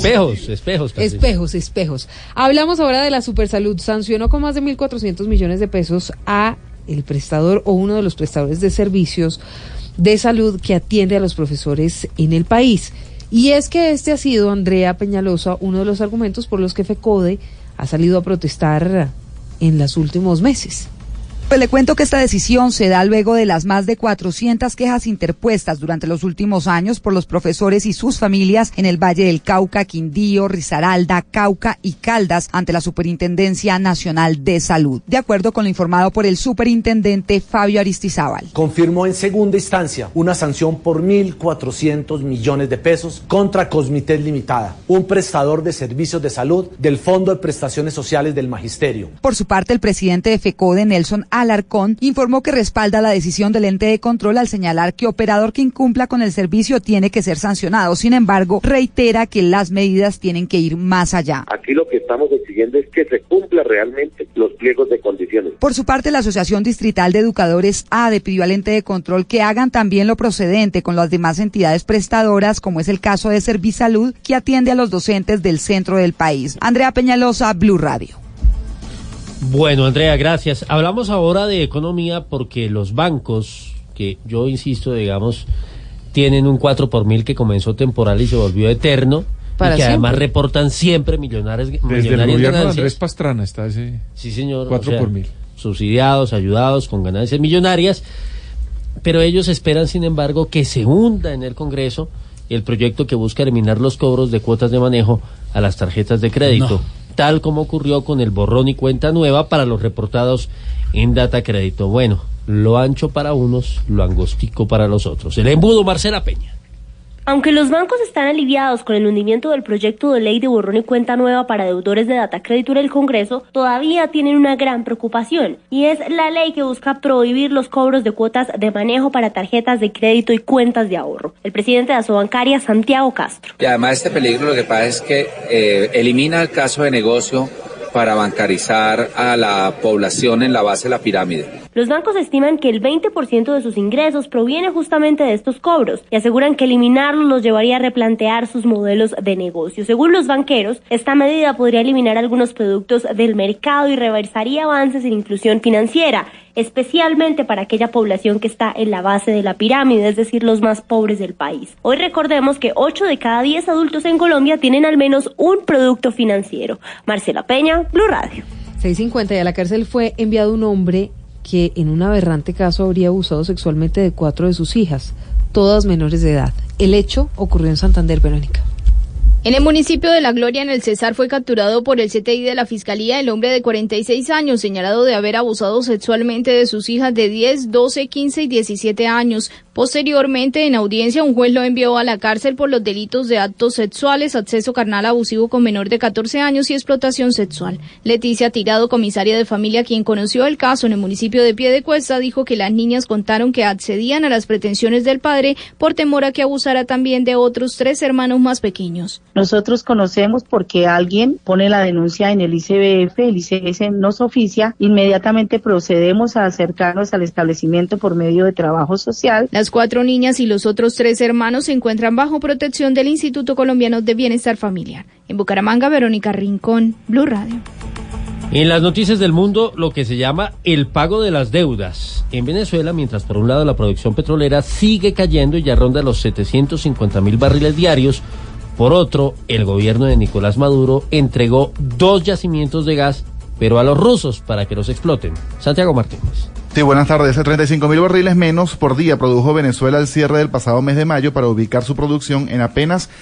Espejos. Hablamos ahora de la Supersalud. Sancionó con más de 1.400 millones de pesos a el prestador o uno de los prestadores de servicios de salud que atiende a los profesores en el país. Y es que este ha sido, Andrea Peñalosa, uno de los argumentos por los que FECODE ha salido a protestar en los últimos meses. Pues le cuento que esta decisión se da luego de las más de 400 quejas interpuestas durante los últimos años por los profesores y sus familias en el Valle del Cauca, Quindío, Risaralda, Cauca y Caldas ante la Superintendencia Nacional de Salud. De acuerdo con lo informado por el superintendente Fabio Aristizábal. Confirmó en segunda instancia una sanción por 1.400 millones de pesos contra Cosmitel Limitada, un prestador de servicios de salud del Fondo de Prestaciones Sociales del Magisterio. Por su parte, el presidente de FECODE, Nelson Alarcón, informó que respalda la decisión del ente de control al señalar que operador que incumpla con el servicio tiene que ser sancionado. Sin embargo, reitera que las medidas tienen que ir más allá. Aquí lo que estamos exigiendo es que se cumpla realmente los pliegos de condiciones. Por su parte, la Asociación Distrital de Educadores ADE pidió al ente de control que hagan también lo procedente con las demás entidades prestadoras, como es el caso de Servisalud, que atiende a los docentes del centro del país. Andrea Peñalosa, Blue Radio. Bueno, Andrea, gracias. Hablamos ahora de economía porque los bancos, que yo insisto, digamos, tienen un 4 por mil que comenzó temporal y se volvió eterno, y que además reportan siempre millonarias Desde el gobierno de Andrés Pastrana está ese sí, señor, 4 por mil. Subsidiados, ayudados, con ganancias millonarias, pero ellos esperan, sin embargo, que se hunda en el Congreso el proyecto que busca eliminar los cobros de cuotas de manejo a las tarjetas de crédito. Tal como ocurrió con el borrón y cuenta nueva para los reportados en Data Crédito. Bueno, lo ancho para unos, lo angostico para los otros. El embudo, Marcela Peña. Aunque los bancos están aliviados con el hundimiento del proyecto de ley de borrón y cuenta nueva para deudores de Data Crédito en el Congreso, todavía tienen una gran preocupación, y es la ley que busca prohibir los cobros de cuotas de manejo para tarjetas de crédito y cuentas de ahorro. El presidente de Asobancaria, Santiago Castro. Y además este peligro lo que pasa es que elimina el caso de negocio para bancarizar a la población en la base de la pirámide. Los bancos estiman que el 20% de sus ingresos proviene justamente de estos cobros y aseguran que eliminarlos los llevaría a replantear sus modelos de negocio. Según los banqueros, esta medida podría eliminar algunos productos del mercado y reversaría avances en inclusión financiera, especialmente para aquella población que está en la base de la pirámide, es decir, los más pobres del país. Hoy recordemos que 8 de cada 10 adultos en Colombia tienen al menos un producto financiero. Marcela Peña, Blue Radio. 6:50, y a la cárcel fue enviado un hombre que en un aberrante caso habría abusado sexualmente de 4 de sus hijas, todas menores de edad. El hecho ocurrió en Santander, Verónica. En el municipio de La Gloria, en el Cesar, fue capturado por el CTI de la Fiscalía el hombre de 46 años, señalado de haber abusado sexualmente de sus hijas de 10, 12, 15 y 17 años. Posteriormente, en audiencia, un juez lo envió a la cárcel por los delitos de actos sexuales, acceso carnal abusivo con menor de 14 años y explotación sexual. Leticia Tirado, comisaria de familia, quien conoció el caso en el municipio de Piedecuesta, dijo que las niñas contaron que accedían a las pretensiones del padre por temor a que abusara también de otros 3 hermanos más pequeños. Nosotros conocemos porque alguien pone la denuncia en el ICBF, el ICS nos oficia, inmediatamente procedemos a acercarnos al establecimiento por medio de trabajo social. Las 4 niñas y los otros 3 hermanos se encuentran bajo protección del Instituto Colombiano de Bienestar Familiar. En Bucaramanga, Verónica Rincón, Blue Radio. En las noticias del mundo, lo que se llama el pago de las deudas. En Venezuela, mientras por un lado la producción petrolera sigue cayendo y ya ronda los 750.000 barriles diarios, por otro, el gobierno de Nicolás Maduro entregó 2 yacimientos de gas, pero a los rusos para que los exploten. Santiago Martínez. Sí, buenas tardes. 35.000 barriles menos por día produjo Venezuela al cierre del pasado mes de mayo para ubicar su producción en apenas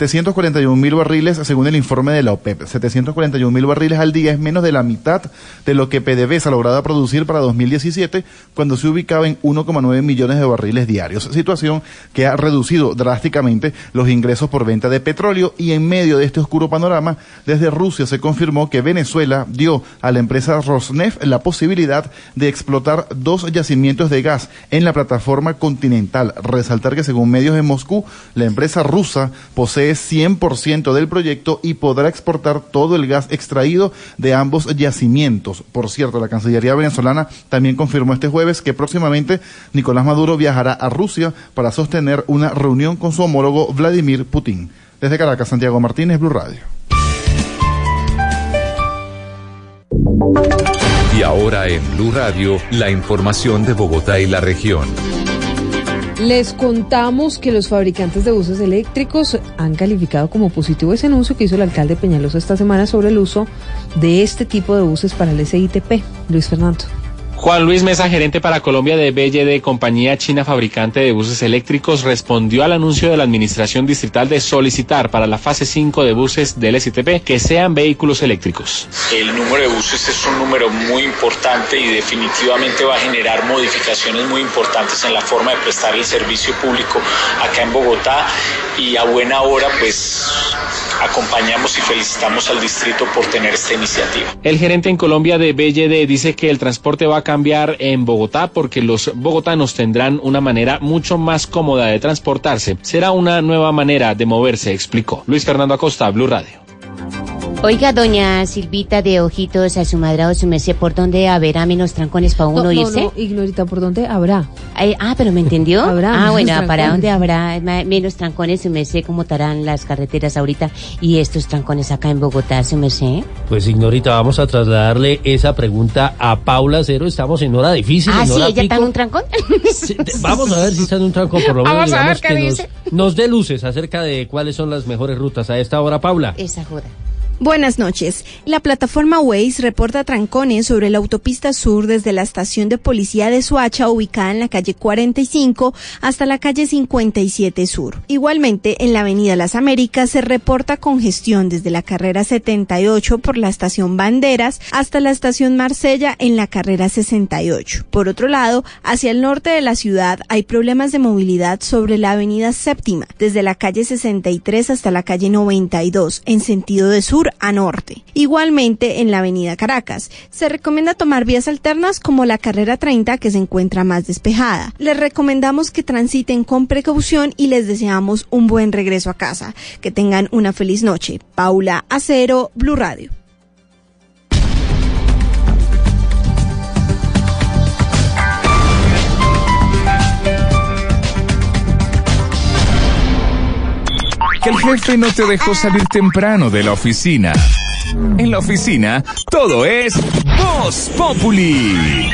741.000 barriles, según el informe de la OPEP. 741.000 barriles al día es menos de la mitad de lo que PDVSA ha logrado producir para 2017, cuando se ubicaba en 1,9 millones de barriles diarios. Situación que ha reducido drásticamente los ingresos por venta de petróleo, y en medio de este oscuro panorama, desde Rusia se confirmó que Venezuela dio a la empresa Rosneft la posibilidad de explotar 2 yacimientos de gas en la plataforma continental. Resaltar que según medios de Moscú, la empresa rusa posee 100% del proyecto y podrá exportar todo el gas extraído de ambos yacimientos. Por cierto, la Cancillería venezolana también confirmó este jueves que próximamente Nicolás Maduro viajará a Rusia para sostener una reunión con su homólogo Vladimir Putin. Desde Caracas, Santiago Martínez, Blue Radio. Y ahora en Blue Radio, la información de Bogotá y la región. Les contamos que los fabricantes de buses eléctricos han calificado como positivo ese anuncio que hizo el alcalde Peñalosa esta semana sobre el uso de este tipo de buses para el SITP. Luis Fernando. Juan Luis Mesa, gerente para Colombia de BYD, compañía china fabricante de buses eléctricos, respondió al anuncio de la Administración Distrital de solicitar para la fase 5 de buses del SITP que sean vehículos eléctricos. El número de buses es un número muy importante y definitivamente va a generar modificaciones muy importantes en la forma de prestar el servicio público acá en Bogotá, y a buena hora pues acompañamos y felicitamos al distrito por tener esta iniciativa. El gerente en Colombia de BYD dice que el transporte va a cambiar en Bogotá porque los bogotanos tendrán una manera mucho más cómoda de transportarse. Será una nueva manera de moverse, explicó. Luis Fernando Acosta, Blue Radio. Oiga, doña Silvita de Ojitos a su madrado, su merced, ¿por dónde habrá menos trancones para uno irse? No, Ignorita, ¿por dónde habrá? Pero ¿me entendió? Habrá bueno, trancones. ¿para dónde habrá menos trancones, su merced? ¿Cómo estarán las carreteras ahorita y estos trancones acá en Bogotá, su merced? Pues, Ignorita, vamos a trasladarle esa pregunta a Paula Cero. Estamos en hora difícil. Ah, en sí, hora ¿ella pico. está en un trancón? Sí, vamos a ver si está en un trancón, por lo menos. Vamos a ver digamos qué que dice. nos dé luces acerca de cuáles son las mejores rutas a esta hora, Paula. Esa joda. Buenas noches. La plataforma Waze reporta trancones sobre la autopista sur desde la estación de policía de Soacha, ubicada en la calle 45, hasta la calle 57 sur. Igualmente, en la avenida Las Américas se reporta congestión desde la carrera 78 por la estación Banderas hasta la estación Marsella en la carrera 68. Por otro lado, hacia el norte de la ciudad hay problemas de movilidad sobre la avenida Séptima, desde la calle 63 hasta la calle 92, en sentido de sur a norte. Igualmente en la avenida Caracas, se recomienda tomar vías alternas como la carrera 30 que se encuentra más despejada. Les recomendamos que transiten con precaución y les deseamos un buen regreso a casa. Que tengan una feliz noche. Paula Acero, Blue Radio. Que el jefe no te dejó salir temprano de la oficina. En la oficina, todo es Voz Populi.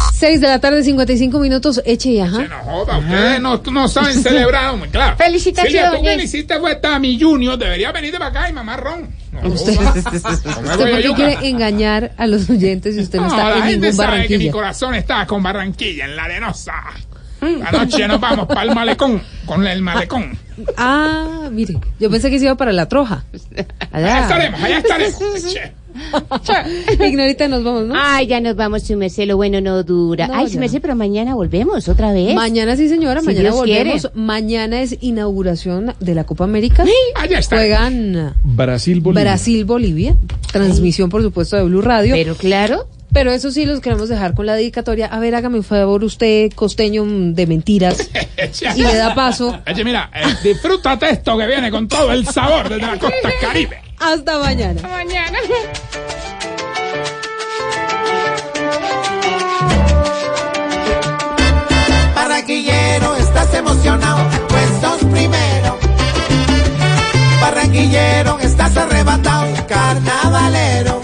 6:55 PM, eche y ajá. Se nos joda, ustedes no saben celebrar, muy claro. Felicitaciones. Si tú felicita a mi Junior, debería venir de para acá y mamar ron. ¿Usted por qué quiere engañar a los oyentes si usted no está en ningún Barranquilla? Que mi corazón está con Barranquilla, en la Arenosa. Anoche nos vamos para el malecón, con el malecón. Ah, mire, yo pensé que se iba para la Troja. Allá estaremos. Ignorita, nos vamos, ¿no? Ay, ya nos vamos, su merced, lo bueno no dura. Ay, su merced, pero mañana volvemos otra vez. Mañana sí, señora, si mañana Dios volvemos. Quiere. Mañana es inauguración de la Copa América. Allá está. Juegan Brasil-Bolivia. Transmisión, por supuesto, de Blue Radio. Pero claro. Pero eso sí, los queremos dejar con la dedicatoria. A ver, hágame un favor usted, costeño de mentiras, y le da paso. Oye, mira, disfrútate esto que viene con todo el sabor de la costa caribe. Hasta mañana. Hasta mañana. Barranquillero, estás emocionado, pues sos primero. Barranquillero, estás arrebatado, carnavalero.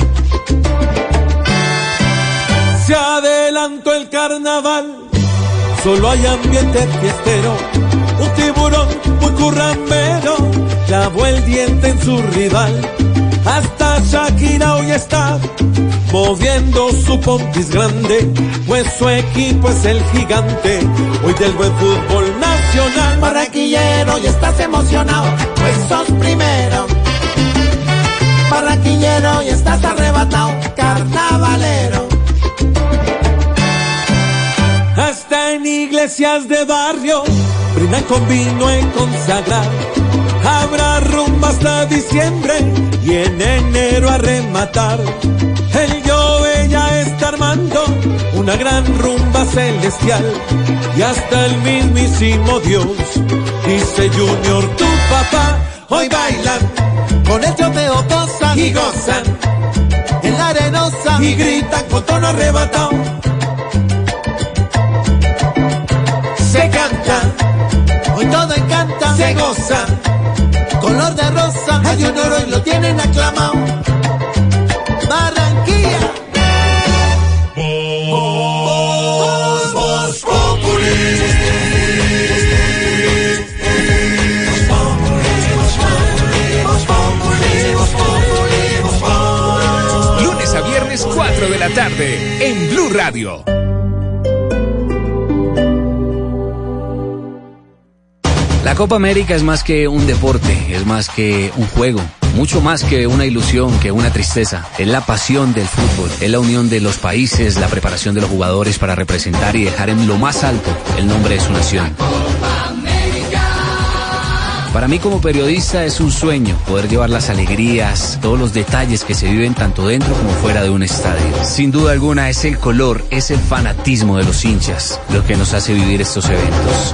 Se adelantó el carnaval, solo hay ambiente fiestero. Un tiburón muy currambero clavó el diente en su rival. Hasta Shakira hoy está moviendo su pompis grande, pues su equipo es el gigante hoy del buen fútbol nacional. Barranquillero, y estás emocionado, pues sos primero. Barranquillero, y estás arrebatado, carnavalero. Hasta en iglesias de barrio brindan con vino en consagrar. Habrá rumba hasta diciembre y en enero a rematar. El Joe ya está armando una gran rumba celestial. Y hasta el mismísimo Dios dice: Junior, tu papá, hoy bailan, con el choteo gozan y gozan en la Arenosa y gritan con tono arrebatado. Se canta, hoy todo encanta, se goza, color de rosa, a Junior hoy lo tienen aclamado. Barranquilla. Voz Populi. Lunes a viernes 4 de la tarde en Blue Radio. La Copa América es más que un deporte, es más que un juego, mucho más que una ilusión, que una tristeza. Es la pasión del fútbol, es la unión de los países, la preparación de los jugadores para representar y dejar en lo más alto el nombre de su nación. Para mí como periodista es un sueño poder llevar las alegrías, todos los detalles que se viven tanto dentro como fuera de un estadio. Sin duda alguna es el color, es el fanatismo de los hinchas lo que nos hace vivir estos eventos.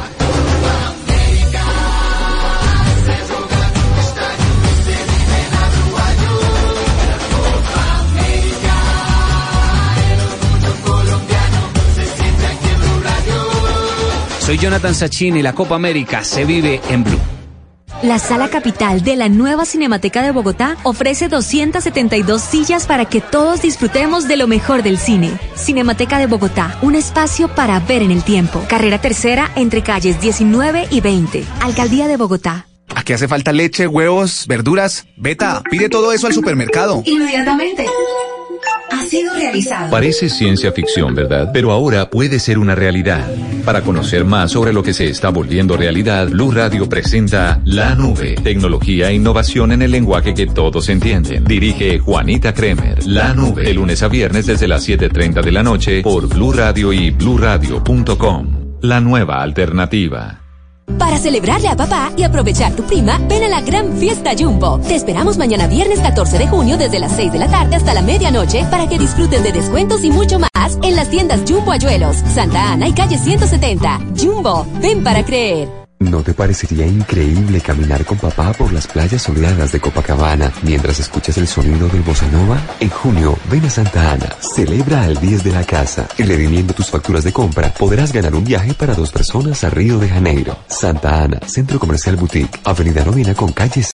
Soy Jonathan Sacchini y la Copa América se vive en Blue. La Sala Capital de la nueva Cinemateca de Bogotá ofrece 272 sillas para que todos disfrutemos de lo mejor del cine. Cinemateca de Bogotá, un espacio para ver en el tiempo. Carrera Tercera entre calles 19 y 20. Alcaldía de Bogotá. Aquí hace falta leche, huevos, verduras. Beta, pide todo eso al supermercado. Inmediatamente. Ha sido realizado. Parece ciencia ficción, ¿verdad? Pero ahora puede ser una realidad. Para conocer más sobre lo que se está volviendo realidad, Blue Radio presenta La Nube. Tecnología e innovación en el lenguaje que todos entienden. Dirige Juanita Kremer. La Nube. De lunes a viernes desde las 7:30 de la noche por Blue Radio y bluradio.com. La nueva alternativa. Para celebrarle a papá y aprovechar tu prima, ven a la gran fiesta Jumbo. Te esperamos mañana viernes 14 de junio desde las 6 de la tarde hasta la medianoche para que disfruten de descuentos y mucho más en las tiendas Jumbo Ayuelos, Santa Ana y calle 170. Jumbo, ven para creer. ¿No te parecería increíble caminar con papá por las playas soleadas de Copacabana mientras escuchas el sonido del bossa nova? En junio, ven a Santa Ana, celebra al 10 de la casa y redimiendo tus facturas de compra podrás ganar un viaje para 2 personas a Río de Janeiro. Santa Ana, Centro Comercial Boutique, Avenida Novena con calle